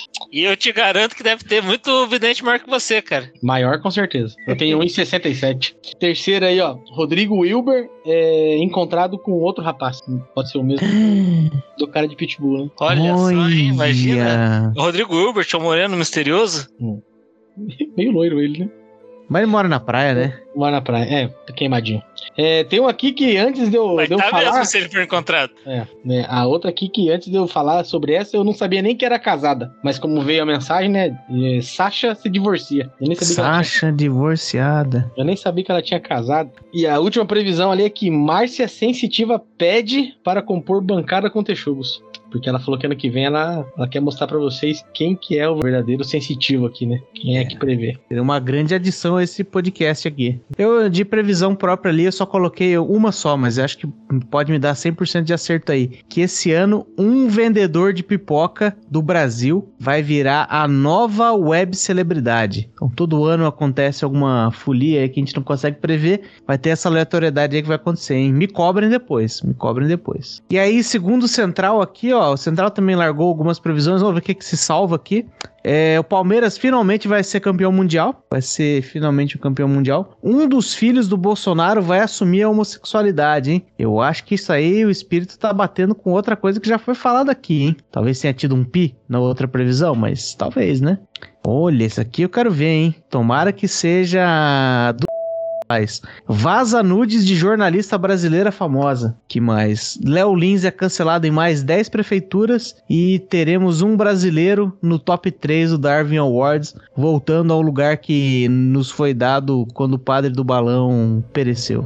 E eu te garanto que deve ter muito vidente maior que você, cara. Maior, com certeza. Eu tenho um e sessenta e sete. Terceiro aí, ó. Rodrigo Wilber é encontrado com outro rapaz. Pode ser o mesmo do cara de Pitbull, né? Olha só, hein? Imagina. Olha. O Rodrigo Wilber, o moreno misterioso. Meio loiro ele, né? Mas ele mora na praia, né? Mora na praia. É, queimadinho. É, tem um aqui que antes de eu, Mas de eu tá falar... mesmo se ele for encontrado. É, né? A outra aqui que antes de eu falar sobre essa, eu não sabia nem que era casada. Mas como veio a mensagem, né? É, Sasha se divorcia. Eu nem sabia que ela tinha... Sasha divorciada. Eu nem sabia que ela tinha casado. E a última previsão ali é que Márcia Sensitiva pede para compor bancada com Texugos. Porque ela falou que ano que vem ela, ela quer mostrar pra vocês quem que é o verdadeiro sensitivo aqui, né? Quem é, é que prevê. Seria uma grande adição a esse podcast aqui. Eu, de previsão própria ali, eu só coloquei uma só, mas acho que pode me dar cem por cento de acerto aí. Que esse ano, um vendedor de pipoca do Brasil vai virar a nova web celebridade. Então, todo ano acontece alguma folia aí que a gente não consegue prever. Vai ter essa aleatoriedade aí que vai acontecer, hein? Me cobrem depois, me cobrem depois. E aí, segundo o Central aqui, ó, o Central também largou algumas previsões, vamos ver o que, que se salva aqui. É, o Palmeiras finalmente vai ser campeão mundial, vai ser finalmente o campeão mundial. Um dos filhos do Bolsonaro vai assumir a homossexualidade, hein? Eu acho que isso aí, o espírito tá batendo com outra coisa que já foi falada aqui, hein? Talvez tenha tido um pi na outra previsão, mas talvez, né? Olha, esse aqui eu quero ver, hein? Tomara que seja... do... Vaza nudes de jornalista brasileira famosa. Que mais? Léo Lins é cancelado em mais dez prefeituras e teremos um brasileiro no top três do Darwin Awards, voltando ao lugar que nos foi dado quando o padre do balão pereceu.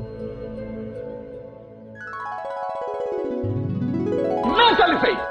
Nunca lhe fez!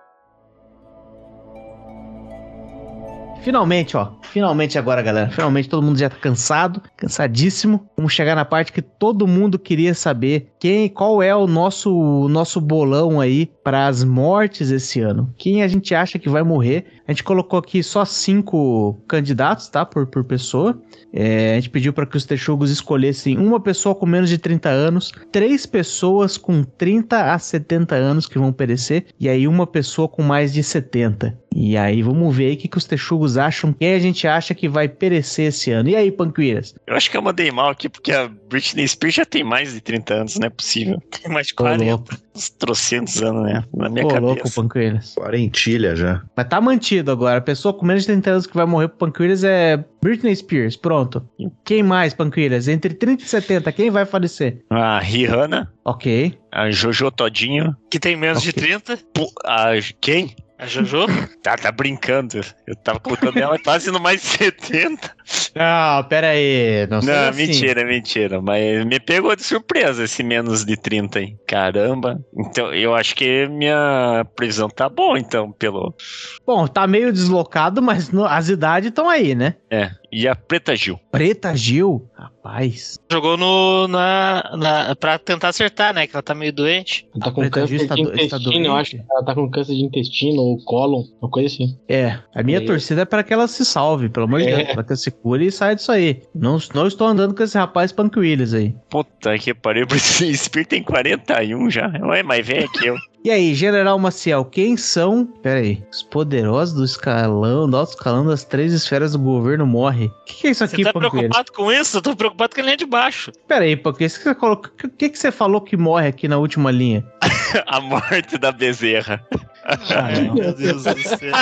Finalmente, ó. Finalmente agora, galera. Finalmente todo mundo já tá cansado, cansadíssimo. Vamos chegar na parte que todo mundo queria saber quem, qual é o nosso, o nosso bolão aí para as mortes esse ano. Quem a gente acha que vai morrer. A gente colocou aqui só cinco candidatos, tá? Por, por pessoa. É, a gente pediu para que os texugos escolhessem uma pessoa com menos de trinta anos, três pessoas com trinta a setenta anos que vão perecer, e aí uma pessoa com mais de setenta. E aí vamos ver aí o que, que os texugos acham, quem a gente acha que vai perecer esse ano. E aí, Panqueiras? Eu acho que eu mandei mal aqui, porque a Britney Spears já tem mais de trinta anos, não é possível. Tem mais de quarenta, uns trocentos anos, né? Na minha Ô, cabeça. louco, Panqueiras. Quarentilha já. Mas tá mantido agora. A pessoa com menos de trinta anos que vai morrer pro Panqueiras é Britney Spears. Pronto. Quem mais, Panqueiras? Entre trinta e setenta, quem vai falecer? A Rihanna. Ok. A Jojo Todinho. Que tem menos Okay. de trinta. Pô, a quem? A Jojo? Tá, tá brincando. Eu tava colocando ela quase no mais de setenta. Não, pera aí. Não, Não, assim. mentira, mentira. Mas me pegou de surpresa esse menos de trinta aí. Caramba. Então, eu acho que minha previsão tá boa, então, pelo... Bom, tá meio deslocado, mas no- as idades estão aí, né? É. E a Preta Gil. Preta Gil? Rapaz. Jogou no, na, na, pra tentar acertar, né? Que ela tá meio doente. Ela tá A com Preta câncer Gil está de do- está intestino, eu doente? acho que ela tá com câncer de intestino ou cólon, uma coisa assim. É, a minha É. torcida é para que ela se salve, pelo amor de É. Deus, para que ela se cure e saia disso aí. Não, não estou andando com esse rapaz Punk Willis aí. Puta que pariu. Esse Spear tem quarenta e um já. Não é mais velho que eu. E aí, General Maciel, quem são, pera aí, os poderosos do escalão, do alto escalão das três esferas do governo morre? O que, que é isso Você aqui, tá Punk Willis? preocupado com isso? Eu tô preocupado com a linha de baixo. Pera aí, Punk Willis, o que, você colocou- o que, que você falou que morre aqui na última linha? A morte da Bezerra. Ai, meu Deus do céu.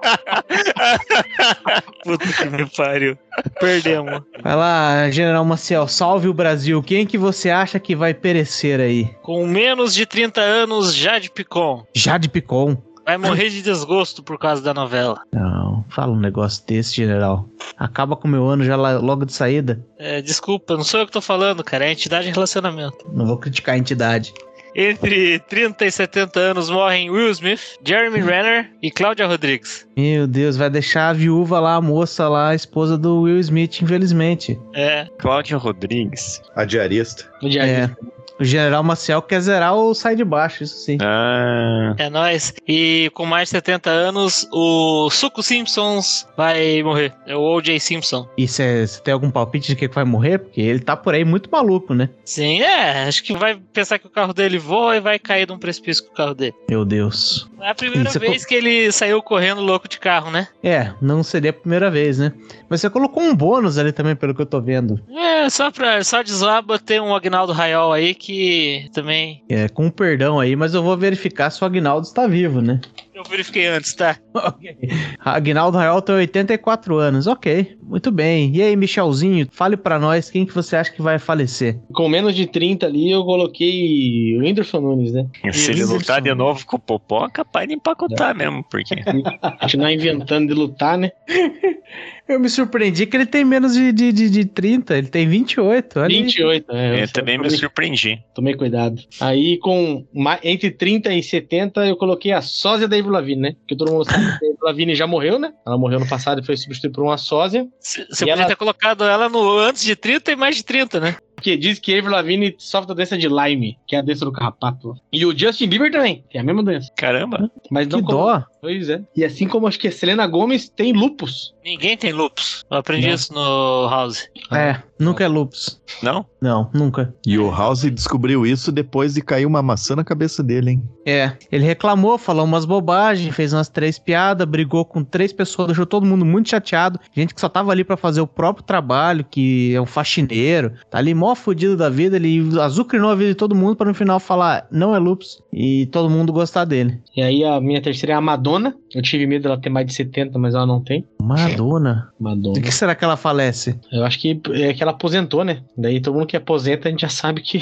Puta que me pariu. Perdemos. Vai lá, General Maciel, salve o Brasil. Quem que você acha que vai perecer aí? Com menos de trinta anos, Jade Picon. Jade Picon? Vai morrer de desgosto por causa da novela. Não, fala um negócio desse, General. Acaba com o meu ano já lá- logo de saída. É, desculpa, não sou eu que tô falando, cara. É a entidade de relacionamento. Não vou criticar a entidade. Entre trinta e setenta anos morrem Will Smith, Jeremy Renner e Cláudia Rodrigues. Meu Deus, vai deixar a viúva lá, a moça lá, a esposa do Will Smith, infelizmente. É. Cláudia Rodrigues. A diarista. No diário. É. O General Maciel quer zerar o Sai de Baixo, isso sim. Ah, É nóis. E com mais de setenta anos, o Suco Simpsons vai morrer. É o O J Simpson. E você tem algum palpite de que vai morrer? Porque ele tá por aí muito maluco, né? Sim, é. Acho que vai pensar que o carro dele voa e vai cair de um precipício com o carro dele. Meu Deus. É a primeira Isso, vez que ele saiu correndo louco de carro, né? É, não seria a primeira vez, né? Mas você colocou um bônus ali também, pelo que eu tô vendo. É, só pra só de zoar, botei um Agnaldo Raiol aí que também... É, com perdão aí, mas eu vou verificar se o Agnaldo está vivo, né? Eu verifiquei antes, tá? Ok. Agnaldo Raiol tem oitenta e quatro anos, ok, muito bem. E aí, Michelzinho, fale pra nós quem que você acha que vai falecer. Com menos de trinta ali, eu coloquei o Whindersson Nunes, né? se ele lutar de novo com o Popó, é capaz de empacotar mesmo, porque... Continuar inventando de lutar, né? Eu me surpreendi que ele tem menos de, de, de, de trinta, ele tem vinte e oito. Olha aí. vinte e oito, é. Eu também me tomei, surpreendi. tomei cuidado. Aí, com ma- entre trinta e setenta, eu coloquei a sósia da Avril Lavigne, né? Porque todo mundo sabe que a Avril Lavigne já morreu, né? Ela morreu no passado e foi substituída por uma sósia. Você E podia ela- ter colocado ela no antes de trinta e mais de trinta, né? Porque diz que a Avril Lavigne sofre da doença de Lyme, que é a doença do carrapato. E o Justin Bieber também, que é a mesma doença. Caramba. Mas Que não como- dó. Pois é. E assim como acho que a Selena Gomez tem lupus. Ninguém tem lupus. Eu aprendi Não. isso no House. É, nunca é lupus. Não? Não, nunca. E o House descobriu isso depois de cair uma maçã na cabeça dele, hein? É, ele reclamou, falou umas bobagens, fez umas três piadas, brigou com três pessoas, deixou todo mundo muito chateado. Gente que só tava ali pra fazer o próprio trabalho, que é um faxineiro, tá ali mó fudido da vida, ele azucrinou a vida de todo mundo pra no final falar, não é lupus, e todo mundo gostar dele. E aí a minha terceira é a Madonna. Eu tive medo dela ter mais de setenta, mas ela não tem. Madonna. Madonna. De que será que ela falece? Eu acho que é que ela aposentou, né? Daí todo mundo que aposenta, a gente já sabe que...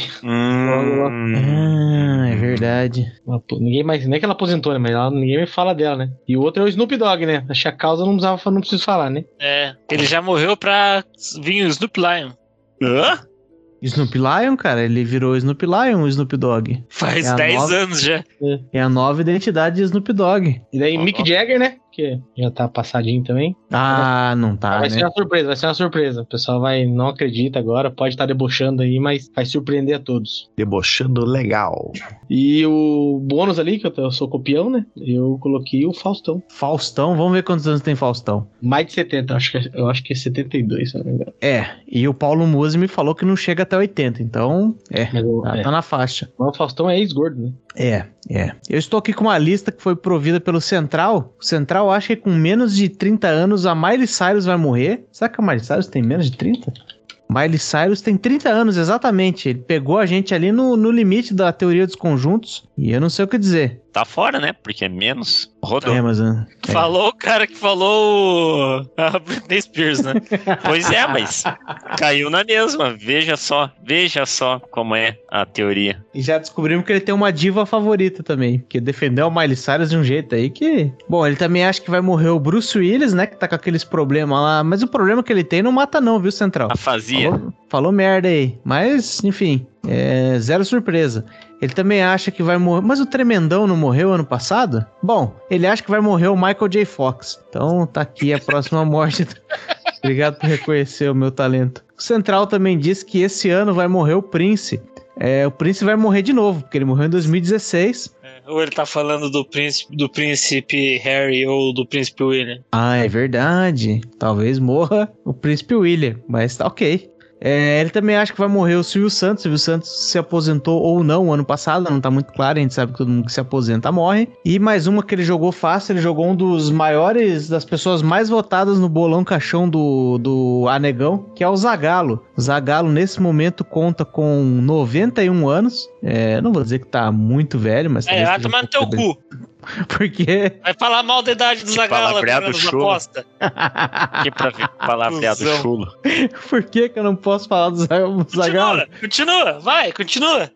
Hum, Ah, é verdade. ela- ninguém mais... Nem que ela aposentou, né? Mas ela, ninguém me fala dela, né? E o outro é o Snoop Dogg, né? Achei a causa, não, precisava, não preciso falar, né? É, ele já morreu pra vir o Snoop Lion. hã? Snoop Lion, cara, ele virou Snoop Lion, o Snoop Dogg. Faz É a dez nova- anos já. É a nova identidade de Snoop Dogg. E daí Ó, Mick ó. Jagger, né? Que já tá passadinho também. Ah, não tá, vai ser né? uma surpresa, vai ser uma surpresa. O pessoal vai, não acredita agora, pode estar debochando aí, mas vai surpreender a todos. Debochando legal. E o bônus ali, que eu, eu sou copião, né? Eu coloquei o Faustão. Faustão, vamos ver quantos anos tem Faustão. Mais de setenta, acho que, é- eu acho que é setenta e dois, se eu não me engano. É, e o Paulo Musi me falou que não chega até oitenta, então, é, Mas, o- tá, é. tá na faixa. Mas o Faustão é ex-gordo, né? É, é. Eu estou aqui com uma lista que foi provida pelo Central. O Central acha que com menos de trinta anos a Miley Cyrus vai morrer. Será que a Miley Cyrus tem menos de trinta? Miley Cyrus tem trinta anos, exatamente. Ele pegou a gente ali no, no limite da teoria dos conjuntos. E eu não sei o que dizer. Tá fora, né? Porque é menos. Rodou. É, mas... ah, é. Falou o cara que falou o- a Britney Spears, né? Pois é, mas caiu na mesma. Veja só, veja só como é a teoria. E já descobrimos que ele tem uma diva favorita também. Porque defendeu o Miley Cyrus de um jeito aí que... Bom, ele também acha que vai morrer o Bruce Willis, né? Que tá com aqueles problemas lá. Mas o problema que ele tem não mata não, viu, Central? Afasia. Falou, falou merda aí. Mas, enfim, é zero surpresa. Ele também acha que vai morrer... Mas o Tremendão não morreu ano passado? Bom, ele acha que vai morrer o Michael J. Fox. Então tá aqui a próxima morte. Obrigado por reconhecer o meu talento. O Central também disse que esse ano vai morrer o Prince. É, o Prince vai morrer de novo, porque ele morreu em dois mil e dezesseis. Ou ele tá falando do príncipe, do príncipe Harry ou do príncipe William. Ah, é verdade. Talvez morra o Príncipe William, mas tá ok. É, ele também acha que vai morrer o Silvio Santos. O Silvio Santos se aposentou ou não ano passado, não tá muito claro. A gente sabe que todo mundo que se aposenta morre. E mais uma que ele jogou fácil, ele jogou um dos maiores, das pessoas mais votadas no bolão caixão do, do Anegão, que é o Zagallo. O Zagallo nesse momento conta com noventa e um anos. É, não vou dizer que tá muito velho, mas... É, talvez vai seja tomar um no teu pouco cu. bem. Porque... Vai falar mal da idade do Que Zagallo palavreado agora nos chulo. aposta. Que pra palavreado Cusão. chulo. Por que que eu não posso falar do Zagallo? Continua, continua, vai, continua.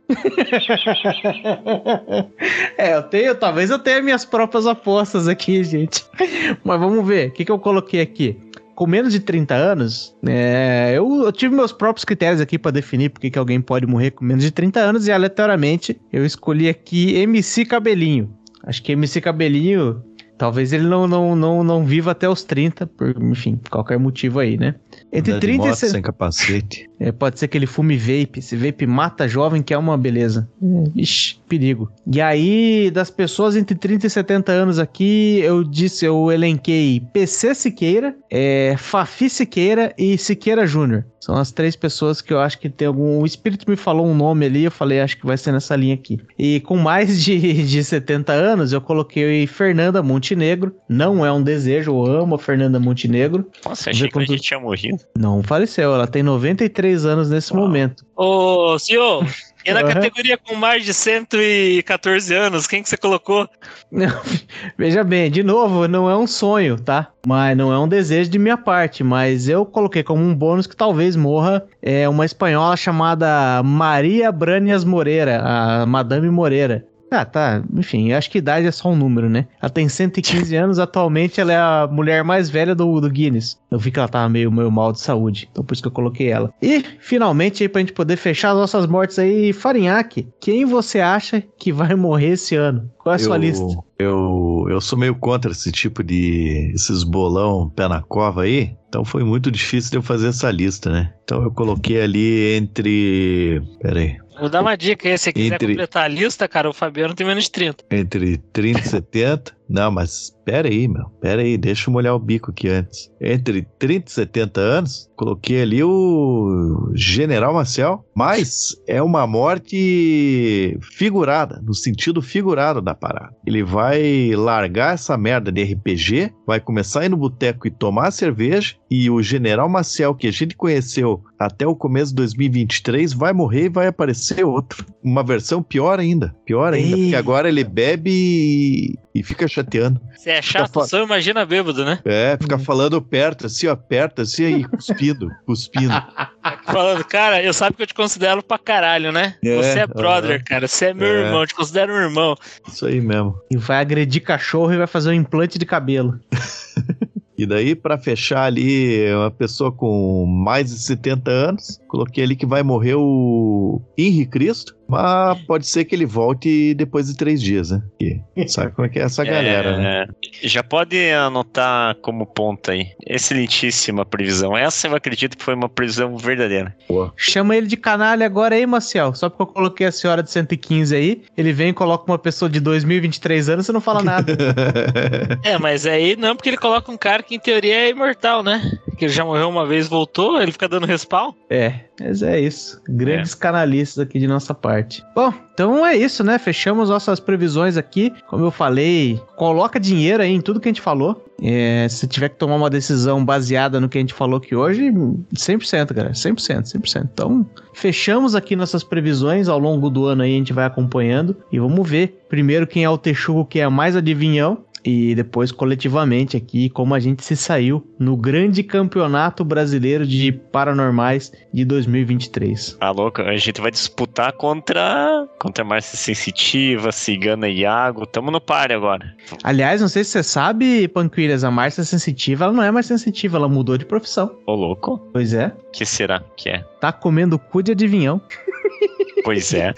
É, eu tenho, talvez eu tenha minhas próprias apostas aqui, gente. Mas vamos ver, o que que eu coloquei aqui? Com menos de trinta anos, é, eu, eu tive meus próprios critérios aqui pra definir por que que alguém pode morrer com menos de trinta anos e aleatoriamente eu escolhi aqui M C Cabelinho. Acho que M C Cabelinho, talvez ele não, não, não, não viva até os trinta, por, enfim, qualquer motivo aí, né? Entre Andar de trinta e moto sessenta. sem capacete. É, pode ser que ele fume vape. Esse vape mata jovem, que é uma beleza. É, ixi, perigo. E aí, das pessoas entre trinta e setenta anos aqui, eu disse, eu elenquei P C Siqueira, é, Fafi Siqueira e Siqueira Júnior. São as três pessoas que eu acho que tem algum... O espírito me falou um nome ali, eu falei, acho que vai ser nessa linha aqui. E com mais de, de setenta anos, eu coloquei Fernanda Montenegro. Não é um desejo, eu amo a Fernanda Montenegro. Nossa, achei que a gente tinha morrido. Não faleceu, ela tem noventa e três anos nesse Uau. momento. Ô, senhor, e na Uhum. categoria com mais de cento e quatorze anos, quem que você colocou? Não, veja bem, de novo, não é um sonho, tá? Mas não é um desejo de minha parte, mas eu coloquei como um bônus que talvez morra é uma espanhola chamada Maria Brânias Moreira, a Madame Moreira. Ah, tá, enfim, acho que idade é só um número, né? Ela tem cento e quinze anos, atualmente ela é a mulher mais velha do, do Guinness. Eu vi que ela tava meio, meio mal de saúde, então por isso que eu coloquei ela. E, finalmente, aí pra gente poder fechar as nossas mortes aí, Farinhaque, quem você acha que vai morrer esse ano? Qual é a sua eu, lista? Eu, eu sou meio contra esse tipo de... esses bolão pé na cova aí. Então foi muito difícil de eu fazer essa lista, né? Então eu coloquei ali entre... Pera aí. Vou dar uma dica aí, se você quiser Entre- completar a lista, cara, o Fabiano tem menos de trinta. Entre trinta e setenta. Não, mas pera aí, meu. Pera aí, deixa eu molhar o bico aqui antes. Entre trinta e setenta anos, coloquei ali o General Maciel, mas é uma morte figurada, no sentido figurado da parada. Ele vai largar essa merda de R P G, vai começar a ir no boteco e tomar cerveja, e o General Maciel, que a gente conheceu até o começo de dois mil e vinte e três, vai morrer e vai aparecer outro. Uma versão pior ainda. Pior ainda, Ei. porque agora ele bebe e, e fica chateando. Você é chato, fa- só imagina bêbado, né? É, fica falando perto, assim, ó, perto, assim, aí, cuspindo, cuspindo. Falando, cara, eu sabe que eu te considero pra caralho, né? É, Você é brother, aham. cara. Você é meu É. irmão, eu te considero um irmão. Isso aí mesmo. E vai agredir cachorro e vai fazer um implante de cabelo. E daí, pra fechar ali, uma pessoa com mais de setenta anos, coloquei ali que vai morrer o Henri Cristo, mas pode ser que ele volte depois de três dias, né? Porque sabe como é que é essa galera, né? É, já pode anotar como ponto aí. Excelentíssima previsão. Essa eu acredito que foi uma previsão verdadeira. Chama ele de canalha agora aí, Maciel. Só porque eu coloquei a senhora de cento e quinze aí, ele vem e coloca uma pessoa de dois mil e vinte e três anos, você não fala nada. É, mas aí não, porque ele coloca um cara que em teoria é imortal, né? Que ele já morreu uma vez, voltou, ele fica dando respawn. É, mas é isso. Grandes canalistas aqui de nossa parte. Bom, então é isso, né? Fechamos nossas previsões aqui. Como eu falei, coloca dinheiro aí em tudo que a gente falou. É, se tiver que tomar uma decisão baseada no que a gente falou aqui hoje, cem por cento, galera. cem por cento, cem por cento. Então, fechamos aqui nossas previsões. Ao longo do ano aí a gente vai acompanhando. E vamos ver primeiro quem é o texugo, quem é mais adivinhão. E depois, coletivamente aqui, como a gente se saiu no grande campeonato brasileiro de paranormais de dois mil e vinte e três. Tá louco? A gente vai disputar contra contra Márcia Sensitiva, Cigana e Iago. Tamo no páreo agora. Aliás, não sei se você sabe, Panquilhas, a Márcia Sensitiva, ela não é mais sensitiva, ela mudou de profissão. Ô, louco? Pois é, Que será que é? tá comendo cu de adivinhão. Pois é.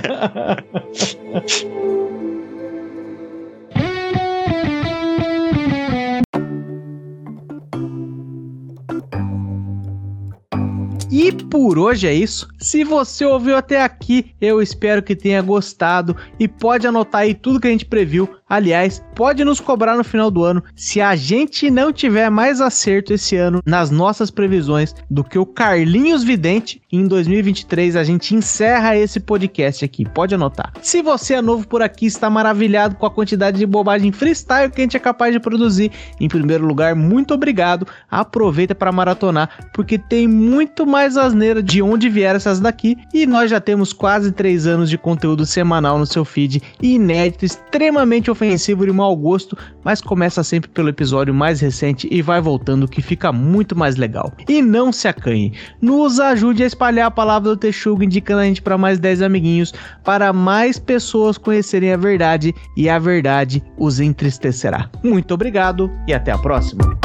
E por hoje é isso. Se você ouviu até aqui, eu espero que tenha gostado e pode anotar aí tudo que a gente previu. Aliás, pode nos cobrar no final do ano se a gente não tiver mais acerto esse ano nas nossas previsões do que o Carlinhos Vidente. Em dois mil e vinte e três a gente encerra esse podcast aqui, pode anotar. Se você é novo por aqui, está maravilhado com a quantidade de bobagem freestyle que a gente é capaz de produzir, em primeiro lugar, muito obrigado. Aproveita para maratonar, porque tem muito mais asneira de onde vieram essas daqui, e nós já temos quase três anos de conteúdo semanal no seu feed, inédito, extremamente ofensivo e de mau gosto, mas começa sempre pelo episódio mais recente e vai voltando, que fica muito mais legal. E não se acanhe, nos ajude a espalhar a palavra do Texugo, indicando a gente para mais dez amiguinhos, para mais pessoas conhecerem a verdade, e a verdade os entristecerá. Muito obrigado e até a próxima.